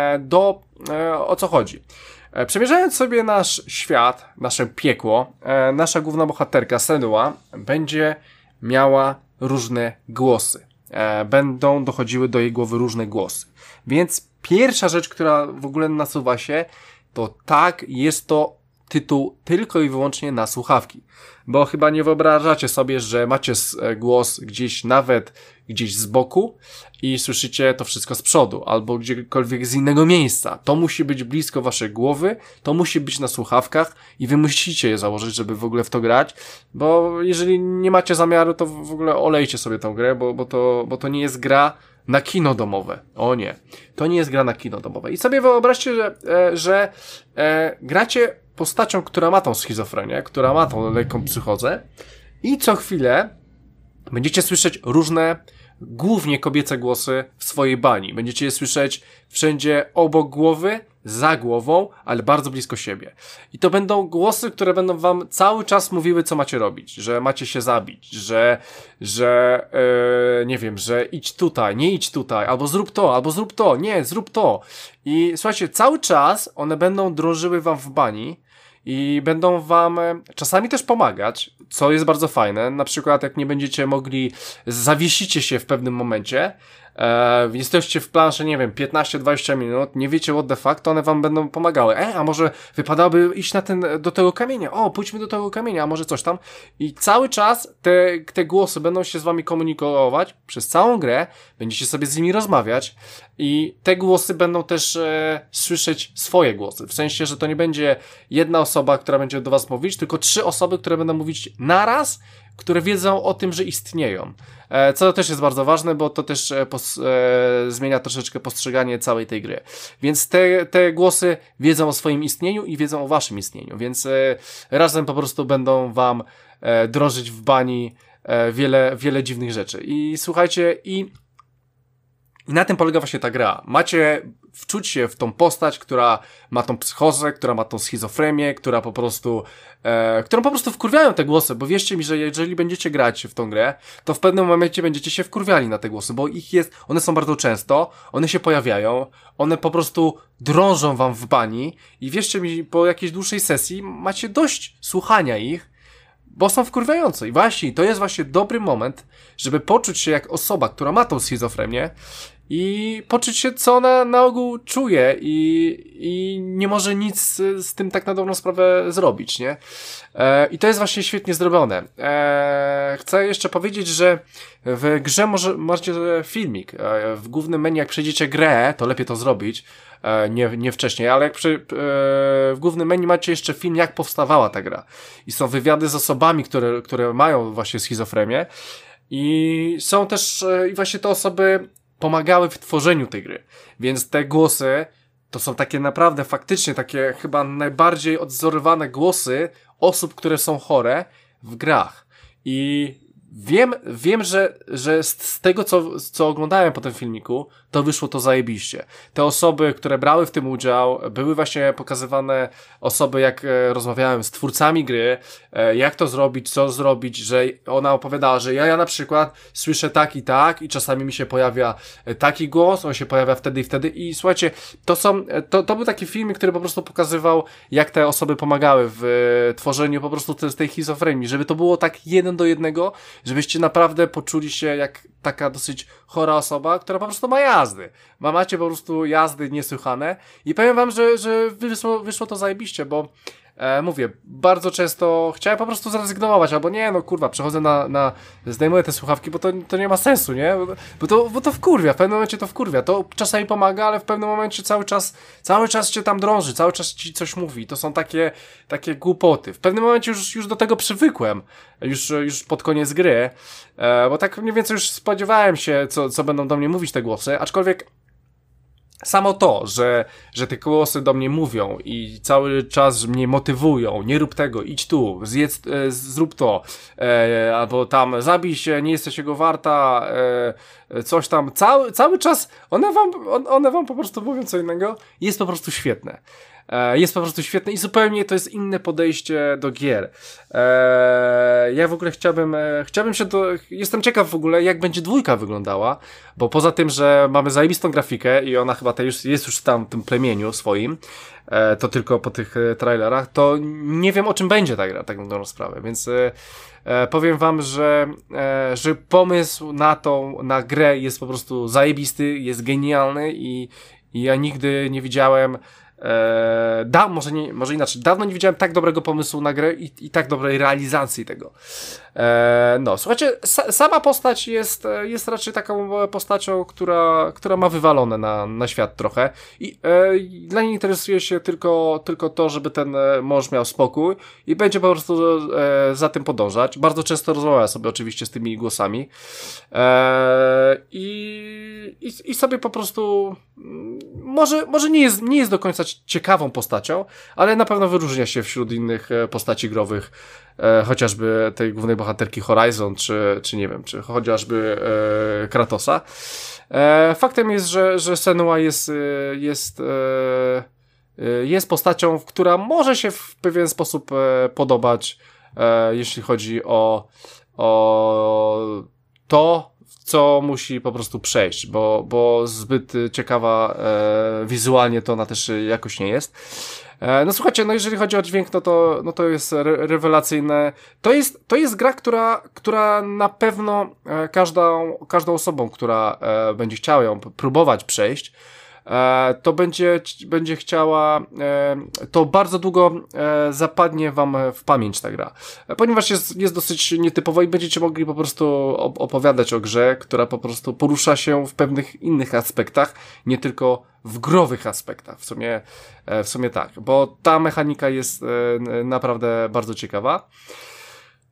o co chodzi? Przemierzając sobie nasz świat, nasze piekło, nasza główna bohaterka Senua będzie miała różne głosy. Będą dochodziły do jej głowy różne głosy. Więc pierwsza rzecz, która w ogóle nasuwa się, to tak, jest to tytuł tylko i wyłącznie na słuchawki. Bo chyba nie wyobrażacie sobie, że macie głos gdzieś z boku i słyszycie to wszystko z przodu, albo gdziekolwiek z innego miejsca. To musi być blisko waszej głowy, to musi być na słuchawkach i wy musicie je założyć, żeby w ogóle w to grać, bo jeżeli nie macie zamiaru, to w ogóle olejcie sobie tę grę, bo to nie jest gra na kino domowe. O nie. To nie jest gra na kino domowe. I sobie wyobraźcie, że gracie postacią, która ma tą schizofrenię, która ma tą lekką psychozę i co chwilę będziecie słyszeć różne, głównie kobiece głosy w swojej bani. Będziecie je słyszeć wszędzie obok głowy, za głową, ale bardzo blisko siebie. I to będą głosy, które będą wam cały czas mówiły, co macie robić, że macie się zabić, że nie wiem, że idź tutaj, nie idź tutaj, albo zrób to, nie, zrób to. I słuchajcie, cały czas one będą drążyły wam w bani i będą wam czasami też pomagać, co jest bardzo fajne. Na przykład jak nie będziecie mogli, zawiesicie się w pewnym momencie, jesteście w planszy, nie wiem, 15-20 minut, nie wiecie what the fuck, to one wam będą pomagały. A może wypadałoby iść do tego kamienia, pójdźmy do tego kamienia, a może coś tam. I cały czas te głosy będą się z wami komunikować przez całą grę, będziecie sobie z nimi rozmawiać i te głosy będą też słyszeć swoje głosy. W sensie, że to nie będzie jedna osoba, która będzie do was mówić, tylko 3 osoby, które będą mówić naraz, które wiedzą o tym, że istnieją. Co też jest bardzo ważne, bo to też zmienia troszeczkę postrzeganie całej tej gry. Więc te głosy wiedzą o swoim istnieniu i wiedzą o waszym istnieniu, więc razem po prostu będą wam drążyć w bani wiele dziwnych rzeczy. I słuchajcie, i na tym polega właśnie ta gra. Macie wczuć się w tą postać, która ma tą psychozę, która ma tą schizofrenię, która po prostu, którą po prostu wkurwiają te głosy, bo wierzcie mi, że jeżeli będziecie grać w tą grę, to w pewnym momencie będziecie się wkurwiali na te głosy, bo one są bardzo często, one się pojawiają, one po prostu drążą wam w bani i wierzcie mi, po jakiejś dłuższej sesji macie dość słuchania ich, bo są wkurwiające. I właśnie, to jest właśnie dobry moment, żeby poczuć się jak osoba, która ma tą schizofrenię i poczuć się, co ona na ogół czuje i nie może nic z tym tak na dobrą sprawę zrobić, nie? I to jest właśnie świetnie zrobione. Chcę jeszcze powiedzieć, że w grze macie filmik. W głównym menu, jak przejdziecie grę, to lepiej to zrobić, nie wcześniej, ale jak w głównym menu macie jeszcze film, jak powstawała ta gra. I są wywiady z osobami, które mają właśnie schizofrenię i są też i właśnie te osoby pomagały w tworzeniu tej gry. Więc te głosy to są takie naprawdę faktycznie takie chyba najbardziej odzorowane głosy osób, które są chore w grach. I wiem, że z tego, co oglądałem po tym filmiku, to wyszło to zajebiście. Te osoby, które brały w tym udział, były właśnie pokazywane osoby, jak rozmawiałem z twórcami gry, jak to zrobić, co zrobić, że ona opowiadała, że ja na przykład słyszę tak i czasami mi się pojawia taki głos, on się pojawia wtedy i wtedy i słuchajcie, to był taki filmik, który po prostu pokazywał, jak te osoby pomagały w tworzeniu po prostu tej schizofrenii, żeby to było tak 1:1, żebyście naprawdę poczuli się jak taka dosyć chora osoba, która po prostu ma jazdy. Macie po prostu jazdy niesłychane i powiem wam, że wyszło to zajebiście, bo mówię, bardzo często chciałem po prostu zrezygnować, albo nie, no kurwa, przechodzę zdejmuję te słuchawki, bo to nie ma sensu, nie? Bo to wkurwia, w pewnym momencie to wkurwia. To czasami pomaga, ale w pewnym momencie cały czas cię tam drąży, cały czas ci coś mówi. To są takie głupoty. W pewnym momencie już do tego przywykłem, już pod koniec gry, bo tak mniej więcej już spodziewałem się, co będą do mnie mówić te głosy, aczkolwiek samo to, że te głosy do mnie mówią i cały czas mnie motywują, nie rób tego, idź tu, zrób to, albo tam zabij się, nie jesteś jego warta, coś tam, cały czas one wam po prostu mówią co innego, jest po prostu świetne. Jest po prostu świetne i zupełnie to jest inne podejście do gier. Ja w ogóle chciałbym się jestem ciekaw w ogóle, jak będzie 2 wyglądała, bo poza tym, że mamy zajebistą grafikę i ona chyba jest już tam w tym plemieniu swoim, to tylko po tych trailerach, to nie wiem, o czym będzie ta gra, tak na sprawę, więc powiem wam, że pomysł na grę jest po prostu zajebisty, jest genialny i ja nigdy nie widziałem może inaczej, dawno nie widziałem tak dobrego pomysłu na grę i tak dobrej realizacji tego. No, słuchajcie, sama postać jest raczej taką postacią, która ma wywalone na świat trochę i dla niej interesuje się tylko to, żeby ten mąż miał spokój i będzie po prostu za tym podążać. Bardzo często rozmawia sobie oczywiście z tymi głosami i sobie po prostu może nie jest do końca ciekawą postacią, ale na pewno wyróżnia się wśród innych postaci growych, chociażby tej głównej bohaterki Horizon, czy nie wiem, czy chociażby Kratosa. Faktem jest, że Senua jest postacią, która może się w pewien sposób podobać, jeśli chodzi o to, co musi po prostu przejść, bo zbyt ciekawa wizualnie to ona też jakoś nie jest. No słuchajcie, no jeżeli chodzi o dźwięk, no to jest rewelacyjne. To jest gra, która na pewno każdą osobą, która będzie chciała ją próbować przejść, to będzie chciała, to bardzo długo zapadnie wam w pamięć ta gra, ponieważ jest dosyć nietypowa i będziecie mogli po prostu opowiadać o grze, która po prostu porusza się w pewnych innych aspektach, nie tylko w growych aspektach, w sumie tak, bo ta mechanika jest naprawdę bardzo ciekawa.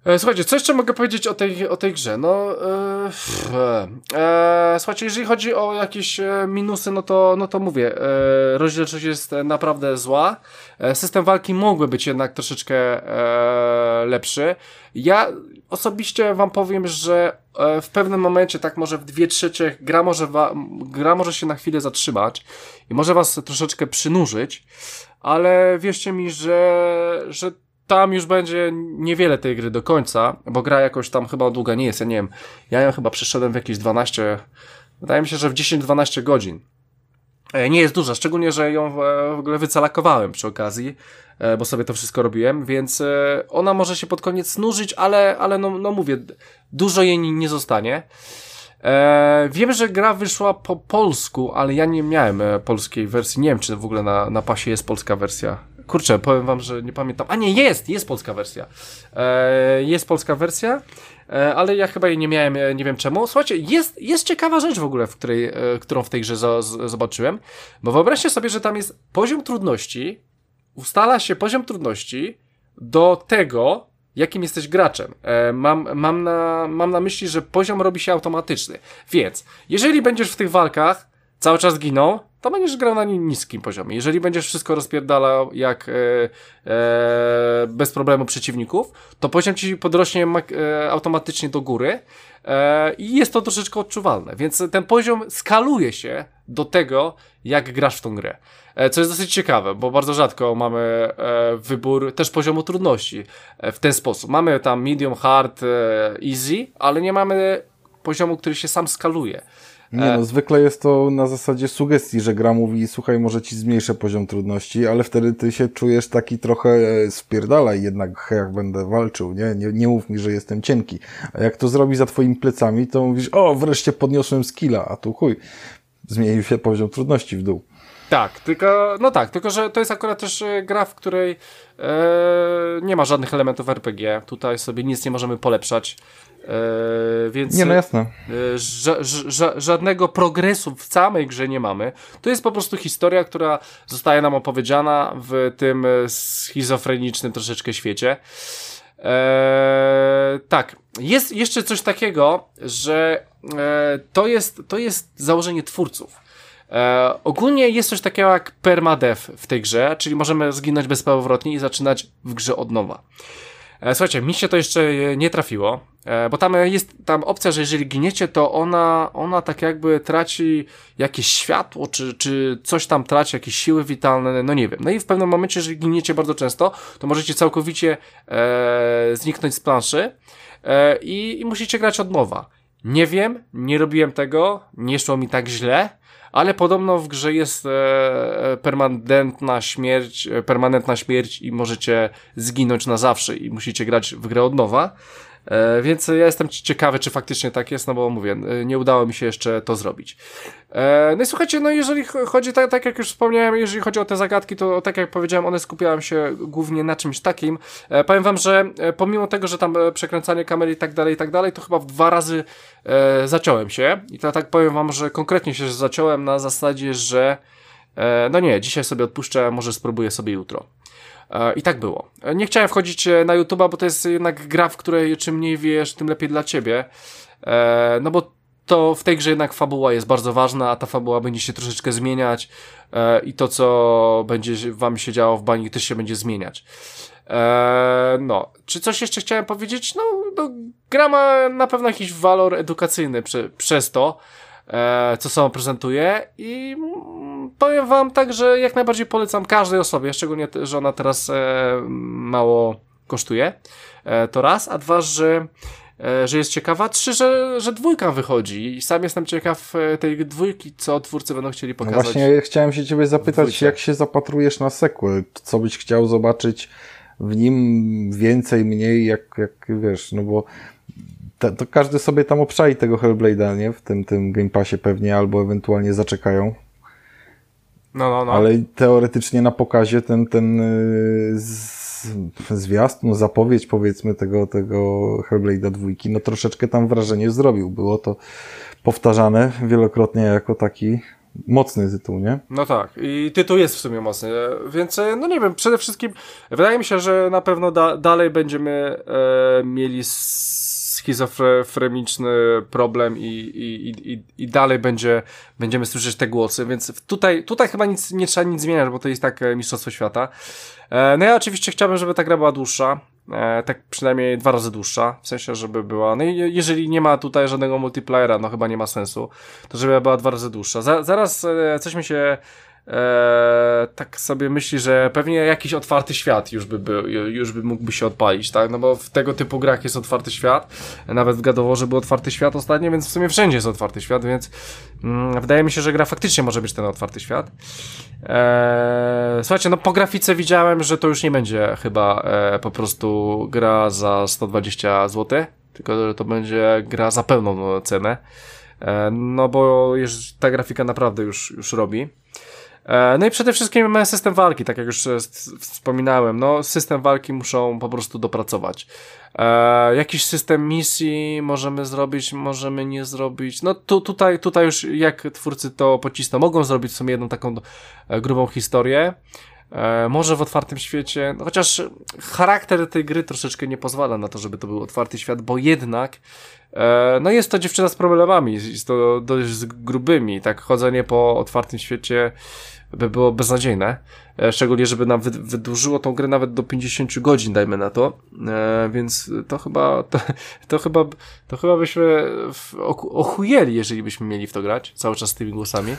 Słuchajcie, co jeszcze mogę powiedzieć o tej grze? No, słuchajcie, jeżeli chodzi o jakieś minusy, no to mówię, rozdzielczość jest naprawdę zła. System walki mógłby być jednak troszeczkę lepszy. Ja osobiście wam powiem, że w pewnym momencie, tak może w 2/3, gra może się na chwilę zatrzymać i może was troszeczkę przynurzyć, ale wierzcie mi, że tam już będzie niewiele tej gry do końca, bo gra jakoś tam chyba długa nie jest, ja nie wiem, ja ją chyba przeszedłem w jakieś 12, wydaje mi się, że w 10-12 godzin. Nie jest duża, szczególnie, że ją w ogóle wycalakowałem przy okazji, bo sobie to wszystko robiłem, więc ona może się pod koniec nużyć, ale no mówię, dużo jej nie zostanie. Wiem, że gra wyszła po polsku, ale ja nie miałem polskiej wersji, nie wiem, czy w ogóle na pasie jest polska wersja. Kurczę, powiem wam, że nie pamiętam. A nie, jest polska wersja. Jest polska wersja, ale ja chyba jej nie miałem, nie wiem czemu. Słuchajcie, jest ciekawa rzecz w ogóle, którą w tej grze zobaczyłem, bo wyobraźcie sobie, że tam jest poziom trudności, ustala się poziom trudności do tego, jakim jesteś graczem. Mam na myśli, że poziom robi się automatyczny. Więc, jeżeli będziesz w tych walkach cały czas ginął, to będziesz grał na niskim poziomie. Jeżeli będziesz wszystko rozpierdalał jak bez problemu przeciwników, to poziom ci podrośnie automatycznie do góry i jest to troszeczkę odczuwalne. Więc ten poziom skaluje się do tego, jak grasz w tą grę. Co jest dosyć ciekawe, bo bardzo rzadko mamy wybór też poziomu trudności w ten sposób. Mamy tam medium, hard, easy, ale nie mamy poziomu, który się sam skaluje. Nie no, zwykle jest to na zasadzie sugestii, że gra mówi, słuchaj, może ci zmniejszę poziom trudności, ale wtedy ty się czujesz taki trochę spierdalaj jednak, jak będę walczył, nie mów mi, że jestem cienki. A jak to zrobi za twoimi plecami, to mówisz, o, wreszcie podniosłem skilla, a tu chuj, zmienił się poziom trudności w dół. Tak, tylko że to jest akurat też gra, w której nie ma żadnych elementów RPG. Tutaj sobie nic nie możemy polepszać. Więc nie, no jasne. Żadnego progresu w samej grze nie mamy. To jest po prostu historia, która zostaje nam opowiedziana w tym schizofrenicznym troszeczkę świecie. Tak, jest jeszcze coś takiego, że to jest założenie twórców. Ogólnie jest coś takiego jak permadeath w tej grze, czyli możemy zginąć bezpowrotnie i zaczynać w grze od nowa. Słuchajcie, mi się to jeszcze nie trafiło, bo tam jest opcja, że jeżeli giniecie, to ona tak jakby traci jakieś światło, czy coś tam traci, jakieś siły witalne, no nie wiem. No i w pewnym momencie, jeżeli giniecie bardzo często, to możecie całkowicie zniknąć z planszy i musicie grać od nowa. Nie wiem, nie robiłem tego, nie szło mi tak źle, ale podobno w grze jest permanentna śmierć i możecie zginąć na zawsze i musicie grać w grę od nowa. Więc ja jestem ciekawy, czy faktycznie tak jest, no bo mówię, nie udało mi się jeszcze to zrobić. No i słuchajcie, no jeżeli chodzi, tak jak już wspomniałem, jeżeli chodzi o te zagadki, to tak jak powiedziałem, one skupiają się głównie na czymś takim. Powiem wam, że pomimo tego, że tam przekręcanie kamery i tak dalej, to chyba w 2 razy zaciąłem się. I to tak powiem wam, że konkretnie się zaciąłem na zasadzie, że no nie, dzisiaj sobie odpuszczę, może spróbuję sobie jutro. I tak było. Nie chciałem wchodzić na YouTube'a, bo to jest jednak gra, w której czym mniej wiesz, tym lepiej dla ciebie. No bo to w tej grze jednak fabuła jest bardzo ważna, a ta fabuła będzie się troszeczkę zmieniać i to, co będzie wam się działo w bani, też się będzie zmieniać. No, czy coś jeszcze chciałem powiedzieć? No gra ma na pewno jakiś walor edukacyjny przez to, co samo prezentuje i powiem wam tak, że jak najbardziej polecam każdej osobie, szczególnie, że ona teraz mało kosztuje, to raz, a 2, że jest ciekawa, 3, że 2 wychodzi i sam jestem ciekaw tej 2, co twórcy będą chcieli pokazać. No właśnie chciałem się ciebie zapytać, jak się zapatrujesz na sequel, co byś chciał zobaczyć w nim więcej, mniej, jak wiesz, no bo to każdy sobie tam obczai tego Hellblade'a, nie? W tym Game Passie pewnie, albo ewentualnie zaczekają. No. Ale teoretycznie na pokazie ten zwiastun, zapowiedź powiedzmy tego Hellblade'a 2, no troszeczkę tam wrażenie zrobił. Było to powtarzane wielokrotnie jako taki mocny tytuł, nie? No tak, i tytuł jest w sumie mocny, więc no nie wiem, przede wszystkim wydaje mi się, że na pewno dalej będziemy mieli schizofreniczny problem i dalej będziemy słyszeć te głosy, więc tutaj chyba nie trzeba nic zmieniać, bo to jest tak Mistrzostwo Świata. No ja oczywiście chciałbym, żeby ta gra była dłuższa, tak przynajmniej 2 razy dłuższa, w sensie, żeby była, no i jeżeli nie ma tutaj żadnego multiplayera, no chyba nie ma sensu, to żeby była 2 razy dłuższa. Zaraz coś mi się tak sobie myśli, że pewnie jakiś otwarty świat już by mógłby się odpalić, tak? No bo w tego typu grach jest otwarty świat, nawet w God of Warze był otwarty świat ostatnio, więc w sumie wszędzie jest otwarty świat, więc wydaje mi się, że gra faktycznie może być ten otwarty świat. Słuchajcie, no po grafice widziałem, że to już nie będzie chyba po prostu gra za 120 zł, tylko że to będzie gra za pełną cenę, no bo ta grafika naprawdę już robi. No i przede wszystkim system walki, tak jak już wspominałem, no system walki muszą po prostu dopracować. Jakiś system misji możemy zrobić, możemy nie zrobić, no tutaj już jak twórcy to pocisną, mogą zrobić w sumie jedną taką grubą historię, może w otwartym świecie, no chociaż charakter tej gry troszeczkę nie pozwala na to, żeby to był otwarty świat, bo jednak no jest to dziewczyna z problemami, jest to dość grubymi, tak chodzenie po otwartym świecie by było beznadziejne, szczególnie żeby nam wydłużyło tą grę nawet do 50 godzin, dajmy na to, więc to chyba byśmy ochujeli, jeżeli byśmy mieli w to grać, cały czas z tymi głosami,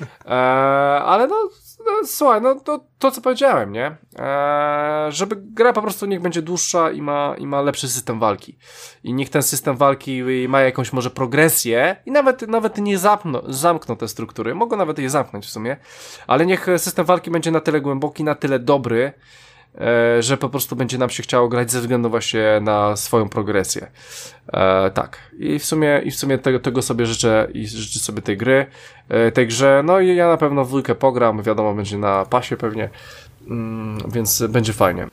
ale no słuchaj, no to co powiedziałem, nie? Żeby gra po prostu niech będzie dłuższa i ma lepszy system walki. I niech ten system walki ma jakąś może progresję i nawet nie zamkną te struktury. Mogą nawet je zamknąć w sumie, ale niech system walki będzie na tyle głęboki, na tyle dobry, że po prostu będzie nam się chciało grać ze względu właśnie na swoją progresję. Tak. I w sumie tego sobie życzę i życzę sobie tej gry, tej grze. No i ja na pewno w 2 pogram, wiadomo, będzie na pasie pewnie, więc będzie fajnie.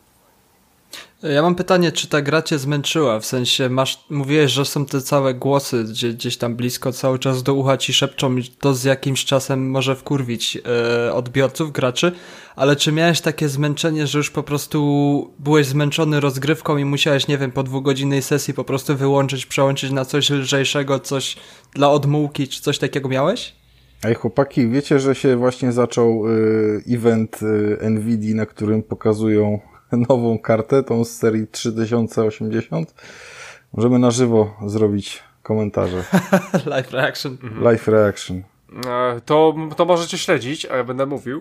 Ja mam pytanie, czy ta gra cię zmęczyła? W sensie mówiłeś, że są te całe głosy gdzieś tam blisko, cały czas do ucha ci szepczą i to z jakimś czasem może wkurwić odbiorców, graczy, ale czy miałeś takie zmęczenie, że już po prostu byłeś zmęczony rozgrywką i musiałeś, nie wiem, po 2-godzinnej sesji po prostu przełączyć na coś lżejszego, coś dla odmułki, czy coś takiego miałeś? Ej chłopaki, wiecie, że się właśnie zaczął event Nvidia, na którym pokazują nową kartę, tą z serii 3080. Możemy na żywo zrobić komentarze. Live reaction. Live reaction. To możecie śledzić, a ja będę mówił.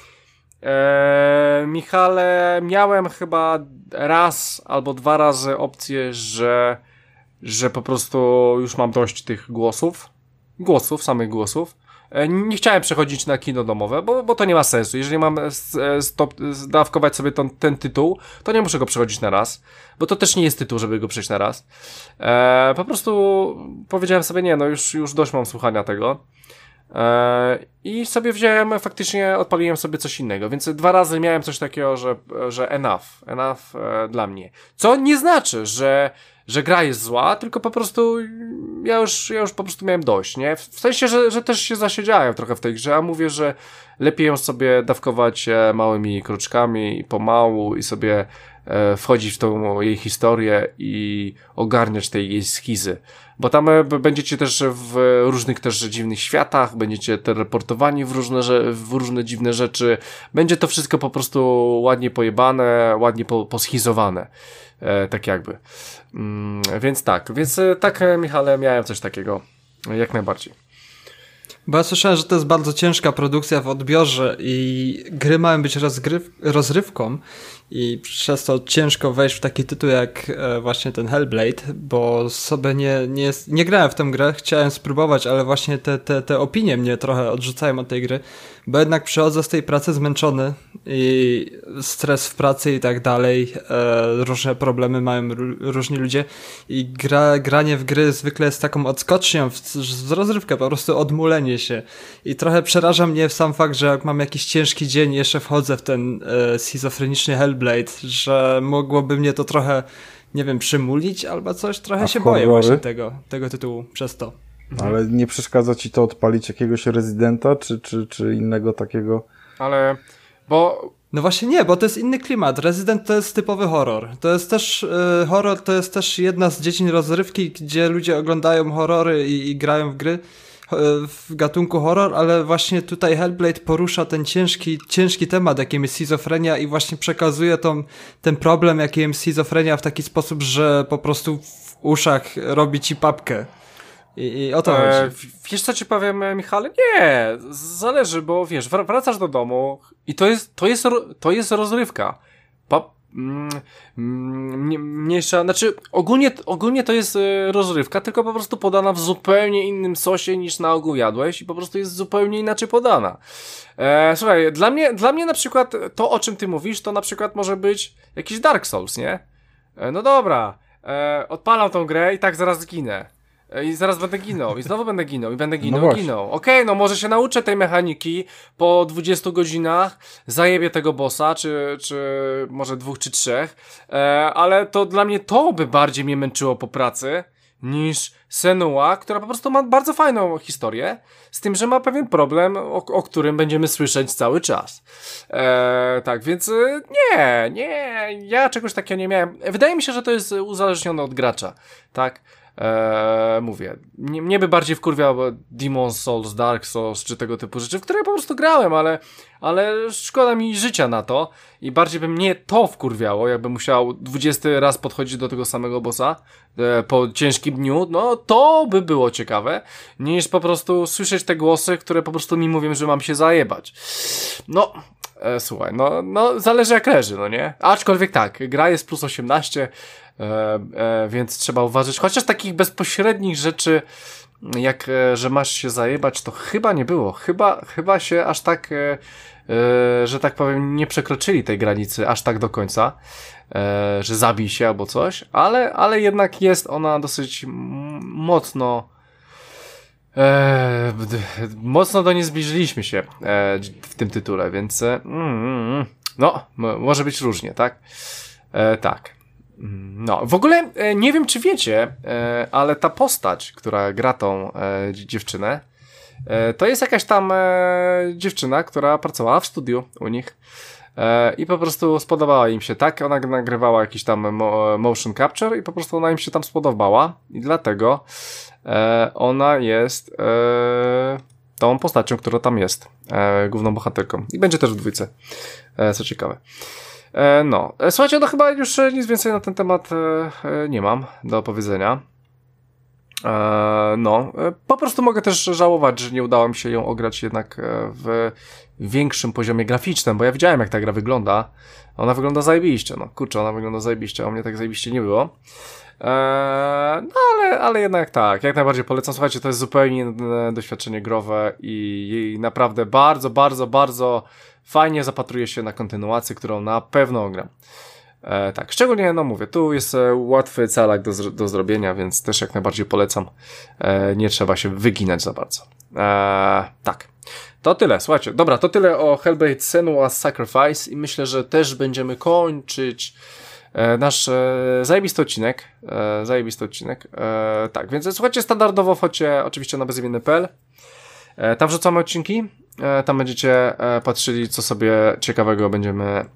Michale, miałem chyba raz albo 2 razy opcję, że po prostu już mam dość tych samych głosów. Nie chciałem przechodzić na kino domowe, bo to nie ma sensu. Jeżeli mam dawkować sobie ten tytuł, to nie muszę go przechodzić na raz, bo to też nie jest tytuł, żeby go przejść na raz. Po prostu powiedziałem sobie, nie, no już dość mam słuchania tego. I sobie wziąłem, faktycznie odpaliłem sobie coś innego, więc 2 razy miałem coś takiego, że enough dla mnie. Co nie znaczy, że gra jest zła, tylko po prostu ja już po prostu miałem dość, nie? W sensie, że też się zasiedziałem trochę w tej grze, a mówię, że lepiej ją sobie dawkować małymi kroczkami i pomału i sobie wchodzić w tą jej historię i ogarniać tej jej schizy. Bo tam będziecie też w różnych też dziwnych światach, będziecie teleportowani w różne dziwne rzeczy. Będzie to wszystko po prostu ładnie pojebane, ładnie poschizowane. Tak jakby. Więc tak, Michale, miałem coś takiego. Jak najbardziej. Bo ja słyszałem, że to jest bardzo ciężka produkcja w odbiorze i gry mają być rozrywką i przez to ciężko wejść w taki tytuł jak właśnie ten Hellblade, bo sobie nie grałem w tę grę, chciałem spróbować, ale właśnie te opinie mnie trochę odrzucają od tej gry, bo jednak przychodzę z tej pracy zmęczony i stres w pracy i tak dalej, różne problemy mają różni ludzie i granie w gry zwykle jest taką odskocznią z rozrywkę, po prostu odmulenie się i trochę przeraża mnie sam fakt, że jak mam jakiś ciężki dzień i jeszcze wchodzę w ten schizofreniczny Hellblade, że mogłoby mnie to trochę, nie wiem, przymulić albo coś, trochę się boję właśnie tego tytułu przez to. Ale nie przeszkadza ci to odpalić jakiegoś Residenta, czy innego takiego? Ale, bo... No właśnie nie, bo to jest inny klimat. Resident to jest typowy horror. To jest też horror, to jest też jedna z dziedzin rozrywki, gdzie ludzie oglądają horrory i grają w gry w gatunku horror, ale właśnie tutaj Hellblade porusza ten ciężki temat, jakim jest schizofrenia i właśnie przekazuje ten problem, jakim jest schizofrenia w taki sposób, że po prostu w uszach robi ci papkę. I o to chodzi. Wiesz co ci powiem, Michale? Nie, zależy, bo wiesz, wracasz do domu i to jest rozrywka. Mniejsza, znaczy ogólnie to jest rozrywka, tylko po prostu podana w zupełnie innym sosie niż na ogół jadłeś i po prostu jest zupełnie inaczej podana. Słuchaj, dla mnie na przykład to, o czym ty mówisz, to na przykład może być jakiś Dark Souls, nie? No dobra, odpalam tą grę i tak zaraz zginę. I zaraz będę ginął, i znowu będę ginął, i będę ginął, No ginął. Okej, no może się nauczę tej mechaniki po 20 godzinach, zajebię tego bossa, czy może 2 czy 3, ale to dla mnie to by bardziej mnie męczyło po pracy, niż Senua, która po prostu ma bardzo fajną historię, z tym, że ma pewien problem, o którym będziemy słyszeć cały czas. Tak, więc nie, ja czegoś takiego nie miałem. Wydaje mi się, że to jest uzależnione od gracza, tak? Mówię, mnie by bardziej wkurwiał Demon's Souls, Dark Souls, czy tego typu rzeczy, w które po prostu grałem, ale szkoda mi życia na to i bardziej by mnie to wkurwiało, jakbym musiał 20 raz podchodzić do tego samego bossa po ciężkim dniu, no to by było ciekawe, niż po prostu słyszeć te głosy, które po prostu mi mówią, że mam się zajebać. No, słuchaj, no zależy jak leży, no nie? Aczkolwiek tak, gra jest plus 18, więc trzeba uważać. Chociaż takich bezpośrednich rzeczy, jak że masz się zajebać, to chyba nie było. Chyba się aż tak, że tak powiem, nie przekroczyli tej granicy aż tak do końca, że zabij się albo coś, ale jednak jest ona dosyć mocno mocno do niej zbliżyliśmy się w tym tytule, więc no, może być różnie, tak? Tak. No, w ogóle nie wiem, czy wiecie, ale ta postać, która gra tą dziewczynę, to jest jakaś tam dziewczyna, która pracowała w studiu u nich i po prostu spodobała im się, tak? Ona nagrywała jakiś tam motion capture i po prostu ona im się tam spodobała i dlatego ona jest tą postacią, która tam jest, główną bohaterką i będzie też w 2, co ciekawe. No, słuchajcie, no chyba już nic więcej na ten temat nie mam do powiedzenia. No, po prostu mogę też żałować, że nie udało mi się ją ograć jednak w większym poziomie graficznym, bo ja widziałem jak ta gra wygląda. Ona wygląda zajebiście, no kurczę, ona wygląda zajebiście, a u mnie tak zajebiście nie było. No ale jednak tak, jak najbardziej polecam. Słuchajcie, to jest zupełnie inne doświadczenie growe i naprawdę bardzo, bardzo, bardzo fajnie zapatruje się na kontynuację, którą na pewno ogram. Tak, szczególnie, no mówię, tu jest łatwy calak do zrobienia, więc też jak najbardziej polecam. Nie trzeba się wyginać za bardzo. Tak, to tyle, słuchajcie. Dobra, to tyle o Hellblade: Senua's Sacrifice i myślę, że też będziemy kończyć nasz zajebisty odcinek. Tak, więc słuchajcie, standardowo wchodźcie oczywiście na bezimienny.pl. Tam wrzucamy odcinki. Tam będziecie patrzyli, co sobie ciekawego będziemy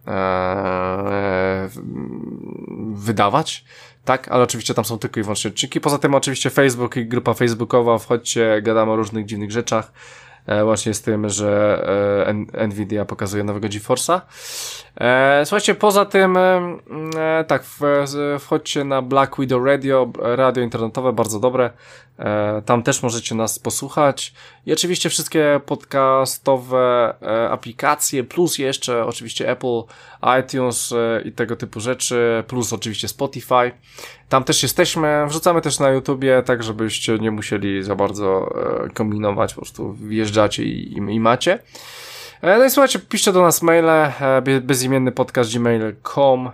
wydawać. Tak, ale oczywiście tam są tylko i wyłącznie odcinki. Poza tym oczywiście Facebook i grupa facebookowa. Wchodźcie, gadamy o różnych dziwnych rzeczach. Właśnie z tym, że Nvidia pokazuje nowego GeForce'a. Słuchajcie, poza tym tak, wchodźcie na Black Widow radio internetowe, bardzo dobre. Tam też możecie nas posłuchać. I oczywiście wszystkie podcastowe aplikacje, plus jeszcze oczywiście Apple, iTunes i tego typu rzeczy, plus oczywiście Spotify. Tam też jesteśmy, wrzucamy też na YouTubie, tak żebyście nie musieli za bardzo kombinować, po prostu wjeżdżacie i macie. No i słuchajcie, piszcie do nas maile, bezimienny podcast gmail.com.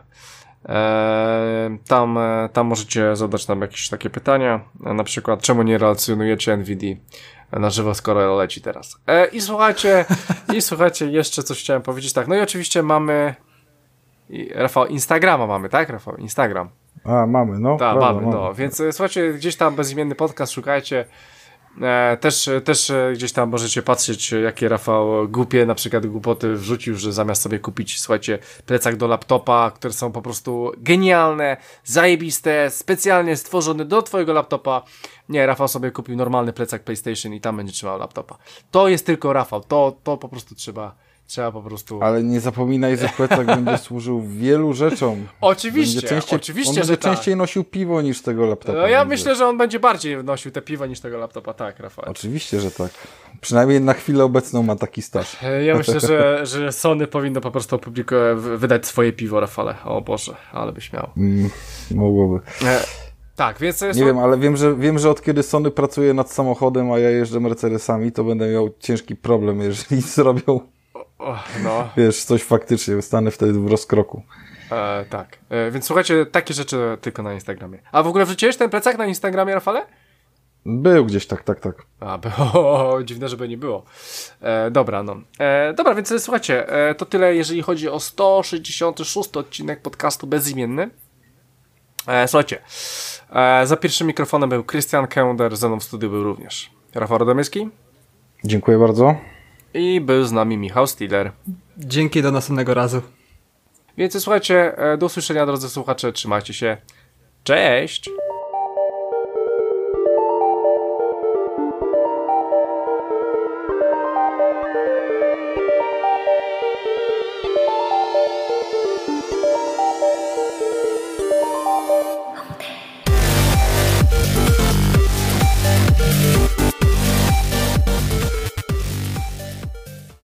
Tam możecie zadać nam jakieś takie pytania, na przykład czemu nie relacjonujecie NVIDII na żywo, skoro leci teraz. I słuchajcie, jeszcze coś chciałem powiedzieć, tak, no i oczywiście mamy Rafał, Instagrama mamy, tak Rafał? Instagram. A, mamy, no. Tak, prawda, mamy, no, więc słuchajcie, gdzieś tam bezimienny podcast szukajcie Też gdzieś tam możecie patrzeć, jakie Rafał głupie na przykład głupoty wrzucił, że zamiast sobie kupić, słuchajcie, plecak do laptopa, które są po prostu genialne, zajebiste, specjalnie stworzone do twojego laptopa. Nie, Rafał sobie kupił normalny plecak PlayStation i tam będzie trzymał laptopa. To jest tylko Rafał, to po prostu trzeba po prostu... Ale nie zapominaj, że plecak będzie służył wielu rzeczom. Oczywiście, on będzie częściej nosił piwo niż tego laptopa. No ja myślę, że on będzie bardziej nosił te piwo niż tego laptopa, tak, Rafał. Oczywiście, że tak. Przynajmniej na chwilę obecną ma taki staż. Ja myślę, że Sony powinno po prostu wydać swoje piwo, Rafale. O Boże, ale byś miał. Mogłoby. Tak, więc... Nie wiem, ale wiem, że od kiedy Sony pracuje nad samochodem, a ja jeżdżę Mercedesami, to będę miał ciężki problem, jeżeli zrobią no. Wiesz, coś faktycznie, stanę wtedy w rozkroku. Tak, więc słuchajcie, takie rzeczy tylko na Instagramie. A w ogóle wrzuciłeś ten plecak na Instagramie, Rafale? Był gdzieś, tak. A, było, dziwne, żeby nie było. Dobra, no. Dobra, więc słuchajcie, to tyle, jeżeli chodzi o 166 odcinek podcastu Bezimienny. Słuchajcie, za pierwszym mikrofonem był Krystian Kender, ze mną w studiu był również Rafał Radomyski. Dziękuję bardzo. I był z nami Michał Stiller. Dzięki, do następnego razu. Więc słuchajcie, do usłyszenia, drodzy słuchacze, trzymajcie się. Cześć!